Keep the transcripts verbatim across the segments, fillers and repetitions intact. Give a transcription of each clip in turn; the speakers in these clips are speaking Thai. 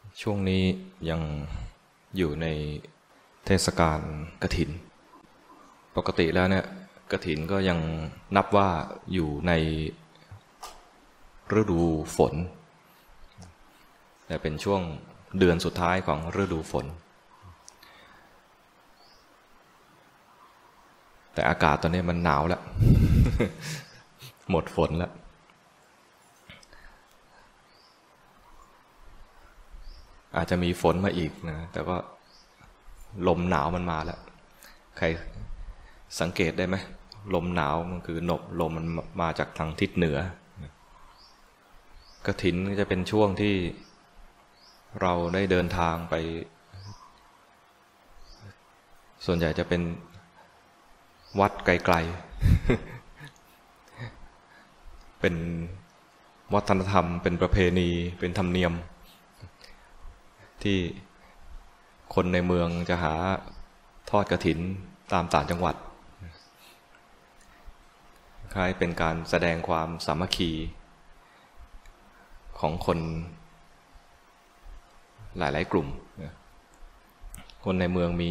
ช่วงนี้ยังอยู่ในเทศกาลกฐินปกติแล้วเนี่ยกฐินก็ยังนับว่าอยู่ในฤดูฝนแต่เป็นช่วงเดือนสุดท้ายของฤดูฝนแต่อากาศตอนนี้มันหนาวแล้ว หมดฝนแล้วอาจจะมีฝนมาอีกนะแต่ก็ลมหนาวมันมาแล้วใครสังเกตได้ไหมลมหนาวมันคือหนบลมมันมาจากทางทิศเหนือกฐินจะเป็นช่วงที่เราได้เดินทางไปส่วนใหญ่จะเป็นวัดไกลๆเป็นวัฒนธรรมเป็นประเพณีเป็นธรรมเนียมที่คนในเมืองจะหาทอดกฐินตามต่างจังหวัดคล้ายเป็นการแสดงความสามัคคีของคนหลายๆกลุ่มคนในเมืองมี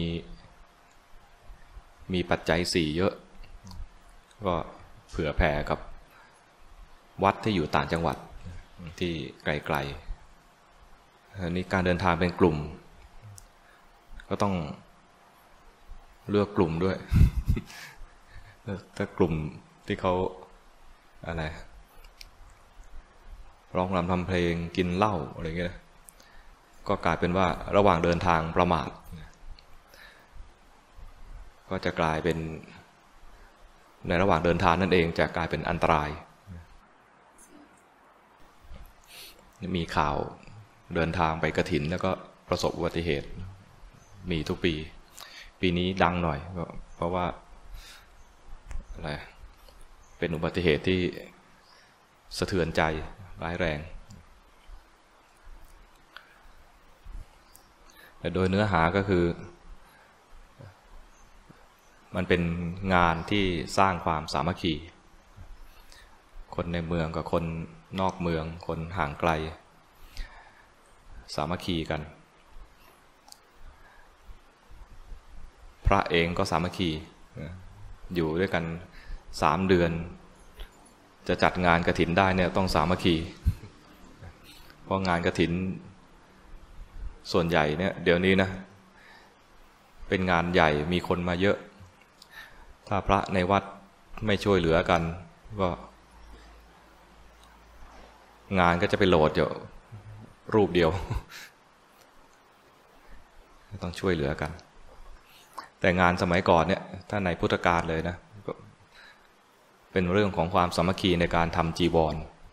มีปัจจัยสี่เยอะก็เผื่อแผ่กับวัดที่อยู่ต่างจังหวัดที่ไกลๆอันนี้การเดินทางเป็นกลุ่มก็ต้องเลือกกลุ่มด้วย ถ้ากลุ่มที่เขาอะไรร้องรำทำเพลงกินเหล้าอะไรเงี้ยก็กลายเป็นว่าระหว่างเดินทางประมาทก็จะกลายเป็นในระหว่างเดินทางนั่นเองจะกลายเป็นอันตรายมีข่าวเดินทางไปกฐินแล้วก็ประสบอุบัติเหตุมีทุกปีปีนี้ดังหน่อยเพราะว่าอะไรเป็นอุบัติเหตุที่สะเทือนใจร้ายแรงแต่โดยเนื้อหาก็คือมันเป็นงานที่สร้างความสามัคคีคนในเมืองกับคนนอกเมืองคนห่างไกลสามัคคีกันพระเองก็สามัคคีอยู่ด้วยกันสามเดือนจะจัดงานกฐินได้เนี่ยต้องสามัคคีเพราะงานกฐินส่วนใหญ่เนี่ยเดี๋ยวนี้นะเป็นงานใหญ่มีคนมาเยอะถ้าพระในวัดไม่ช่วยเหลือกันก็งานก็จะไปโหลดอยู่รูปเดียวต้องช่วยเหลือกันแต่งานสมัยก่อนเนี่ยถ้าในพุทธกาลเลยนะเป็นเรื่องของความสามัคคีในการทำจีวร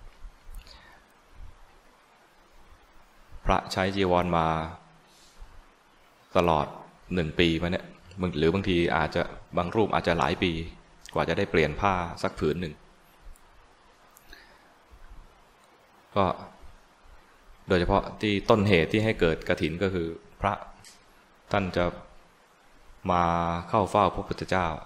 พระใช้จีวรมาตลอดหนึ่งปีมาเนี่ยหรือบางทีอาจจะบางรูปอาจจะหลายปีกว่าจะได้เปลี่ยนผ้าสักผืนหนึ่งก็โดยเฉพาะที่ต้นเหตุที่ให้เกิดกฐินก็คือพระท่านจะมาเข้าเฝ้าพระพุทธเจ้า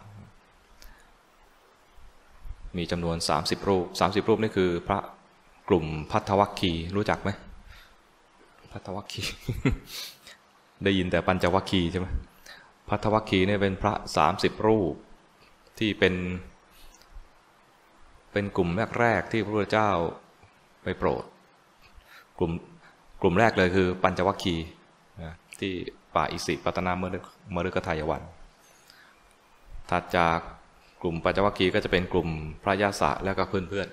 มีจำนวนสามสิบรูปสามสิบรูปนี่คือพระกลุ่มภัททวัคคีย์รู้จักไหมภัททวัคคีย์ ได้ยินแต่ปัญจวัคคีย์ใช่ไหมภัททวัคคีย์เนี่ยเป็นพระสามสิบรูปที่เป็นเป็นกลุ่มแรกๆที่พระพุทธเจ้าไปโปรดกลุ่มกลุ่มแรกเลยคือปัญจวัคคีย์ที่ป่าอิสิปตนมฤคทายวันถัดจากกลุ่มปัญจวัคคีย์ก็จะเป็นกลุ่มพระยาศะแล้วก็เพื่อน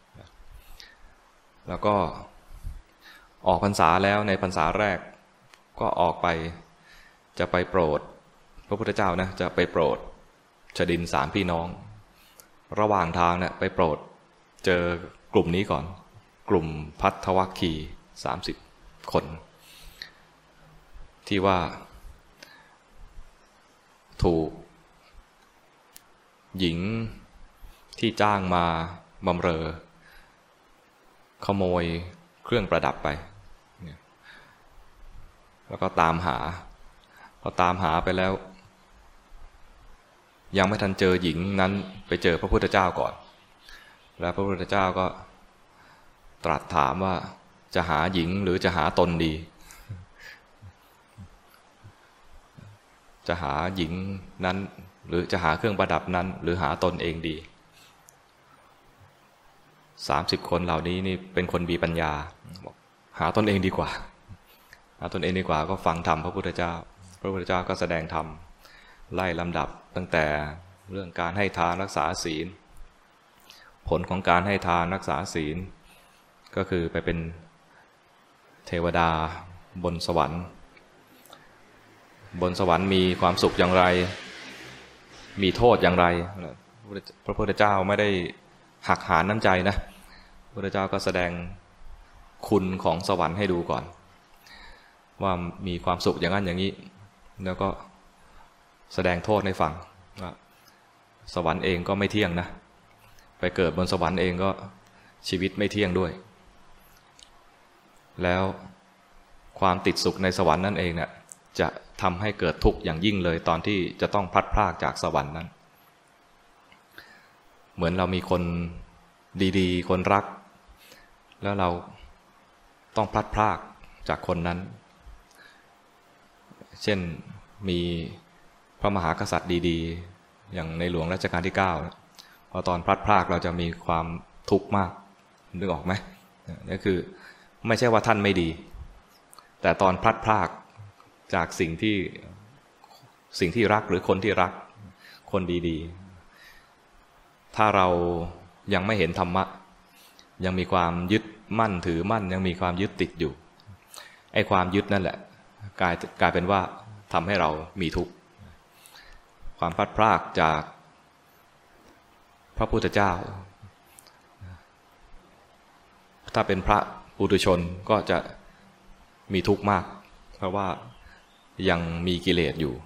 ๆแล้วก็ออกพรรษาแล้วในพรรษาแรกก็ออกไปจะไปโปรดพระพุทธเจ้านะจะไปโปรดชดินสามพี่น้องระหว่างทางเนี่ยไปโปรดเจอกลุ่มนี้ก่อนกลุ่มภัททวัคคีย์สามสิบคนที่ว่าถูกหญิงที่จ้างมาบำเรอขโมยเครื่องประดับไปแล้วก็ตามหาพอตามหาไปแล้วยังไม่ทันเจอหญิงนั้นไปเจอพระพุทธเจ้าก่อนแล้วพระพุทธเจ้าก็ตรัสถามว่าจะหาหญิงหรือจะหาตนดีจะหาหญิงนั้นหรือจะหาเครื่องประดับนั้นหรือหาตนเองดีสามสิบคนเหล่านี้นี่เป็นคนมีปัญญาบอกหาตนเองดีกว่าหาตนเองดีกว่าก็ฟังธรรมพระพุทธเจ้าพระพุทธเจ้าก็แสดงธรรมไล่ลำดับตั้งแต่เรื่องการให้ทานรักษาศีลผลของการให้ทานรักษาศีลก็คือไปเป็นเทวดาบนสวรรค์บนสวรรค์มีความสุขอย่างไรมีโทษอย่างไรพระพุทธเจ้าไม่ได้หักหานน้ำใจนะพระพุทธเจ้าก็แสดงคุณของสวรรค์ให้ดูก่อนว่ามีความสุขอย่างนั้นอย่างนี้แล้วก็แสดงโทษให้ฟังว่าสวรรค์เองก็ไม่เที่ยงนะไปเกิดบนสวรรค์เองก็ชีวิตไม่เที่ยงด้วยแล้วความติดสุขในสวรรค์นั่นเองเนี่ยจะทำให้เกิดทุกข์อย่างยิ่งเลยตอนที่จะต้องพลัดพรากจากสวรรค์นั้นเหมือนเรามีคนดีๆคนรักแล้วเราต้องพลัดพรากจากคนนั้นเช่นมีพระมหากษัตริย์ดีๆอย่างในหลวงรัชกาลที่เก้าพอตอนพลัดพรากเราจะมีความทุกข์มากนึกออกไหมนี่คือไม่ใช่ว่าท่านไม่ดีแต่ตอนพลัดพรากจากสิ่งที่สิ่งที่รักหรือคนที่รักคนดีๆถ้าเรายังไม่เห็นธรรมะยังมีความยึดมั่นถือมั่นยังมีความยึดติดอยู่ไอ้ความยึดนั่นแหละกลายกลายเป็นว่าทำให้เรามีทุกข์ความพลัดพรากจากพระพุทธเจ้าถ้าเป็นพระปุถุชนก็จะมีทุกข์มากเพราะว่ายังมีกิเลสอยู่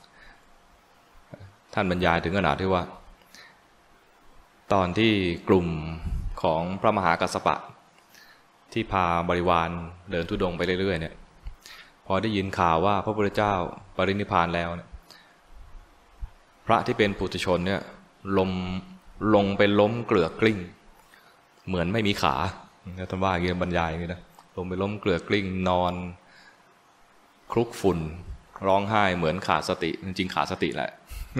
ท่านบรรยายถึงขนาดที่ว่าตอนที่กลุ่มของพระมหากัสสปะที่พาบริวารเดินธุดงค์ไปเรื่อยๆเนี่ยพอได้ยินข่าวว่าพระพุทธเจ้าปรินิพพานแล้วเนี่ยพระที่เป็นปุถุชนเนี่ยลมลงไปล้มเกลือกกลิ้งเหมือนไม่มีขาท่านว่าอย่างนี้บรรยายอย่างนี้นะลงไปล้มเกลือกกลิ้งนอนคลุกฝุ่นร้องไห้เหมือนขาดสติจริงๆขาดสติแหละ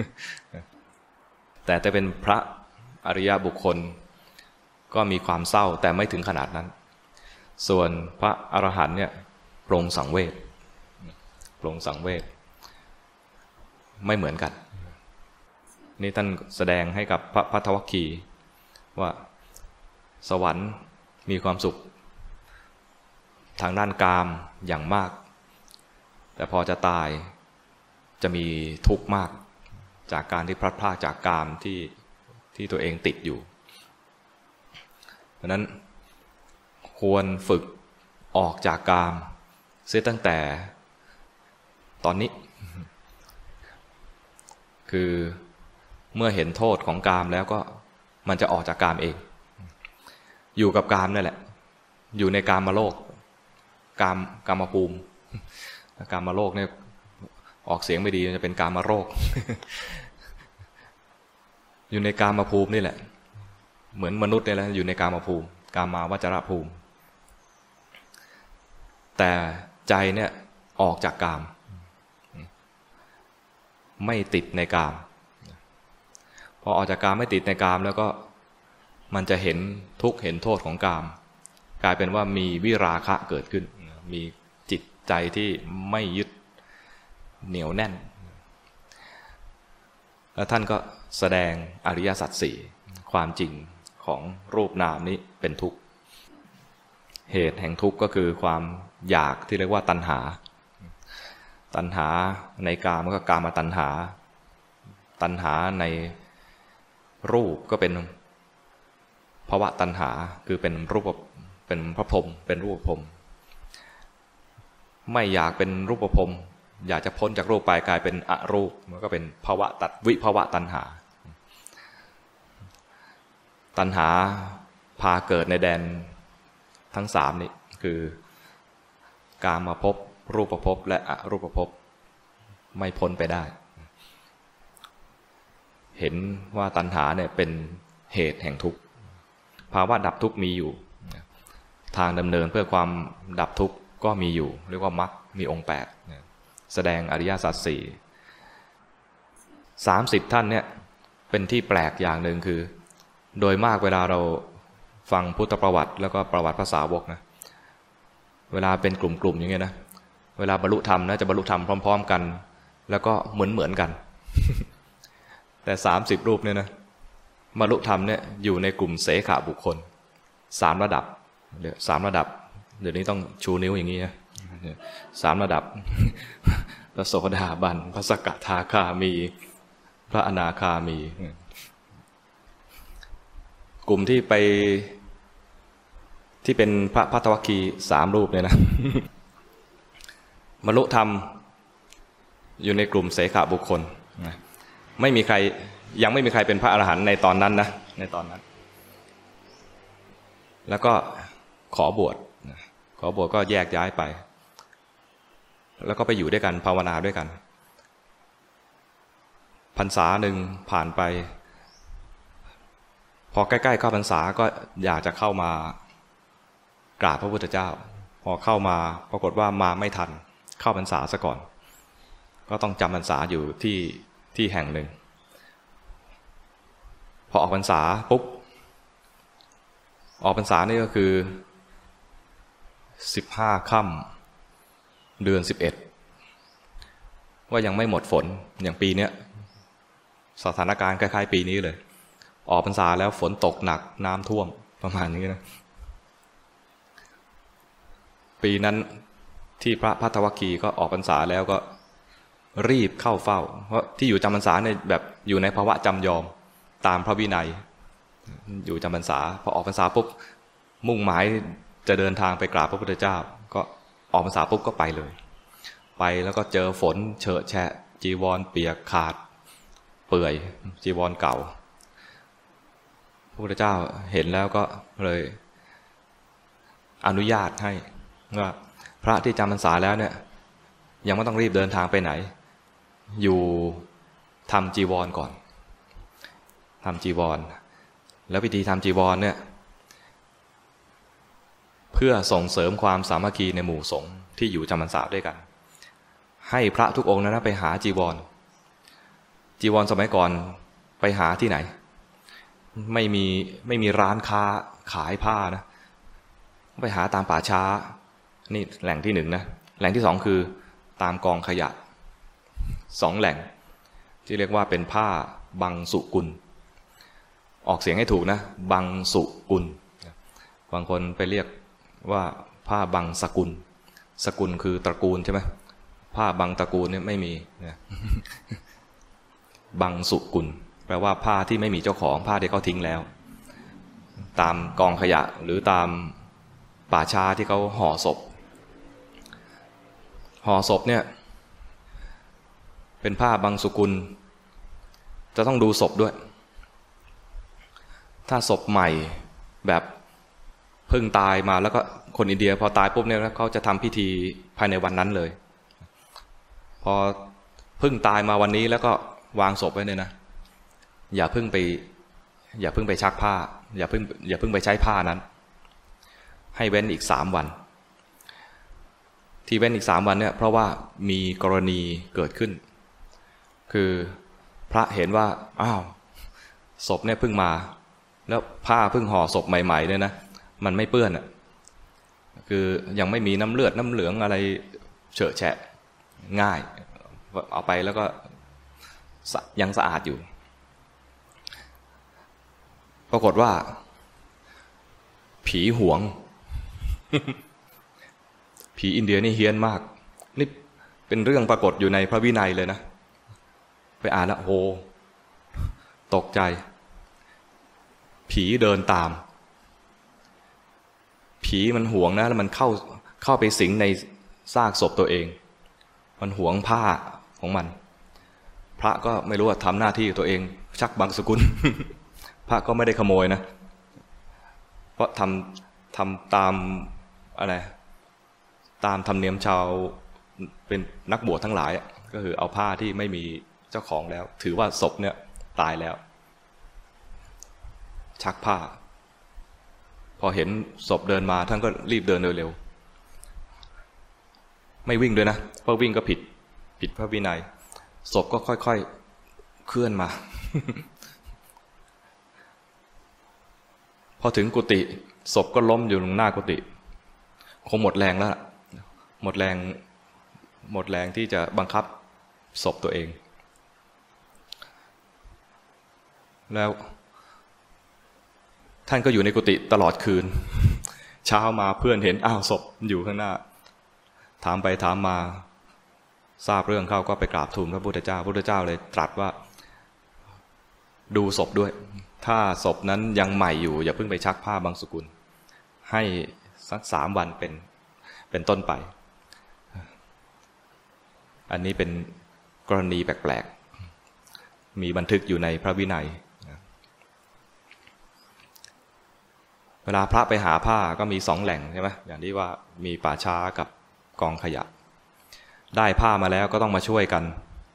แต่แต่เป็นพระอริยบุคคลก็มีความเศร้าแต่ไม่ถึงขนาดนั้นส่วนพระอรหันต์เนี่ยปรงสังเวชปรงสังเวชไม่เหมือนกันนี่ท่านแสดงให้กับพระภัททวัคคีย์ว่าสวรรค์มีความสุขทางด้านกามอย่างมากแต่พอจะตายจะมีทุกข์มากจากการที่พลัดพรากจากกามที่ที่ตัวเองติดอยู่เพราะนั้นควรฝึกออกจากกามเสียตั้งแต่ตอนนี้คือเมื่อเห็นโทษของกามแล้วก็มันจะออกจากกามเองอยู่กับกามนั่นแหละอยู่ในกามโลกกามกามภูมิกามโลกเนี่ยออกเสียงไม่ดีจะเป็นกามโรค อยู่ในกามภูมินี่แหละเหมือนมนุษย์นี่แหละอยู่ในกามภูมิกามาวจรภูมิแต่ใจเนี่ยออกจากกามไม่ติดในกามพอออกจากกามไม่ติดในกามแล้วก็มันจะเห็นทุกข์เห็นโทษของกามกลายเป็นว่ามีวิราคะเกิดขึ้นมีจิตใจที่ไม่ยึดเหนียวแน่นแล้วท่านก็แสดงอริยสัจสี่ความจริงของรูปนามนี้เป็นทุกข์เหตุแห่งทุกข์ก็คือความอยากที่เรียกว่าตัณหาตัณหาในกามก็กามตัณหาตัณหาในรูปก็เป็นภวตัณหาคือเป็นรูปเป็นพระพรหมเป็นรูปพรหมไม่อยากเป็นรูปพรหมอยากจะพ้นจากรูปไปกลายเป็นอรูปมันก็เป็นภวะตัดวิภวะตัณหาตัณหาพาเกิดในแดนทั้งสามนี้คือกามภพรูปภพและอรูปภพไม่พ้นไปได้เห็นว่าตัณหาเนี่ยเป็นเหตุแห่งทุกข์ภาวะดับทุกข์มีอยู่ทางดำเนินเพื่อความดับทุกข์ก็มีอยู่เรียกว่ามรรคมีองค์แปดแสดงอริยสัจสี่สามสิบท่านเนี่ยเป็นที่แปลกอย่างหนึ่งคือโดยมากเวลาเราฟังพุทธประวัติแล้วก็ประวัติภาษาวกนะเวลาเป็นกลุ่มๆอย่างเงี้ยนะเวลาบรรลุธรรมนะจะบรรลุธรรมพร้อมๆกันแล้วก็เหมือนๆกัน แต่สามสิบรูปเนี่ยนะบรรลุธรรมเนี่ยอยู่ในกลุ่มเสขบุคคลสามระดับเดี๋ยวสามระดับเดี๋ยวนี้ต้องชูนิ้วอย่างนี้นะสามระดับพระโสดาบันพระสกทาคามีพระอนาคามีกลุ่มที่ไปที่เป็นพระภัททวัคคีย์สามรูปเนี่ยนะบรรลุธรรมอยู่ในกลุ่มเสขบุคคลไม่มีใครยังไม่มีใครเป็นพระอรหันต์ในตอนนั้นนะในตอนนั้นแล้วก็ขอบวชขอบวชก็แยกย้ายไปแล้วก็ไปอยู่ด้วยกันภาวนาด้วยกันพรรษาหนึ่งผ่านไปพอใกล้ๆเข้าพรรษาก็อยากจะเข้ามากราบพระพุทธเจ้าพอเข้ามาปรากฏว่ามาไม่ทันเข้าพรรษาซะก่อนก็ต้องจำพรรษาอยู่ที่ที่แห่งหนึ่งพอออกพรรษาปุ๊บออกพรรษานี่ก็คือสิบห้าค่ำเดือนสิบเอ็ดว่ายังไม่หมดฝนอย่างปีนี้สถานการณ์คล้ายๆปีนี้เลยออกพรรษาแล้วฝนตกหนักน้ำท่วมประมาณนี้นะปีนั้นที่พระภัททวัคคีย์ก็ออกพรรษาแล้วก็รีบเข้าเฝ้าเพราะที่อยู่จำพรรษาเนี่ยแบบอยู่ในภาวะจำยอมตามพระวินัยอยู่จำพรรษาพอออกพรรษาปุ๊บมุ่งหมายจะเดินทางไปกราบพระพุทธเจ้าก็ออกพรรษาปุ๊บก็ไปเลยไปแล้วก็เจอฝนเฉอะแฉะจีวรเปียกขาดเปื่อยจีวรเก่าพระพุทธเจ้าเห็นแล้วก็เลยอนุญาตให้ว่าพระที่จำพรรษาแล้วเนี่ยยังไม่ต้องรีบเดินทางไปไหนอยู่ทำจีวรก่อนทำจีวรแล้ววิธีทำจีวรเนี่ยเพื่อส่งเสริมความสามัคคีในหมู่สงฆ์ที่อยู่จำพรรษาด้วยกันให้พระทุกองค์นั้นไปหาจีวรจีวรสมัยก่อนไปหาที่ไหนไม่มีไม่มีร้านค้าขายผ้านะไปหาตามป่าช้านี่แหล่งที่หนึ่งนะแหล่งที่สองคือตามกองขยะสองแหล่งที่เรียกว่าเป็นผ้าบังสุกุลออกเสียงให้ถูกนะบังสุกุลบางคนไปเรียกว่าผ้าบังสกุลสกุลคือตระกูลใช่ไหมผ้าบังตระกูลเนี่ยไม่มีนะบังสุกุลแปลว่าผ้าที่ไม่มีเจ้าของผ้าที่เขาทิ้งแล้วตามกองขยะหรือตามป่าช้าที่เขาห่อศพห่อศพเนี่ยเป็นผ้าบังสุกุลจะต้องดูศพด้วยถ้าศพใหม่แบบเพิ่งตายมาแล้วก็คนอินเดียพอตายปุ๊บเนี่ยเขาจะทำพิธีภายในวันนั้นเลยพอเพิ่งตายมาวันนี้แล้วก็วางศพไว้เนี่ยนะอย่าเพิ่งไปอย่าเพิ่งไปชักผ้าอย่าเพิ่งอย่าเพิ่งไปใช้ผ้านั้นให้เว้นอีกสามวันที่เว้นอีกสามวันเนี่ยเพราะว่ามีกรณีเกิดขึ้นคือพระเห็นว่าอ้าวศพเนี่ยเพิ่งมาแล้วผ้าเพิ่งห่อศพใหม่ๆเนี่ยนะมันไม่เปื้อนอ่ะคือยังไม่มีน้ำเลือดน้ำเหลืองอะไรเฉอะแฉะง่ายเอาไปแล้วก็ยังสะอาดอยู่ปรากฏว่าผีหวง ผีอินเดียนี่เฮี้ยนมากนี่เป็นเรื่องปรากฏอยู่ในพระวินัยเลยนะไปอ่านแล้วโหตกใจผีเดินตามผีมันหวงนะแล้วมันเข้าเข้าไปสิงในซากศพตัวเองมันหวงผ้าของมันพระก็ไม่รู้ว่าทำหน้าที่ตัวเองชักบังสกุล พระก็ไม่ได้ขโมยนะเพราะทำทำตามอะไรตามธรรมเนียมชาวเป็นนักบวชทั้งหลายก็คือเอาผ้าที่ไม่มีเจ้าของแล้วถือว่าศพเนี่ยตายแล้วชักผ้าพอเห็นศพเดินมาท่านก็รีบเดินเร็วๆไม่วิ่งด้วยนะเพราะวิ่งก็ผิดผิดพระวินัยศพก็ค่อยเคลื่อนมา พอถึงกุฏิศพก็ล้มอยู่ตรงหน้ากุฏิคงหมดแรงแล้วหมดแรงหมดแรงที่จะบังคับศพตัวเองแล้วท่านก็อยู่ในกุฏิตลอดคืนเช้ามาเพื่อนเห็นอ้าวศพอยู่ข้างหน้าถามไปถามมาทราบเรื่องเข้าก็ไปกราบทูลพระพุทธเจ้าพระพุทธเจ้าเลยตรัสว่าดูศพด้วยถ้าศพนั้นยังใหม่อยู่อย่าเพิ่งไปชักผ้าบางสกุลให้สักสามวันเป็นเป็นต้นไปอันนี้เป็นกรณีแปลกๆมีบันทึกอยู่ในพระวินัยเวลาพระไปหาผ้าก็มีสองแหล่งใช่ไหมอย่างที่ว่ามีป่าช้ากับกองขยะได้ผ้ามาแล้วก็ต้องมาช่วยกัน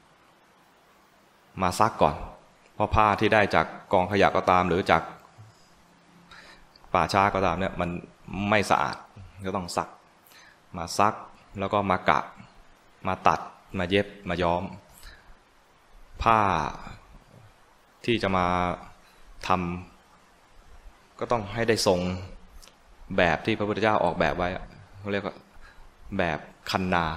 มาซักก่อนเพราะผ้าที่ได้จากกองขยะก็ตามหรือจากป่าช้าก็ตามเนี่ยมันไม่สะอาดก็ต้องซักมาซักแล้วก็มากะมาตัดมาเย็บมาย้อมผ้าที่จะมาทำก็ต้องให้ได้ทรงแบบที่พระพุทธเจ้าออกแบบไว้เขาเรียกว่าแบบคันนา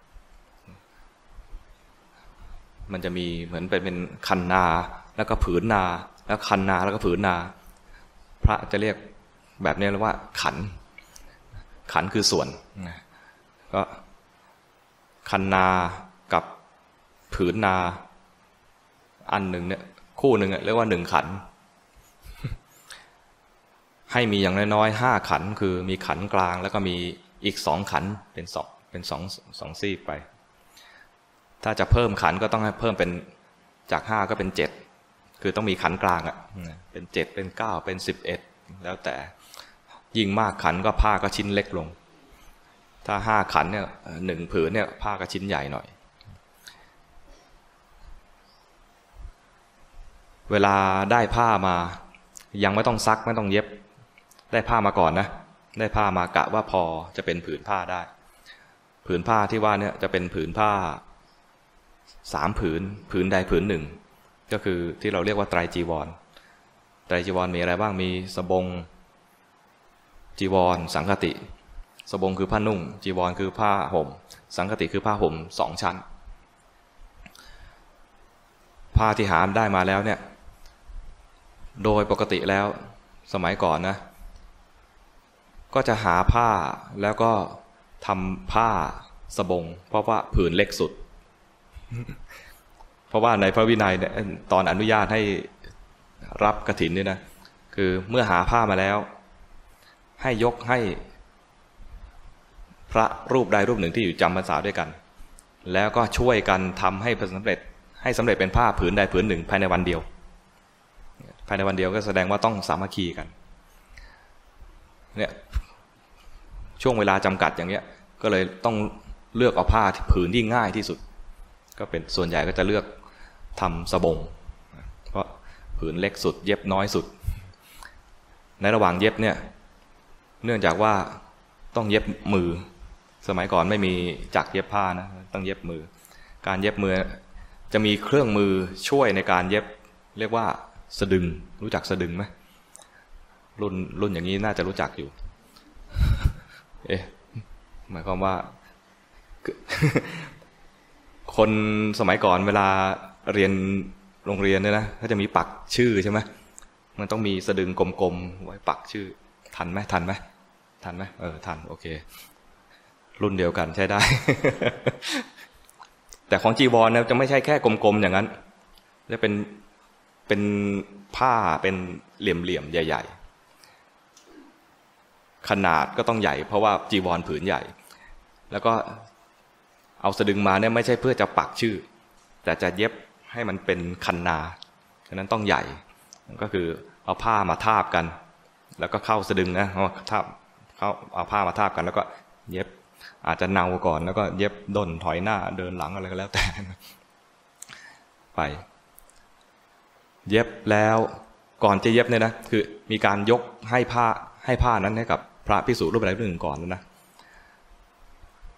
มันจะมีเหมือนเป็นเป็นคันนาแล้วก็ผืนนาแล้วคันนาแล้วก็ผืนนาพระจะเรียกแบบนี้เรียกว่าขันขันคือส่วนก็คันนากับผืนนาอันหนึ่งเนี่ยคู่หนึ่งเรียกว่าหนึ่งขันให้มีอย่างน้อยๆห้าขันคือมีขันกลางแล้วก็มีอีกสองขันเป็นสองเป็นสองสองซีกไปถ้าจะเพิ่มขันก็ต้องให้เพิ่มเป็นจากห้าก็เป็นเจ็ดคือต้องมีขันกลางอ่ะเป็นเจ็ดเป็นเก้าเป็นสิบเอ็ดแล้วแต่ยิ่งมากขันก็ผ้าก็ชิ้นเล็กลงถ้าห้าขันเนี่ยหนึ่งผืนเนี่ยผ้าก็ชิ้นใหญ่หน่อยเวลาได้ผ้ามายังไม่ต้องซักไม่ต้องเย็บได้ผ้ามาก่อนนะได้ผ้ามากะว่าพอจะเป็นผืนผ้าได้ผืนผ้าที่ว่าเนี่ยจะเป็นผืนผ้าสามผืนผืนใดผืนหนึ่งก็คือที่เราเรียกว่าไตรจีวรไตรจีวรมีอะไรบ้างมีสบงจีวรสังฆติสบงคือผ้านุ่งจีวรคือผ้าห่มสังฆติคือผ้าห่มสองชั้นผ้าที่หาได้มาแล้วเนี่ยโดยปกติแล้วสมัยก่อนนะก็จะหาผ้าแล้วก็ทำผ้าสบงเพราะว่าผืนเล็กสุดเพราะว่าในพระวินัยเนี่ยตอนอนุญาตให้รับกฐินนี่นะคือเมื่อหาผ้ามาแล้วให้ยกให้พระรูปใดรูปหนึ่งที่อยู่จำพรรษาด้วยกันแล้วก็ช่วยกันทำให้สำเร็จให้สำเร็จเป็นผ้าผืนใดผืนหนึ่งภายในวันเดียวภายในวันเดียวก็แสดงว่าต้องสามัคคีกันเนี่ยช่วงเวลาจำกัดอย่างเงี้ยก็เลยต้องเลือกเอาผ้าผืนที่ง่ายที่สุดก็เป็นส่วนใหญ่ก็จะเลือกทำสบงเพราะผืนเล็กสุดเย็บน้อยสุดในระหว่างเย็บเนี่ยเนื่องจากว่าต้องเย็บมือสมัยก่อนไม่มีจักรเย็บผ้านะต้องเย็บมือการเย็บมือจะมีเครื่องมือช่วยในการเย็บเรียกว่าสะดึงรู้จักสะดึงไหมรุ่นรุ่นอย่างนี้น่าจะรู้จักอยู่เอ๊ะหมายความว่าคนสมัยก่อนเวลาเรียนโรงเรียนเนี่ยนะเขาจะมีปักชื่อใช่ไหมมันต้องมีสะดึงกลมๆไว้ปักชื่อทันไหมทันไหมทันไหมเออทันโอเครุ่นเดียวกันใช้ได้ แต่ของจีวรเนี่ยจะไม่ใช่แค่กลมๆอย่างนั้นจะเป็นเป็นผ้าเป็นเหลี่ยมๆใหญ่ๆขนาดก็ต้องใหญ่เพราะว่าจีวรผืนใหญ่แล้วก็เอาสะดึงมาเนี่ยไม่ใช่เพื่อจะปักชื่อแต่จะเย็บให้มันเป็นคันนาฉะนั้นต้องใหญ่ก็คือเอาผ้ามาทาบกันแล้วก็เข้าสะดึงนะเอาทาบเข้าเอาผ้ามาทาบกันแล้วก็เย็บอาจจะเนาก่อนแล้วก็เย็บด้นถอยหน้าเดินหลังอะไรก็แล้วแต่ไปเย็บแล้วก่อนจะเย็บเนี่ยนะคือมีการยกให้ผ้าให้ผ้านั้นให้กับพระภิกษุรูปใดรูปหนึ่งก่อนนะ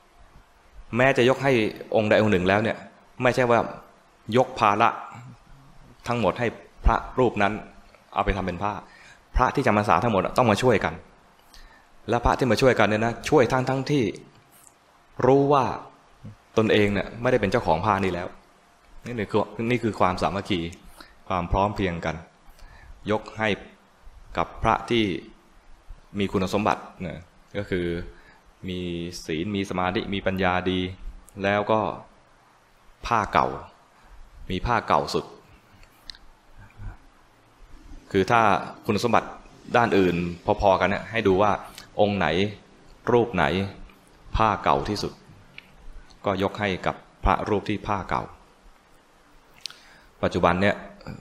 แม้จะยกให้องค์ใดองค์หนึ่งแล้วเนี่ยไม่ใช่ว่ายกภาระทั้งหมดให้พระรูปนั้นเอาไปทำเป็นผ้าพระที่จำพรรษาทั้งหมดต้องมาช่วยกันและพระที่มาช่วยกันเนี่ยนะช่วยทั้งทั้งที่รู้ว่าตนเองเนี่ยไม่ได้เป็นเจ้าของผ้านี้แล้วนี่คือนี่คือความสามัคคีความพร้อมเพรียงกันยกให้กับพระที่มีคุณสมบัติเนี่ยก็คือมีศีลมีสมาธิมีปัญญาดีแล้วก็ผ้าเก่ามีผ้าเก่าสุดคือถ้าคุณสมบัติด้านอื่นพอๆกันเนี่ยให้ดูว่าองค์ไหนรูปไหนผ้าเก่าที่สุดก็ยกให้กับพระรูปที่ผ้าเก่าปัจจุบันเนี่ย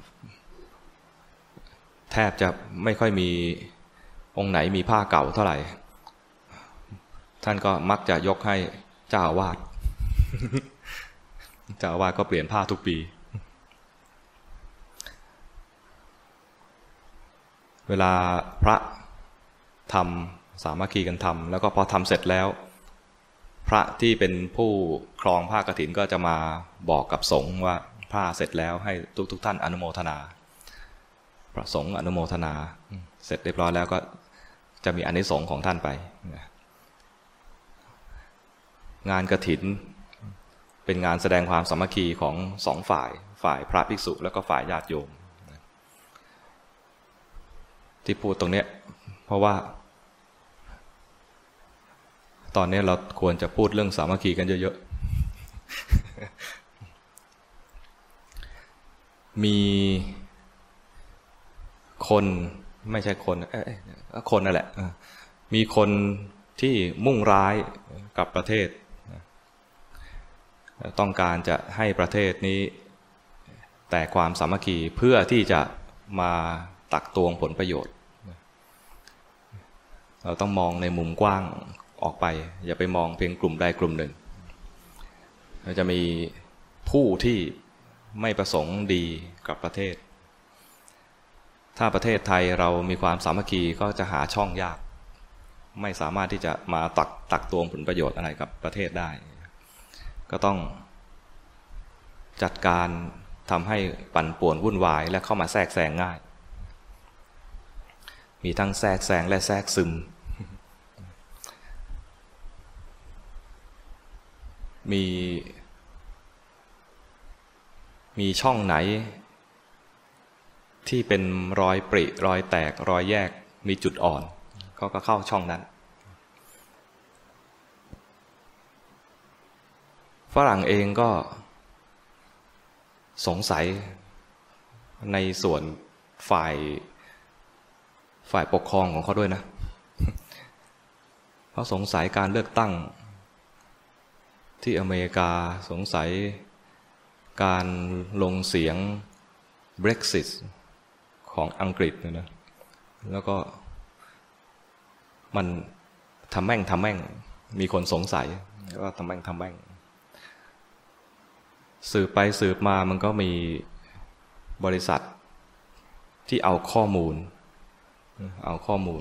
แทบจะไม่ค่อยมีองค์ไหนมีผ้าเก่าเท่าไหร่ท่านก็มักจะยกให้เจ้าอาวาส เจ้าอาวาสก็เปลี่ยนผ้าทุกปีเวลาพระทำสามัคคีกันทำแล้วก็พอทำเสร็จแล้วพระที่เป็นผู้ครองผ้ากฐินก็จะมาบอกกับสงฆ์ว่าผ้าเสร็จแล้วให้ทุกทุกท่านอนุโมทนาพระสงฆ์อนุโมทนาเสร็จเรียบร้อยแล้วก็จะมีอานิสงส์ของท่านไปงานกฐินเป็นงานแสดงความสามัคคีของสองฝ่ายฝ่ายพระภิกษุแล้วก็ฝ่ายญาติโยมที่พูดตรงนี้เพราะว่าตอนนี้เราควรจะพูดเรื่องสามัคคีกันเยอะๆมีคนไม่ใช่คนเอ้ยคนนั่นแหละมีคนที่มุ่งร้ายกับประเทศต้องการจะให้ประเทศนี้แตกความสามัคคีเพื่อที่จะมาตักตวงผลประโยชน์เราต้องมองในมุมกว้างออกไปอย่าไปมองเพียงกลุ่มใดกลุ่มหนึ่งเราจะมีผู้ที่ไม่ประสงค์ดีกับประเทศถ้าประเทศไทยเรามีความสามัคคีก็จะหาช่องยากไม่สามารถที่จะมาตักตักตวงผลประโยชน์อะไรกับประเทศได้ก็ต้องจัดการทำให้ปั่นป่วนวุ่นวายและเข้ามาแทรกแซงง่ายมีทั้งแทรกแซงและแทรกซึมมีมีช่องไหนที่เป็นรอยปริรอยแตกรอยแยกมีจุดอ่อนก็ก็เข้าช่องนั้นฝรั่งเองก็สงสัยในส่วนฝ่ายฝ่ายปกครองของเขาด้วยนะเขาสงสัยการเลือกตั้งที่อเมริกาสงสัยการลงเสียง Brexit ของอังกฤษนะแล้วก็มันทำแม่งทำแม่งมีคนสงสัยก็ทำแม่งทำแม่งสืบไปสืบมามันก็มีบริษัทที่เอาข้อมูลเอาข้อมูล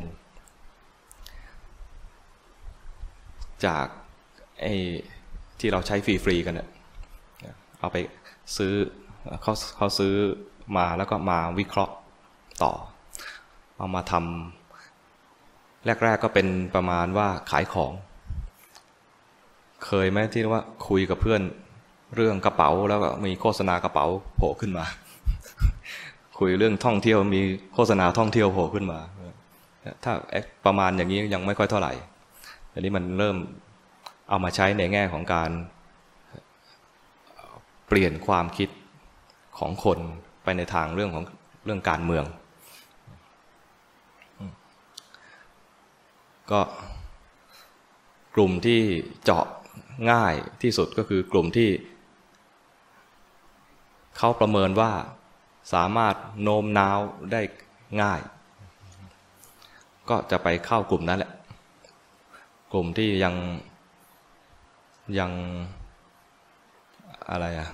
จากไอ้ที่เราใช้ฟรีๆกันเนี่ยเอาไปซื้อเขาเขาซื้อมาแล้วก็มาวิเคราะห์ต่อเอามาทำแรกๆก็เป็นประมาณว่าขายของเคยไหมที่ว่าคุยกับเพื่อนเรื่องกระเป๋าแล้วก็มีโฆษณากระเป๋าโผล่ขึ้นมาคุยเรื่องท่องเที่ยวมีโฆษณาท่องเที่ยวโผล่ขึ้นมาถ้าประมาณอย่างนี้ยังไม่ค่อยเท่าไหร่อันนี้มันเริ่มเอามาใช้ในแง่ของการเปลี่ยนความคิดของคนไปในทางเรื่องของเรื่องการเมืองก็กลุ่มที่เจาะง่ายที่สุดก็คือกลุ่มที่เขาประเมินว่าสามารถโน้มน้าวได้ง่ายก็จะไปเข้ากลุ่มนั้นแหละกลุ่มที่ยังยังอะไรอ่ะ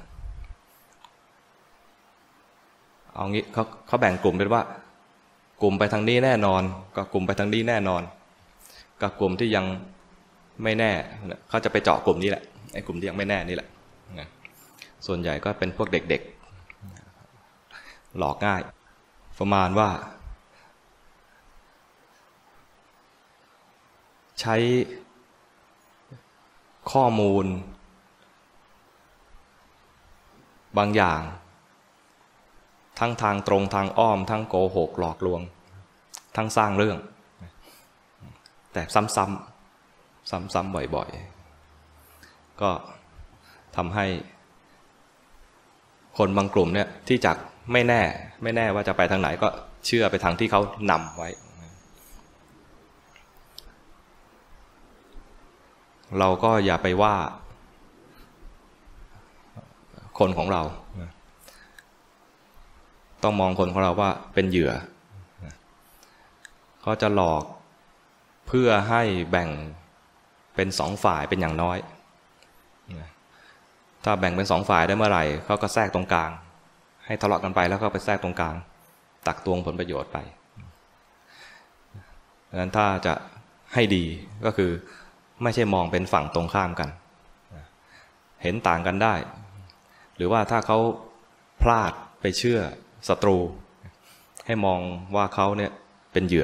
เอางี้เขาเขาแบ่งกลุ่มเป็นว่ากลุ่มไปทางนี้แน่นอนกับกลุ่มไปทางนี้แน่นอนกับกลุ่มที่ยังไม่แน่เขาจะไปเจาะกลุ่มนี้แหละไอ้กลุ่มที่ยังไม่แน่นี่แหละส่วนใหญ่ก็เป็นพวกเด็กๆหลอกง่ายประมาณว่าใช้ข้อมูลบางอย่างทั้งทางตรงทางอ้อมทั้งโกหกหลอกลวงทั้งสร้างเรื่องแต่ซ้ำๆซ้ำๆบ่อยๆก็ทำให้คนบางกลุ่มเนี่ยที่จากไม่แน่ไม่แน่ว่าจะไปทางไหนก็เชื่อไปทางที่เขานำไว้เราก็อย่าไปว่าคนของเราต้องมองคนของเราว่าเป็นเหยื่อเขาจะหลอกเพื่อให้แบ่งเป็นสองฝ่ายเป็นอย่างน้อยถ้าแบ่งเป็นสองฝ่ายได้เมื่อไหร่เขาก็แทรกตรงกลางให้ทะเลาะกันไปแล้วก็ไปแทรกตรงกลางตักตวงผลประโยชน์ไปดังนั้นถ้าจะให้ดีก็คือไม่ใช่มองเป็นฝั่งตรงข้ามกันเห็นต่างกันได้หรือว่าถ้าเขาพลาดไปเชื่อศัตรูให้มองว่าเขาเนี่ยเป็นเหยื่อ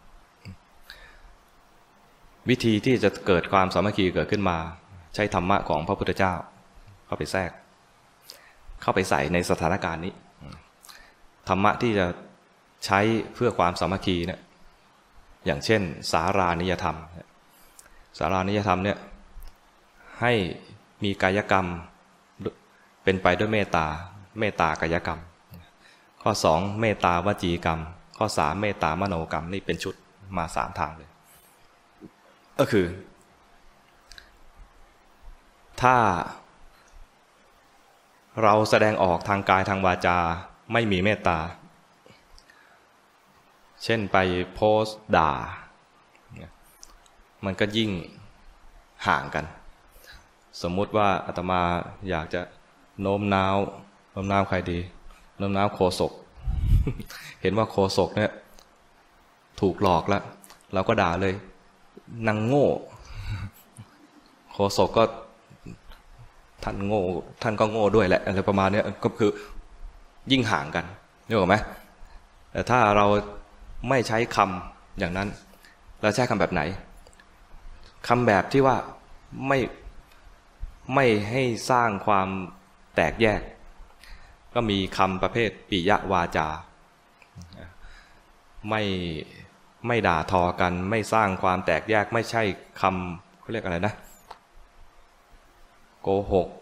วิธีที่จะเกิดความสามัคคีเกิดขึ้นมาใช้ธรรมะของพระพุทธเจ้าเข้าไปแทรกเข้าไปใส่ในสถานการณ์นี้ธรรมะที่จะใช้เพื่อความสามัคคีเนี่ยอย่างเช่นสารานิยธรรมสารานิยธรรมเนี่ยให้มีกายกรรมเป็นไปด้วยเมตตาเมตตากายกรรมข้อสองเมตตาวจีกรรมข้อสามเมตตามโนกรรมนี่เป็นชุดมาสามทางเลยก็คือถ้าเราแสดงออกทางกายทางวาจาไม่มีเมตตาเช่นไปโพสต์ด่ามันก็ยิ่งห่างกันสมมุติว่าอาตมาอยากจะโน้มน้าวโน้มน้าวใครดีโน้มน้าวโฆษก เห็นว่าโฆษกเนี่ยถูกหลอกแล้วเราก็ด่าเลยนางโง่โฆษกก็ท่านโง่ท่านก็โง่ด้วยแหละอะไรประมาณนี้ก็คือยิ่งห่างกันนึกออกไหมแต่ถ้าเราไม่ใช้คำอย่างนั้นเราใช้คำแบบไหนคำแบบที่ว่าไม่ไม่ให้สร้างความแตกแยกก็มีคำประเภทปิยวาจาไม่ไม่ด่าทอกันไม่สร้างความแตกแยกไม่ใช่คำเขาเรียกอะไรนะโกหก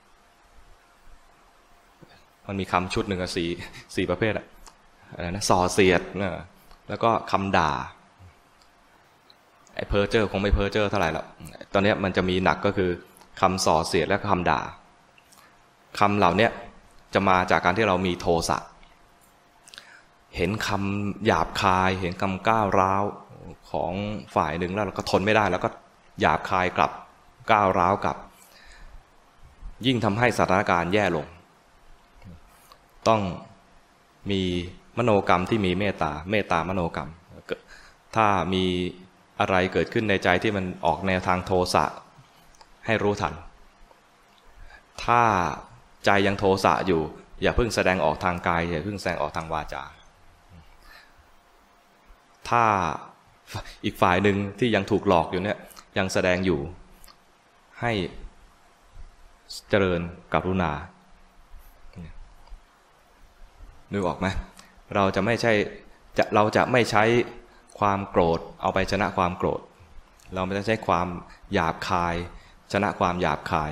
มันมีคำชุดหนึ่งสี่สี่ประเภทอะไรนะส่อเสียดแล้วก็คำด่าไอ้เพ้อเจ้อคงไม่เพ้อเจ้อเท่าไหร่หรอกตอนนี้มันจะมีหนักก็คือคำส่อเสียดและคำด่าคำเหล่านี้จะมาจากการที่เรามีโทสะเห็นคำหยาบคายเห็นคำก้าวร้าวของฝ่ายหนึ่งแล้วเราก็ทนไม่ได้แล้วก็หยาบคายกลับก้าวร้าวกลับยิ่งทำให้สถานการณ์แย่ลงต้องมีมโนกรรมที่มีเมตตาเมตตามโนกรรมถ้ามีอะไรเกิดขึ้นในใจที่มันออกแนวทางโทสะให้รู้ทันถ้าใจยังโทสะอยู่อย่าเพิ่งแสดงออกทางกายอย่าเพิ่งแสดงออกทางวาจาถ้าอีกฝ่ายหนึ่งที่ยังถูกหลอกอยู่เนี่ยยังแสดงอยู่ให้เจริญกรุณานึกออกไหมเราจะไม่ใช่จะเราจะไม่ใช้ความโกรธเอาไปชนะความโกรธเราไม่ต้องใช้ความหยาบคายชนะความหยาบคาย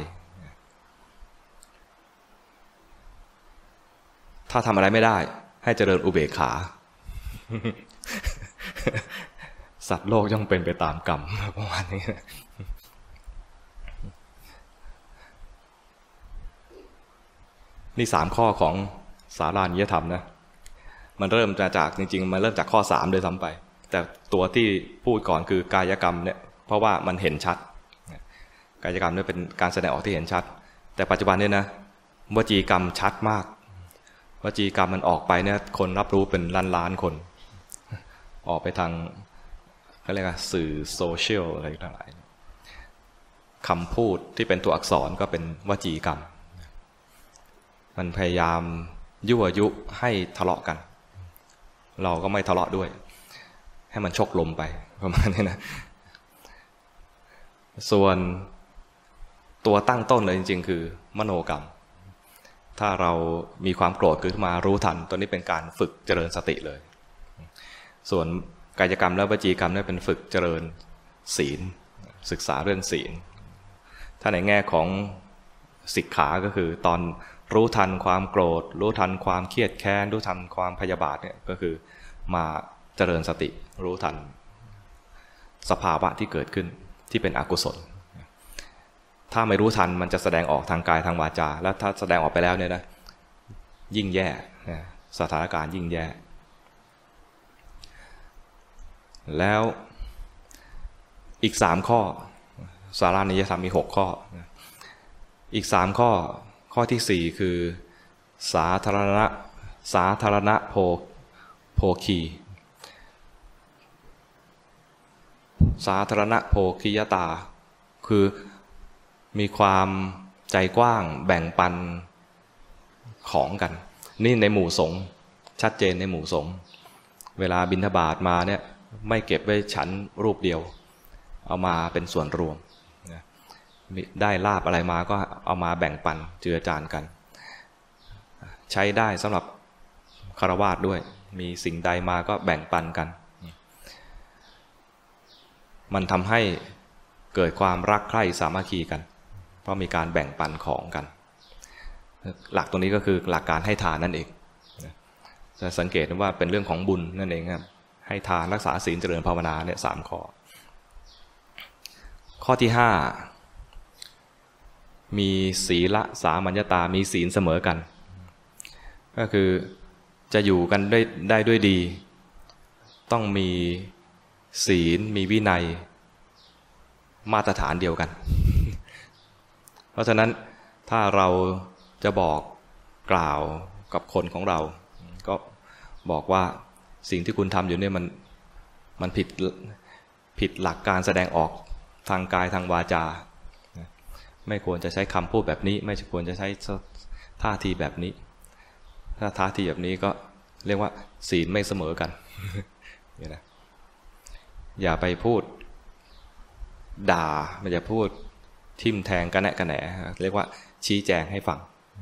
ถ้าทำอะไรไม่ได้ให้เจริญอุเบกขา สัตว์โลกย่อมเป็นไปตามกรรมประมาณนี้นี่สามข้อของสารานิยธรรมนะมันเริ่มจากจริงๆมันเริ่มจากข้อสามโดยซ้ำไปแต่ตัวที่พูดก่อนคือกายกรรมเนี่ยเพราะว่ามันเห็นชัดกายกรรมเนี่ยเป็นการแสดงออกที่เห็นชัดแต่ปัจจุบันเนี่ยนะวจีกรรมชัดมากวจีกรรมมันออกไปเนี่ยคนรับรู้เป็นล้านล้านคนออกไปทางเขาเรียกว่าสื่อโซเชียลอะไรต่างๆคำพูดที่เป็นตัวอักษรก็เป็นวจีกรรมมันพยายามยั่วยุให้ทะเลาะกันเราก็ไม่ทะเลาะด้วยให้มันชกลมไปประมาณนี้นะส่วนตัวตั้งต้นเลยจริงๆคือมโนกรรมถ้าเรามีความโกรธขึ้นมารู้ทันตัวนี้เป็นการฝึกเจริญสติเลยส่วนกายกรรมและวจีกรรมนี่เป็นฝึกเจริญศีลศึกษาเรื่องศีลถ้าในแง่ของสิกขาก็คือตอนรู้ทันความโกรธรู้ทันความเครียดแค้นรู้ทันความพยาบาทเนี่ยก็คือมาเจริญสติรู้ทันสภาวะที่เกิดขึ้นที่เป็นอกุศลถ้าไม่รู้ทันมันจะแสดงออกทางกายทางวาจาแล้วถ้าแสดงออกไปแล้วเนี่ยนะยิ่งแย่สถานการณ์ยิ่งแย่แล้วอีกสามข้อสารานิยธรรมมีหกข้ออีกสามข้อข้อที่สี่คือสาธารณะสาธารณะโภโภคีสาธารณะโภคียตาคือมีความใจกว้างแบ่งปันของกันนี่ในหมู่สงฆ์ชัดเจนในหมู่สงฆ์เวลาบิณฑบาตมาเนี่ยไม่เก็บไว้ฉันรูปเดียวเอามาเป็นส่วนรวมได้ลาภอะไรมาก็เอามาแบ่งปันเจือจานกันใช้ได้สำหรับฆราวาสด้วยมีสิ่งใดมาก็แบ่งปันกันมันทำให้เกิดความรักใคร่สามัคคีกันเพราะมีการแบ่งปันของกันหลักตรงนี้ก็คือหลักการให้ทานนั่นเองจะสังเกตว่าเป็นเรื่องของบุญนั่นเองครับให้ทานรักษาศีลเจริญภาวนาเนี่ยสามข้อข้อที่ห้ามีศีลสามัญญตามีศีลเสมอกันก็คือจะอยู่กันได้ได้ด้วยดีต้องมีศีลมีวินัยมาตรฐานเดียวกันเพราะฉะนั้นถ้าเราจะบอกกล่าวกับคนของเราก็บอกว่าสิ่งที่คุณทำอยู่เนี่ยมันมันผิดผิดหลักการแสดงออกทางกายทางวาจาไม่ควรจะใช้คำพูดแบบนี้ไม่ควรจะใช้ท่าทีแบบนี้ถ้าท่าทีแบบนี้ก็เรียกว่าศีลไม่เสมอกันนี่นะอย่าไปพูดด่าไม่อย่าพูดทิ่มแทงกระแนะกระแหนเรียกว่าชี้แจงให้ฟัง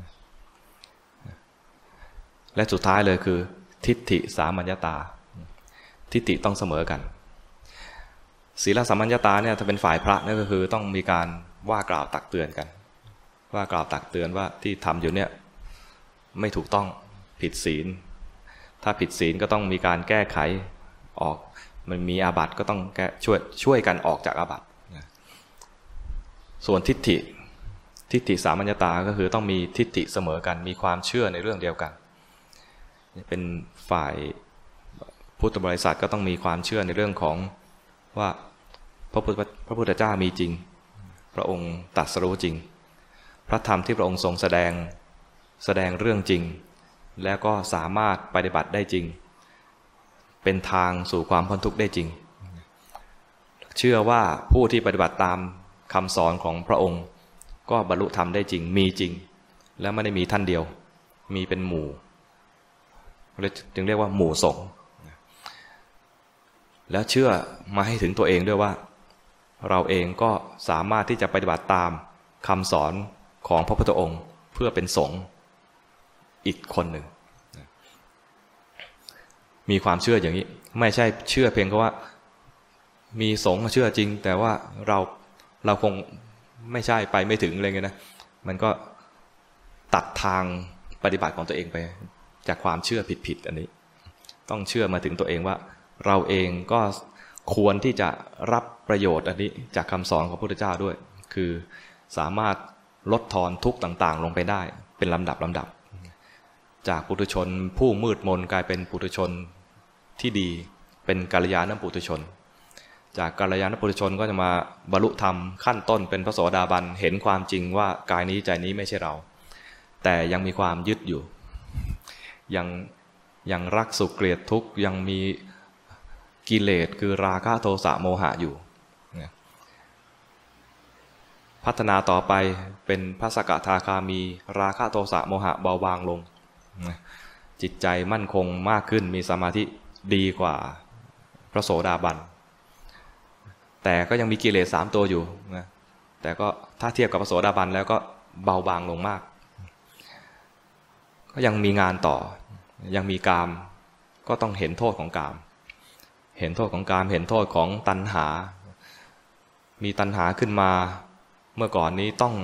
และสุดท้ายเลยคือทิฏฐิสามัญญตาทิฏฐิต้องเสมอกันศีลสามัญญตาเนี่ยถ้าเป็นฝ่ายพระนั่นก็คือต้องมีการว่ากล่าวตักเตือนกันว่ากล่าวตักเตือนว่าที่ทำอยู่เนี่ยไม่ถูกต้องผิดศีลถ้าผิดศีลก็ต้องมีการแก้ไขออกมันมีอาบัติก็ต้องแก้ช่วยช่วยกันออกจากอาบัติส่วนทิฏฐิทิฏฐิสามัญญตาก็คือต้องมีทิฏฐิเสมอกันมีความเชื่อในเรื่องเดียวกันเป็นฝ่ายพุทธบริษัทก็ต้องมีความเชื่อในเรื่องของว่าพระพุทธพระพุทธเจ้ามีจริงพระองค์ตรัสรู้จริงพระธรรมที่พระองค์ทรงแสดงแสดงเรื่องจริงแล้วก็สามารถปฏิบัติได้จริงเป็นทางสู่ความพ้นทุกข์ได้จริงเชื่อว่าผู้ที่ปฏิบัติตามคำสอนของพระองค์ก็บรรลุธรรมได้จริงมีจริงแล้วไม่ได้มีท่านเดียวมีเป็นหมู่จึงเรียกว่าหมู่สงฆ์แล้วเชื่อมาให้ถึงตัวเองด้วยว่าเราเองก็สามารถที่จะปฏิบัติตามคำสอนของพระพุทธองค์เพื่อเป็นสงฆ์อีกคนหนึ่งมีความเชื่ออย่างนี้ไม่ใช่เชื่อเพียงแค่ว่ามีสงฆ์เชื่อจริงแต่ว่าเราเราคงไม่ใช่ไปไม่ถึงอะไรเงี้ยนะมันก็ตัดทางปฏิบัติของตัวเองไปจากความเชื่อผิดๆอันนี้ต้องเชื่อมาถึงตัวเองว่าเราเองก็ควรที่จะรับประโยชน์อันนี้จากคำสอนของพระพุทธเจ้าด้วยคือสามารถลดทอนทุกข์ต่างๆลงไปได้เป็นลำดับลำดับจากปุถุชนผู้มืดมนกลายเป็นปุถุชนที่ดีเป็นกัลยาณปุถุชนจากกัลยาณปุถุชนก็จะมาบรรลุธรรมขั้นต้นเป็นพระโสดาบันเห็นความจริงว่ากายนี้ใจนี้ไม่ใช่เราแต่ยังมีความยึดอยู่ยังยังรักสุขเกลียดทุกข์ยังมีกิเลสคือราคะโทสะโมหะอยู่พัฒนาต่อไปเป็นพระสกทาคามีราคะโทสะโมหะเบาบางลงจิตใจมั่นคงมากขึ้นมีสมาธิดีกว่าพระโสดาบันแต่ก็ยังมีกิเลสสามตัวอยู่นะแต่ก็ถ้าเทียบกับพระโสดาบันแล้วก็เบาบางลงมากก็ยังมีงานต่อยังมีกามก็ต้องเห็นโทษของกามเห็นโทษของกามเห็นโทษของตัณหามีตัณหาขึ้นมาเมื่อก่อนนี้ต้อง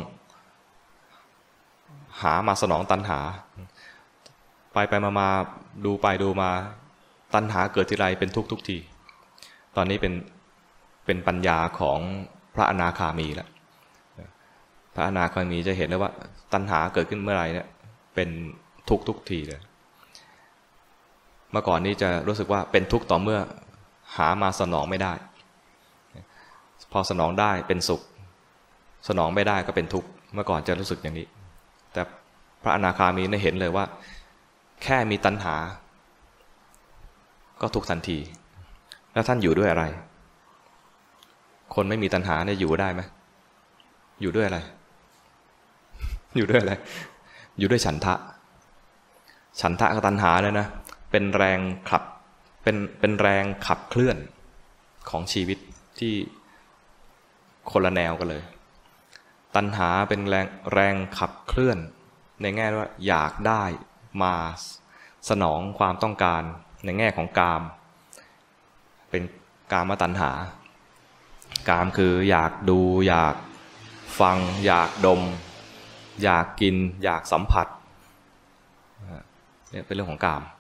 หามาสนองตัณหาไปไปมามาดูไปดูมาตัณหาเกิดทีไรเป็นทุกทุกทีตอนนี้เป็นเป็นปัญญาของพระอนาคามีแล้วพระอนาคามีจะเห็นแล้วว่าตัณหาเกิดขึ้นเมื่อไหร่เนี่ยเป็นทุกทุกทีเลยเมื่อก่อนนี้จะรู้สึกว่าเป็นทุกข์ต่อเมื่อหามาสนองไม่ได้พอสนองได้เป็นสุขสนองไม่ได้ก็เป็นทุกข์เมื่อก่อนจะรู้สึกอย่างนี้แต่พระอนาคามีได้เห็นเลยว่าแค่มีตัณหาก็ทุกข์ทันทีแล้วท่านอยู่ด้วยอะไรคนไม่มีตัณหาเนี่ยอยู่ได้ไหมอยู่ด้วยอะไรอยู่ด้วยอะไรอยู่ด้วยฉันทะฉันทะกับตัณหาเนี่ยนะเป็นแรงขับเป็นเป็นแรงขับเคลื่อนของชีวิตที่คนละแนวกันเลยตัณหาเป็นแรงแรงขับเคลื่อนในแง่ว่าอยากได้มาสนองความต้องการในแง่ของกามเป็นกามตัณหากามคืออยากดูอยากฟังอยากดมอยากกินอยากสัมผัสเนี่ยเป็นเรื่องของกาม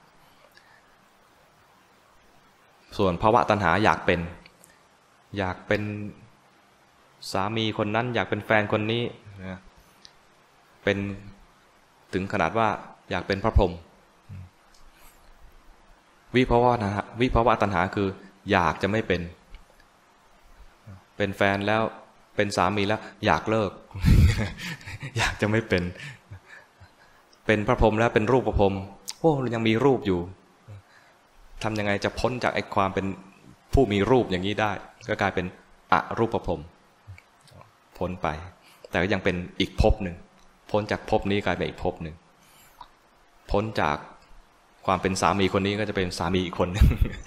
ส่วนภาวะตัณหาอยากเป็นอยากเป็นสามีคนนั้นอยากเป็นแฟนคนนี้เป็นถึงขนาดว่าอยากเป็นพระพรหมวิภาวะตัณหาวิภาวะตัณหาคืออยากจะไม่เป็นเป็นแฟนแล้วเป็นสามีแล้วอยากเลิก อยากจะไม่เป็นเป็นพระพรหมแล้วเป็นรูปพระพรหมโอ้ยังมีรูปอยู่ทำยังไงจะพ้นจากไอ้ความเป็นผู้มีรูปอย่างนี้ได้ก็กลายเป็นอรูปพรหมพ้นไปแต่ก็ยังเป็นอีกภพหนึ่งพ้นจากภพนี้กลายเป็นอีกภพหนึ่งพ้นจากความเป็นสามีคนนี้ก็จะเป็นสามีอีกคนนึง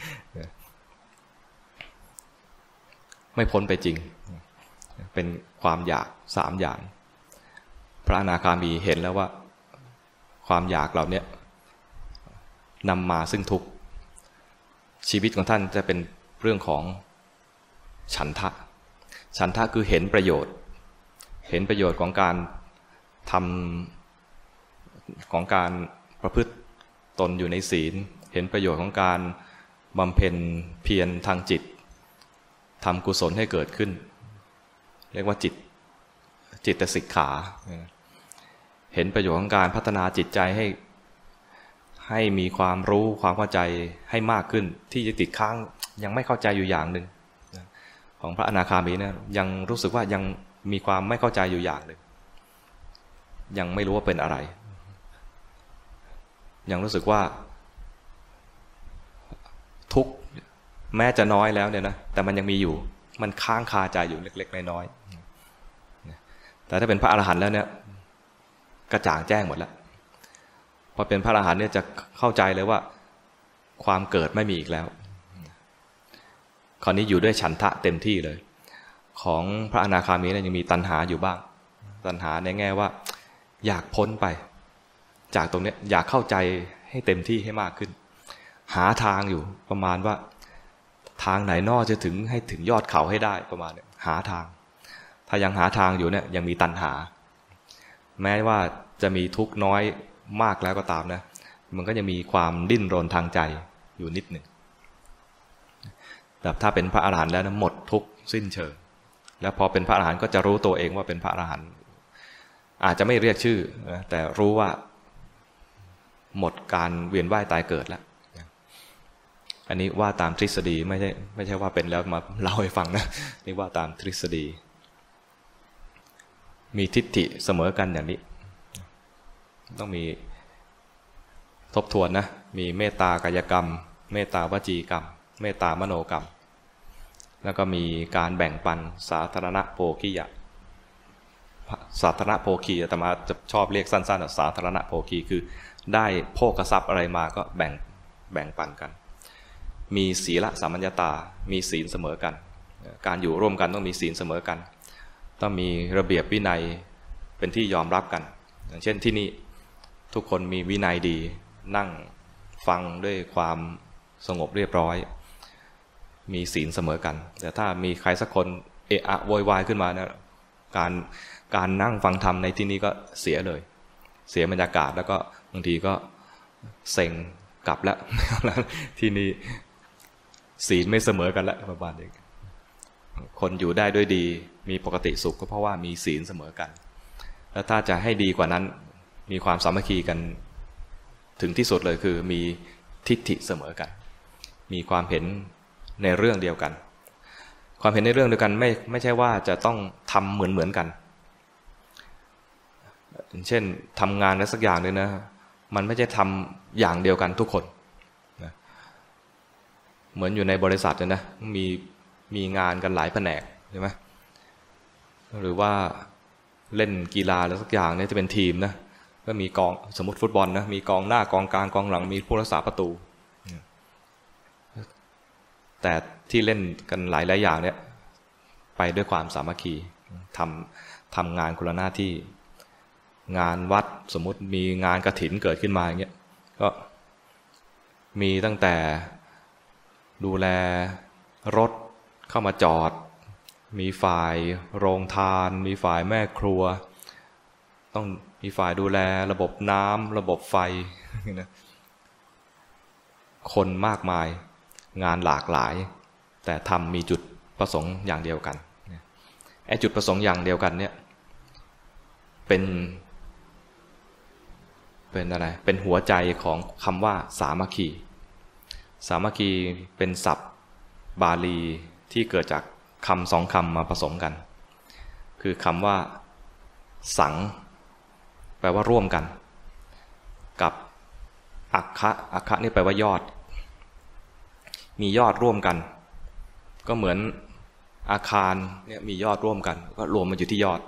ไม่พ้นไปจริงเป็นความอยากสามอย่างพระอนาคามีเห็นแล้วว่าความอยากเหล่านี้นำมาซึ่งทุกข์ชีวิตของท่านจะเป็นเรื่องของฉันทะฉันทะคือเห็นประโยชน์เห็นประโยชน์ของการทำของการประพฤติตนอยู่ในศีลเห็นประโยชน์ของการบำเพ็ญเพียรทางจิตทำกุศลให้เกิดขึ้นเรียกว่าจิตจิตสิกขาเห็นประโยชน์ของการพัฒนาจิตใจให้ให้มีความรู้ความเข้าใจให้มากขึ้นที่จะติดค้างยังไม่เข้าใจอยู่อย่างหนึ่งของพระอนาคามีเนี่ยยังรู้สึกว่ายังมีความไม่เข้าใจอยู่อย่างหนึ่งยังไม่รู้ว่าเป็นอะไรยังรู้สึกว่าทุกข์แม้จะน้อยแล้วเนี่ยนะแต่มันยังมีอยู่มันค้างคาใจอยู่เล็กๆน้อยๆแต่ถ้าเป็นพระอรหันต์แล้วเนี่ยกระจ่างแจ้งหมดแล้วพอเป็นพระอรหันต์เนี่ยจะเข้าใจเลยว่าความเกิดไม่มีอีกแล้วคราวนี้อยู่ด้วยฉันทะเต็มที่เลยของพระอนาคามีเนี่ยยังมีตัณหาอยู่บ้างตัณหาในแง่ว่าอยากพ้นไปจากตรงนี้อยากเข้าใจให้เต็มที่ให้มากขึ้นหาทางอยู่ประมาณว่าทางไหนนอจะถึงให้ถึงยอดเขาให้ได้ประมาณนี้หาทางถ้ายังหาทางอยู่เนี่ยยังมีตัณหาแม้ว่าจะมีทุกข์น้อยมากแล้วก็ตามนะมันก็ยังมีความดิ้นรนทางใจอยู่นิดหนึ่งแต่ถ้าเป็นพระอรหันต์แล้วนะหมดทุกข์สิ้นเชิงแล้วพอเป็นพระอรหันต์ก็จะรู้ตัวเองว่าเป็นพระอรหันต์อาจจะไม่เรียกชื่อแต่รู้ว่าหมดการเวียนว่ายตายเกิดแล้วอันนี้ว่าตามทฤษฎีไม่ใช่ไม่ใช่ว่าเป็นแล้วมาเล่าให้ฟังนะนี่ว่าตามทฤษฎีมีทิฏฐิเสมอกันอย่างนี้ต้องมีทบทวนนะมีเมตตากายกรรมเมตตาวจีกรรมเมตตามโนกรรมแล้วก็มีการแบ่งปันสาธารณโภคิยะภสาธารณโภคีอาตมาจะชอบเรียกสั้นๆสาธารณโภคีคือได้โภคทรัพย์อะไรมาก็แบ่งแบ่งปันกันมีศีลสัมมัญญตามีศีลเสมอกันการอยู่ร่วมกันต้องมีศีลเสมอกันต้องมีระเบียบวินัยเป็นที่ยอมรับกันอย่างเช่นที่นี่ทุกคนมีวินัยดีนั่งฟังด้วยความสงบเรียบร้อยมีศีลเสมอกันแต่ถ้ามีใครสักคนเอะอะโวยวายขึ้นมาเนี่ยการการนั่งฟังธรรมในที่นี้ก็เสียเลยเสียบรรยากาศแล้วก็บางทีก็เซ็งกลับแล้วที่นี่ศีลไม่เสมอกันแล้วประมาณนี้คนอยู่ได้ด้วยดีมีปกติสุขก็เพราะว่ามีศีลเสมอกันแล้วถ้าจะให้ดีกว่านั้นมีความสามัคคีกันถึงที่สุดเลยคือมีทิฏฐิเสมอกันมีความเห็นในเรื่องเดียวกันความเห็นในเรื่องเดียวกันไม่ไม่ใช่ว่าจะต้องทำเหมือนเหมือนกันเช่นทำงานอะไรสักอย่างเลยนะมันไม่ใช่ทำอย่างเดียวกันทุกคนนะเหมือนอยู่ในบริษัทเลยนะมีมีงานกันหลายแผนกใช่ไหมหรือว่าเล่นกีฬาอะไรสักอย่างเนี่ยจะเป็นทีมนะก็มีกองสมมติฟุตบอลนะมีกองหน้ากองกลางกองหลังมีผู้รักษาประตูแต่ที่เล่นกันหลายหลายอย่างเนี่ยไปด้วยความสามัคคีทำทำงานคนละหน้าที่งานวัดสมมุติมีงานกฐินเกิดขึ้นมาอย่างเงี้ยก็มีตั้งแต่ดูแลรถเข้ามาจอดมีฝ่ายโรงทานมีฝ่ายแม่ครัวต้องมีฝ่ายดูแลระบบน้ำระบบไฟนะคนมากมายงานหลากหลายแต่ทำมีจุดประสงค์อย่างเดียวกันไอ้จุดประสงค์อย่างเดียวกันเนี่ยเป็นเป็นอะไรเป็นหัวใจของคำว่าสามัคคีสามัคคีเป็นศัพท์บาลีที่เกิดจากคำสองคำมาผสมกันคือคำว่าสังแปลว่าร่วมกันกับอัคคะอัคคะนี่แปลว่ายอดมียอดร่วมกันก็เหมือนอาคารเนี่ยมียอดร่วมกันก็รวมมันอยู่ที่ยอด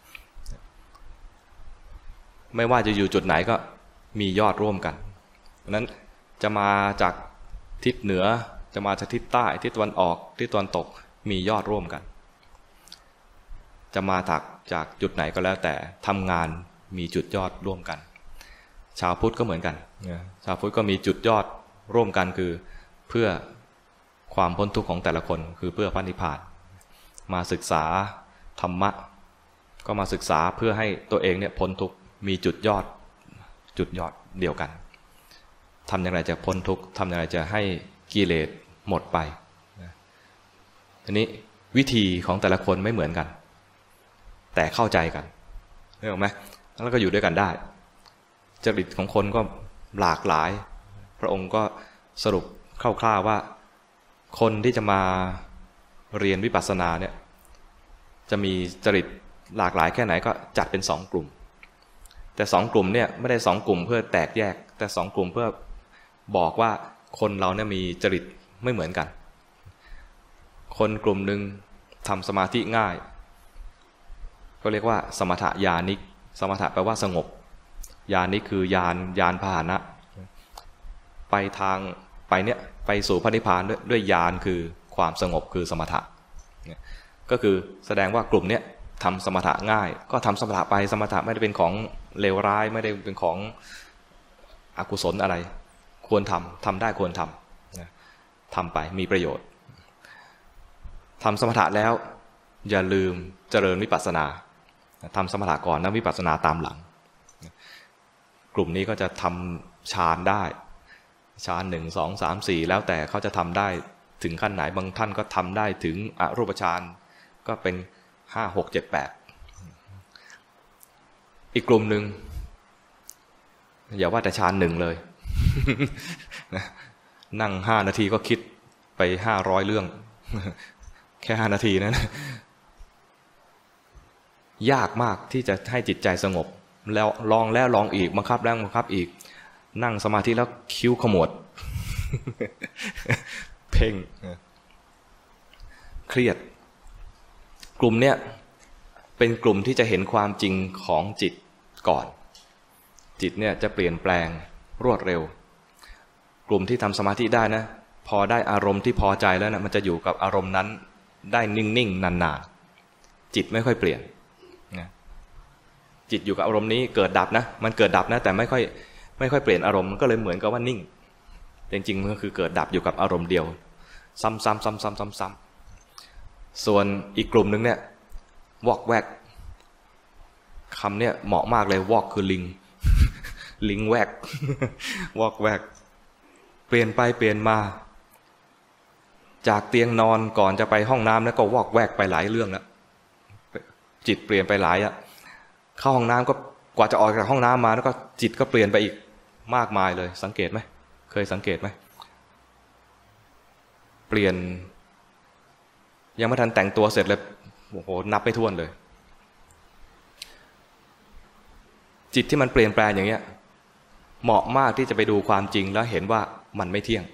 ไม่ว่าจะอยู่จุดไหนก็มียอดร่วมกันดังนั้นจะมาจากทิศเหนือจะมาจากทิศใต้ทิศตะวันออกทิศตะวันตกมียอดร่วมกันจะมาจากจากจุดไหนก็แล้วแต่ทำงานมีจุดยอดร่วมกันชาวพุทธก็เหมือนกันชาวพุทธก็มีจุดยอดร่วมกันคือเพื่อความพ้นทุกข์ของแต่ละคนคือเพื่อพระนิพพานมาศึกษาธรรมะก็มาศึกษาเพื่อให้ตัวเองเนี่ยพ้นทุกข์มีจุดยอดจุดยอดเดียวกันทำอย่างไรจะพ้นทุกข์ทำอย่างไรจะให้กิเลสหมดไปทีนี้วิธีของแต่ละคนไม่เหมือนกันแต่เข้าใจกันเข้าใจไหมแล้วก็อยู่ด้วยกันได้จริตของคนก็หลากหลายพระองค์ก็สรุปคร่าวๆว่าคนที่จะมาเรียนวิปัสสนาเนี่ยจะมีจริตหลากหลายแค่ไหนก็จัดเป็นสองกลุ่มแต่สองกลุ่มเนี่ยไม่ได้สองกลุ่มเพื่อแตกแยกแต่สองกลุ่มเพื่อบอกว่าคนเราเนี่ยมีจริตไม่เหมือนกันคนกลุ่มหนึ่งทำสมาธิง่ายก็เรียกว่าสมถญาณิกสมถะแปลว่าสงบญาณิกคือยานยานพาหนะไปทางไปเนี่ยไปสู่พระนิพพานด้วยด้วยญาณคือความสงบคือสมถะก็คือแสดงว่ากลุ่มเนี้ยทำสมถะง่ายก็ทำสมถะไปสมถะไม่ได้เป็นของเลวร้ายไม่ได้เป็นของอกุศลอะไรควรทำทำได้ควรทำทำไปมีประโยชน์ทำสมถะแล้วอย่าลืมเจริญวิปัสสนาทำสมถะก่อนแล้ววิปัสสนาตามหลังกลุ่มนี้ก็จะทำฌานได้ฌานหนึ่งสองสามสี่แล้วแต่เขาจะทำได้ถึงขั้นไหนบางท่านก็ทำได้ถึงอรูปฌานก็เป็นห้าหกเจ็ดแปดอีกกลุ่มหนึ่งอย่าว่าแต่ฌานหนึ่งเลย นั่งห้านาทีก็คิดไปห้าร้อยเรื่อง แค่ห้านาทีนั้น ยากมากที่จะให้จิตใจสงบแล้วลองแล้วลองอีกบังคับแล้วบังคับอีกนั่งสมาธิแล้วคิ้วขมวด เพ่งเครียดกลุ่มเนี้ยเป็นกลุ่มที่จะเห็นความจริงของจิตก่อนจิตเนี่ยจะเปลี่ยนแปลงรวดเร็วกลุ่มที่ทำสมาธิได้นะพอได้อารมณ์ที่พอใจแล้วนะมันจะอยู่กับอารมณ์นั้นได้นิ่งๆนานๆจิตไม่ค่อยเปลี่ยนนะจิตอยู่กับอารมณ์นี้เกิดดับนะมันเกิดดับนะแต่ไม่ค่อยไม่ค่อยเปลี่ยนอารมณ์มันก็เลยเหมือนกับว่านิ่งจริงๆมันก็คือเกิดดับอยู่กับอารมณ์เดียวซ้ำๆๆๆๆส่วนอีกกลุ่มนึงเนี่ยวอกแวกคำเนี่ยเหมาะมากเลยวอกคือลิงลิงแวกวอกแวกเปลี่ยนไปเปลี่ยนมาจากเตียงนอนก่อนจะไปห้องน้ำแล้วก็วอกแวกไปหลายเรื่องแล้วจิตเปลี่ยนไปหลายอะเข้าห้องน้ำก็กว่าจะออกจากห้องน้ำมาแล้วก็จิตก็เปลี่ยนไปอีกมากมายเลยสังเกตไหมเคยสังเกตไหมเปลี่ยนยังไม่ทันแต่งตัวเสร็จเลยโอ้โหนับไม่ถ้วนเลยจิตที่มันเปลี่ยนแปลงอย่างเงี้ยเหมาะมากที่จะไปดูความจริงแล้วเห็นว่ามันไม่เที่ยง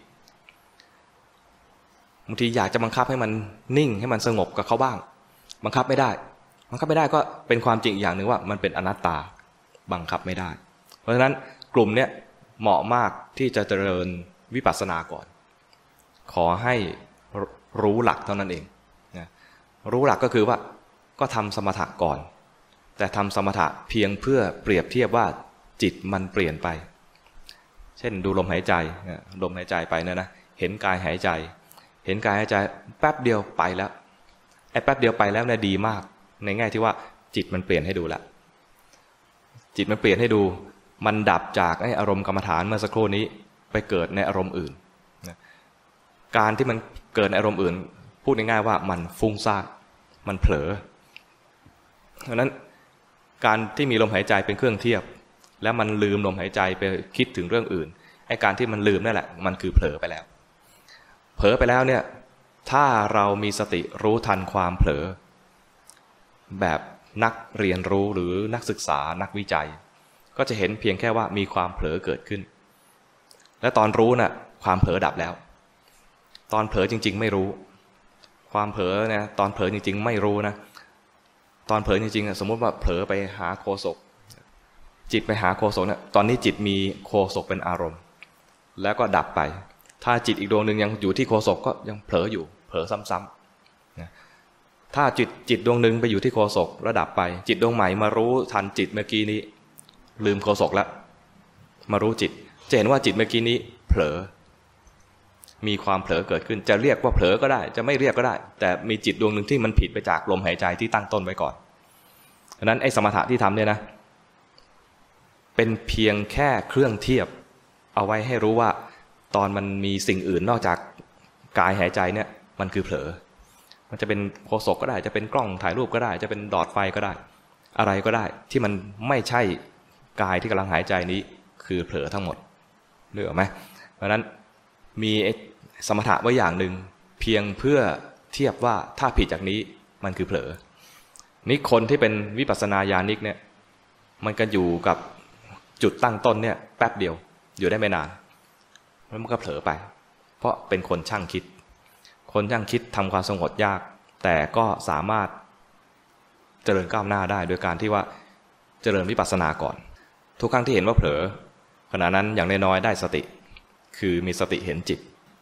บางทีอยากจะบังคับให้มันนิ่งให้มันสงบกับเขาบ้างบังคับไม่ได้บังคับไม่ได้ก็เป็นความจริงอย่างหนึ่งว่ามันเป็นอนัตตาบังคับไม่ได้เพราะฉะนั้นกลุ่มเนี้ยเหมาะมากที่จะเจริญวิปัสสนาก่อนขอให้รู้หลักเท่านั้นเองนะรู้หลักก็คือว่าก็ทำสมถะก่อนแต่ทำสมถะเพียงเพื่อเปรียบเทียบว่าจิตมันเปลี่ยนไปเช่นดูลมหายใจลมหายใจไปเนี่ยนะเห็นกายหายใจเห็นกายหายใจแป๊บเดียวไปแล้วไอ้แป๊บเดียวไปแล้วเนี่ยดีมากในแง่ที่ว่าจิตมันเปลี่ยนให้ดูละจิตมันเปลี่ยนให้ดูมันดับจากไอ้อารมณ์กรรมฐานเมื่อสักครู่นี้ไปเกิดในอารมณ์อื่นการที่มันเกิดในอารมณ์อื่นพูดง่ายๆว่ามันฟุ้งซ่านมันเผลอเพราะนั้นการที่มีลมหายใจเป็นเครื่องเทียบแล้วมันลืมลมหายใจไปคิดถึงเรื่องอื่นไอ้การที่มันลืมนั่นแหละมันคือเผลอไปแล้วเผลอไปแล้วเนี่ยถ้าเรามีสติรู้ทันความเผลอแบบนักเรียนรู้หรือนักศึกษานักวิจัยก็จะเห็นเพียงแค่ว่ามีความเผลอเกิดขึ้นและตอนรู้น่ะความเผลอดับแล้วตอนเผลอจริงๆไม่รู้ความเผลอเนี่ยตอนเผลอจริงๆไม่รู้นะตอนเผลอจริงๆสมมติว่าเผลอไปหาโฆษกจิตไปหาโฆษกเนี่ยตอนนี้จิตมีโฆษกเป็นอารมณ์แล้วก็ดับไปถ้าจิตอีกดวงหนึ่งยังอยู่ที่โฆษกก็ยังเผลออยู่เผลอซ้ำๆนะถ้าจิตจิตดวงหนึ่งไปอยู่ที่โฆษกแล้วดับไปจิตดวงใหม่มารู้ทันจิตเมื่อกี้นี้ลืมโฆษกแล้วมารู้จิตจะเห็นว่าจิตเมื่อกี้นี้เผลอมีความเผลอเกิดขึ้นจะเรียกว่าเผลอก็ได้จะไม่เรียกก็ได้แต่มีจิตดวงหนึ่งที่มันผิดไปจากลมหายใจที่ตั้งต้นไว้ก่อนดังนั้นไอ้สมถะที่ทำเนี่ยนะเป็นเพียงแค่เครื่องเทียบเอาไว้ให้รู้ว่าตอนมันมีสิ่งอื่นนอกจากกายหายใจเนี่ยมันคือเผลอมันจะเป็นโฆษกก็ได้จะเป็นกล้องถ่ายรูปก็ได้จะเป็นดอดไฟก็ได้อะไรก็ได้ที่มันไม่ใช่กายที่กำลังหายใจนี้คือเผลอทั้งหมดนึกออกไหมเพราะฉะนั้นมีสมถะไว้อย่างหนึ่งเพียงเพื่อเทียบว่าถ้าผิดจากนี้มันคือเผลอนี่คนที่เป็นวิปัสสนาญาณิกเนี่ยมันก็อยู่กับจุดตั้งต้นเนี่ยแป๊บเดียวอยู่ได้ไม่นานแล้วมันก็เผลอไปเพราะเป็นคนช่างคิดคนช่างคิดทำความสงบยากแต่ก็สามารถเจริญก้าวหน้าได้โดยการที่ว่าเจริญวิปัสสนาก่อนทุกครั้งที่เห็นว่าเผลอขณะนั้นอย่างน้อยๆได้สติคือมีสติเห็นจิต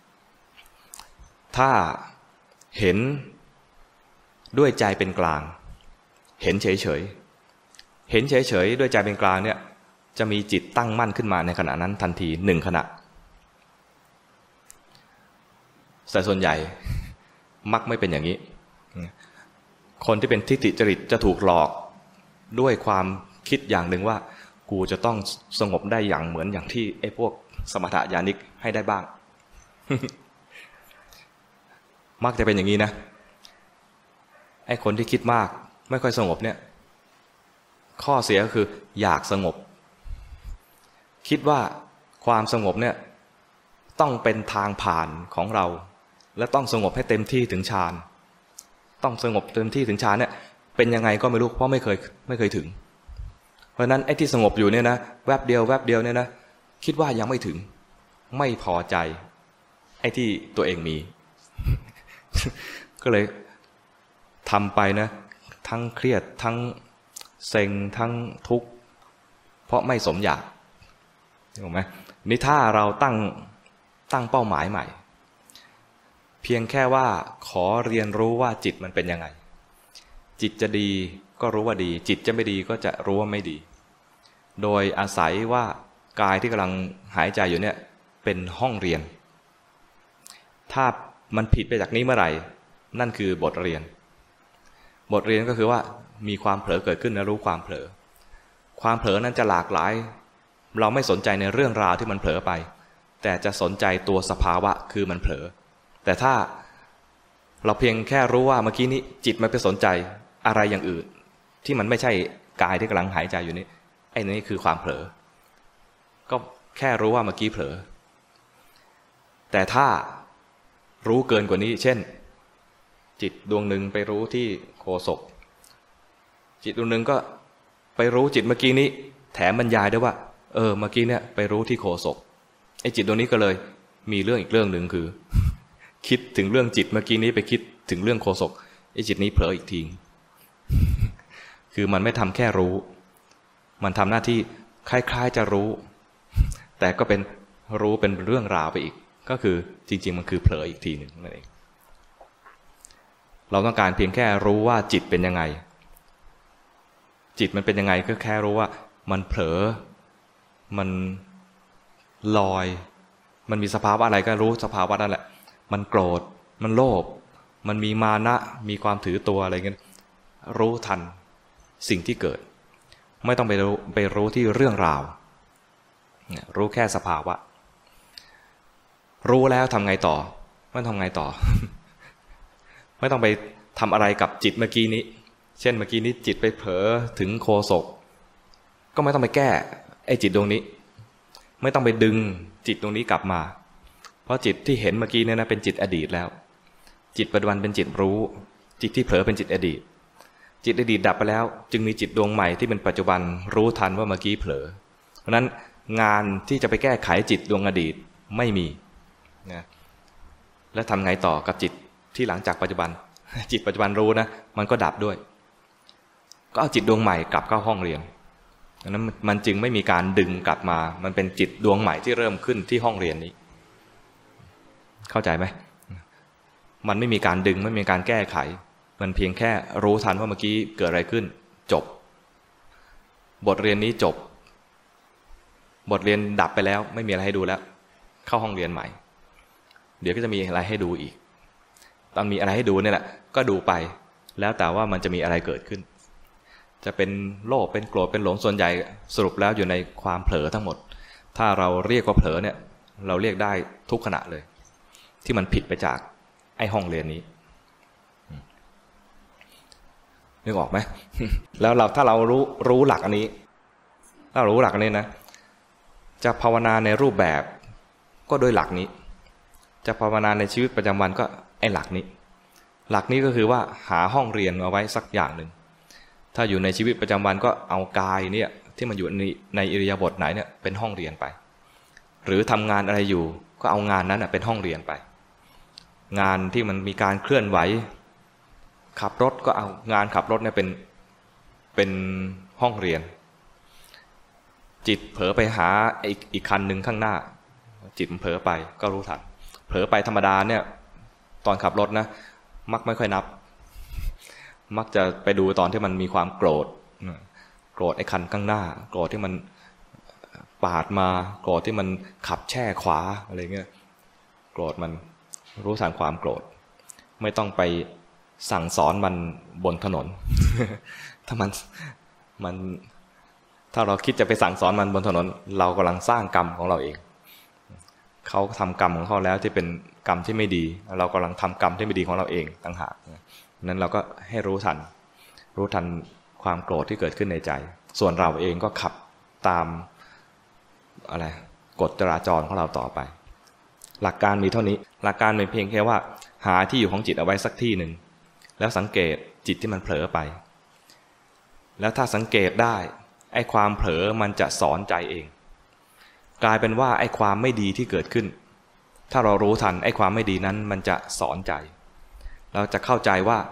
ถ้าเห็นด้วยใจเป็นกลางเห็นเฉยๆเห็นเฉยๆด้วยใจเป็นกลางเนี่ยจะมีจิตตั้งมั่นขึ้นมาในขณะนั้นทันทีหนึ่งขณะแต่ส่วนใหญ่มักไม่เป็นอย่างนี้คนที่เป็นทิฏฐิจริตจะถูกหลอกด้วยความคิดอย่างหนึ่งว่ากูจะต้องสงบได้อย่างเหมือนอย่างที่ไอ้พวกสมถะญาณิกให้ได้บ้าง มักจะเป็นอย่างนี้นะไอ้คนที่คิดมากไม่ค่อยสงบเนี่ยข้อเสียก็คืออยากสงบคิดว่าความสงบเนี่ยต้องเป็นทางผ่านของเราและต้องสงบให้เต็มที่ถึงฌานต้องสงบเต็มที่ถึงฌานเนี่ยเป็นยังไงก็ไม่รู้เพราะไม่เคยไม่เคยถึงเพราะนั้นไอ้ที่สงบอยู่เนี่ยนะแวบเดียวแวบเดียวเนี่ยนะคิดว่ายังไม่ถึงไม่พอใจไอ้ที่ตัวเองมี ก็เลยทำไปนะททั้งเครียดทั้งเซ็งทั้งทุกข์เพราะไม่สมอยากถูกไหมนี่ถ้าเราตั้งตั้งเป้าหมายใหม่เพียงแค่ว่าขอเรียนรู้ว่าจิตมันเป็นยังไงจิตจะดีก็รู้ว่าดีจิตจะไม่ดีก็จะรู้ว่าไม่ดีโดยอาศัยว่ากายที่กำลังหายใจอยู่เนี่ยเป็นห้องเรียนถ้ามันผิดไปจากนี้เมื่อไหร่นั่นคือบทเรียนบทเรียนก็คือว่ามีความเผลอเกิดขึ้นและรู้ความเผลอความเผลอนั้นจะหลากหลายเราไม่สนใจในเรื่องราวที่มันเผลอไปแต่จะสนใจตัวสภาวะคือมันเผลอแต่ถ้าเราเพียงแค่รู้ว่าเมื่อกี้นี้จิตมันไปสนใจอะไรอย่างอื่นที่มันไม่ใช่กายที่กำลังหายใจอยู่นี้ไอ้นี่คือความเผลอก็แค่รู้ว่าเมื่อกี้เผลอแต่ถ้ารู้เกินกว่านี้เช่นจิตดวงหนึ่งไปรู้ที่โฆษกจิตดวงหนึ่งก็ไปรู้จิตเมื่อกี้นี้แถมบรรยายด้วยว่าเออเมื่อกี้เนี่ยไปรู้ที่โฆษกไอ้จิตดวงนี้ก็เลยมีเรื่องอีกเรื่องหนึ่งคือคิดถึงเรื่องจิตเมื่อกี้นี้ไปคิดถึงเรื่องโฆษกไอ้จิตนี้เผลออีกทีคือมันไม่ทำแค่รู้มันทำหน้าที่คล้ายๆจะรู้แต่ก็เป็นรู้เป็นเรื่องราวไปอีกก็คือจริงๆมันคือเผลออีกทีหนึ่งนั่นเองเราต้องการเพียงแค่รู้ว่าจิตเป็นยังไงจิตมันเป็นยังไงก็แค่รู้ว่ามันเผลอมันลอยมันมีสภาวะอะไรก็รู้สภาวะนั่นแหละมันโกรธมันโลภมันมีมานะมีความถือตัวอะไรเงี้ยรู้ทันสิ่งที่เกิดไม่ต้องไปรู้ไปรู้ที่เรื่องราวรู้แค่สภาวะรู้แล้วทำไงต่อไม่ทำไงต่อ ไม่ต้องไปทำอะไรกับจิตเมื่อกี้นี้เช่นเมื่อกี้นี้จิตไปเผลอถึงโฆษกก็ไม่ต้องไปแก้ไอ้จิตดวงนี้ไม่ต้องไปดึงจิตตรงนี้กลับมาเพราะจิตที่เห็นเมื่อกี้เนี่ยนะเป็นจิตอดีตแล้วจิตปัจจุบันเป็นจิตรู้จิตที่เผลอเป็นจิตอดีตจิตอดีตดับไปแล้วจึงมีจิตดวงใหม่ที่เป็นปัจจุบันรู้ทันว่าเมื่อกี้เผลอเพราะนั้นงานที่จะไปแก้ไขจิตดวงอดีตไม่มีนะแล้วทำไงต่อกับจิตที่หลังจากปัจจุบันจิตปัจจุบันรู้นะมันก็ดับด้วยก็เอาจิตดวงใหม่กลับเข้าห้องเรียนนั้นมันจึงไม่มีการดึงกลับมามันเป็นจิตดวงใหม่ที่เริ่มขึ้นที่ห้องเรียนนี้เข้าใจไหมมันไม่มีการดึงไม่มีการแก้ไขมันเพียงแค่รู้ทันว่าเมื่อกี้เกิดอะไรขึ้นจบบทเรียนนี้จบบทเรียนดับไปแล้วไม่มีอะไรให้ดูแล้วเข้าห้องเรียนใหม่เดี๋ยวก็จะมีอะไรให้ดูอีกตอนมีอะไรให้ดูเนี่ยแหละก็ดูไปแล้วแต่ว่ามันจะมีอะไรเกิดขึ้นจะเป็นโลภเป็นโกรธเป็นหลงส่วนใหญ่สรุปแล้วอยู่ในความเผลอทั้งหมดถ้าเราเรียกว่าเผลอเนี่ยเราเรียกได้ทุกขณะเลยที่มันผิดไปจากไอ้ห้องเรียนนี้นึกออกไหม แล้วเราถ้าเรารู้รู้หลักอันนี้ถ้าเรารู้หลักอันนี้นะจะภาวนาในรูปแบบก็โดยหลักนี้จะภาวนาในชีวิตประจำวันก็ไอ้หลักนี้หลักนี้ก็คือว่าหาห้องเรียนเอาไว้สักอย่างหนึ่งถ้าอยู่ในชีวิตประจำวันก็เอากายเนี่ยที่มันอยู่ในในอิริยาบถไหนเนี่ยเป็นห้องเรียนไปหรือทำงานอะไรอยู่ก็เอางานนั้นเป็นห้องเรียนไปงานที่มันมีการเคลื่อนไหวขับรถก็เอางานขับรถเนี่ยเป็นเป็นห้องเรียนจิตเผลอไปหาอีกอีกคันหนึ่งข้างหน้าจิตมันเผลอไปก็รู้ทันเผลอไปธรรมดาเนี่ยตอนขับรถนะมักไม่ค่อยนับมักจะไปดูตอนที่มันมีความโกรธโกรธไอ้คันข้างหน้าโกรธที่มันปาดมาโกรธที่มันขับแช่ขวาอะไรเงี้ยโกรธมันรู้ทันความโกรธไม่ต้องไปสั่งสอนมันบนถนน ถ้ามันมันถ้าเราคิดจะไปสั่งสอนมันบนถนนเรากำลังสร้างกรรมของเราเองเขาทำกรรมของเขาแล้วที่เป็นกรรมที่ไม่ดีเรากำลังทำกรรมที่ไม่ดีของเราเองต่างหากนั้นเราก็ให้รู้ทันรู้ทันความโกรธที่เกิดขึ้นในใจส่วนเราเองก็ขับตามอะไรกฎจราจรของเราต่อไปหลักการมีเท่านี้หลักการเป็นเพียงแค่ว่าหาที่อยู่ของจิตเอาไว้สักที่หนึ่งแล้วสังเกตจิตที่มันเผลอไปแล้วถ้าสังเกตได้ไอ้ความเผลอมันจะสอนใจเองกลายเป็นว่าไอ้ความไม่ดีที่เกิดขึ้นถ้าเรารู้ทันไอ้ความไม่ดีนั้นมันจะสอนใจเราจะเข้าใจว่า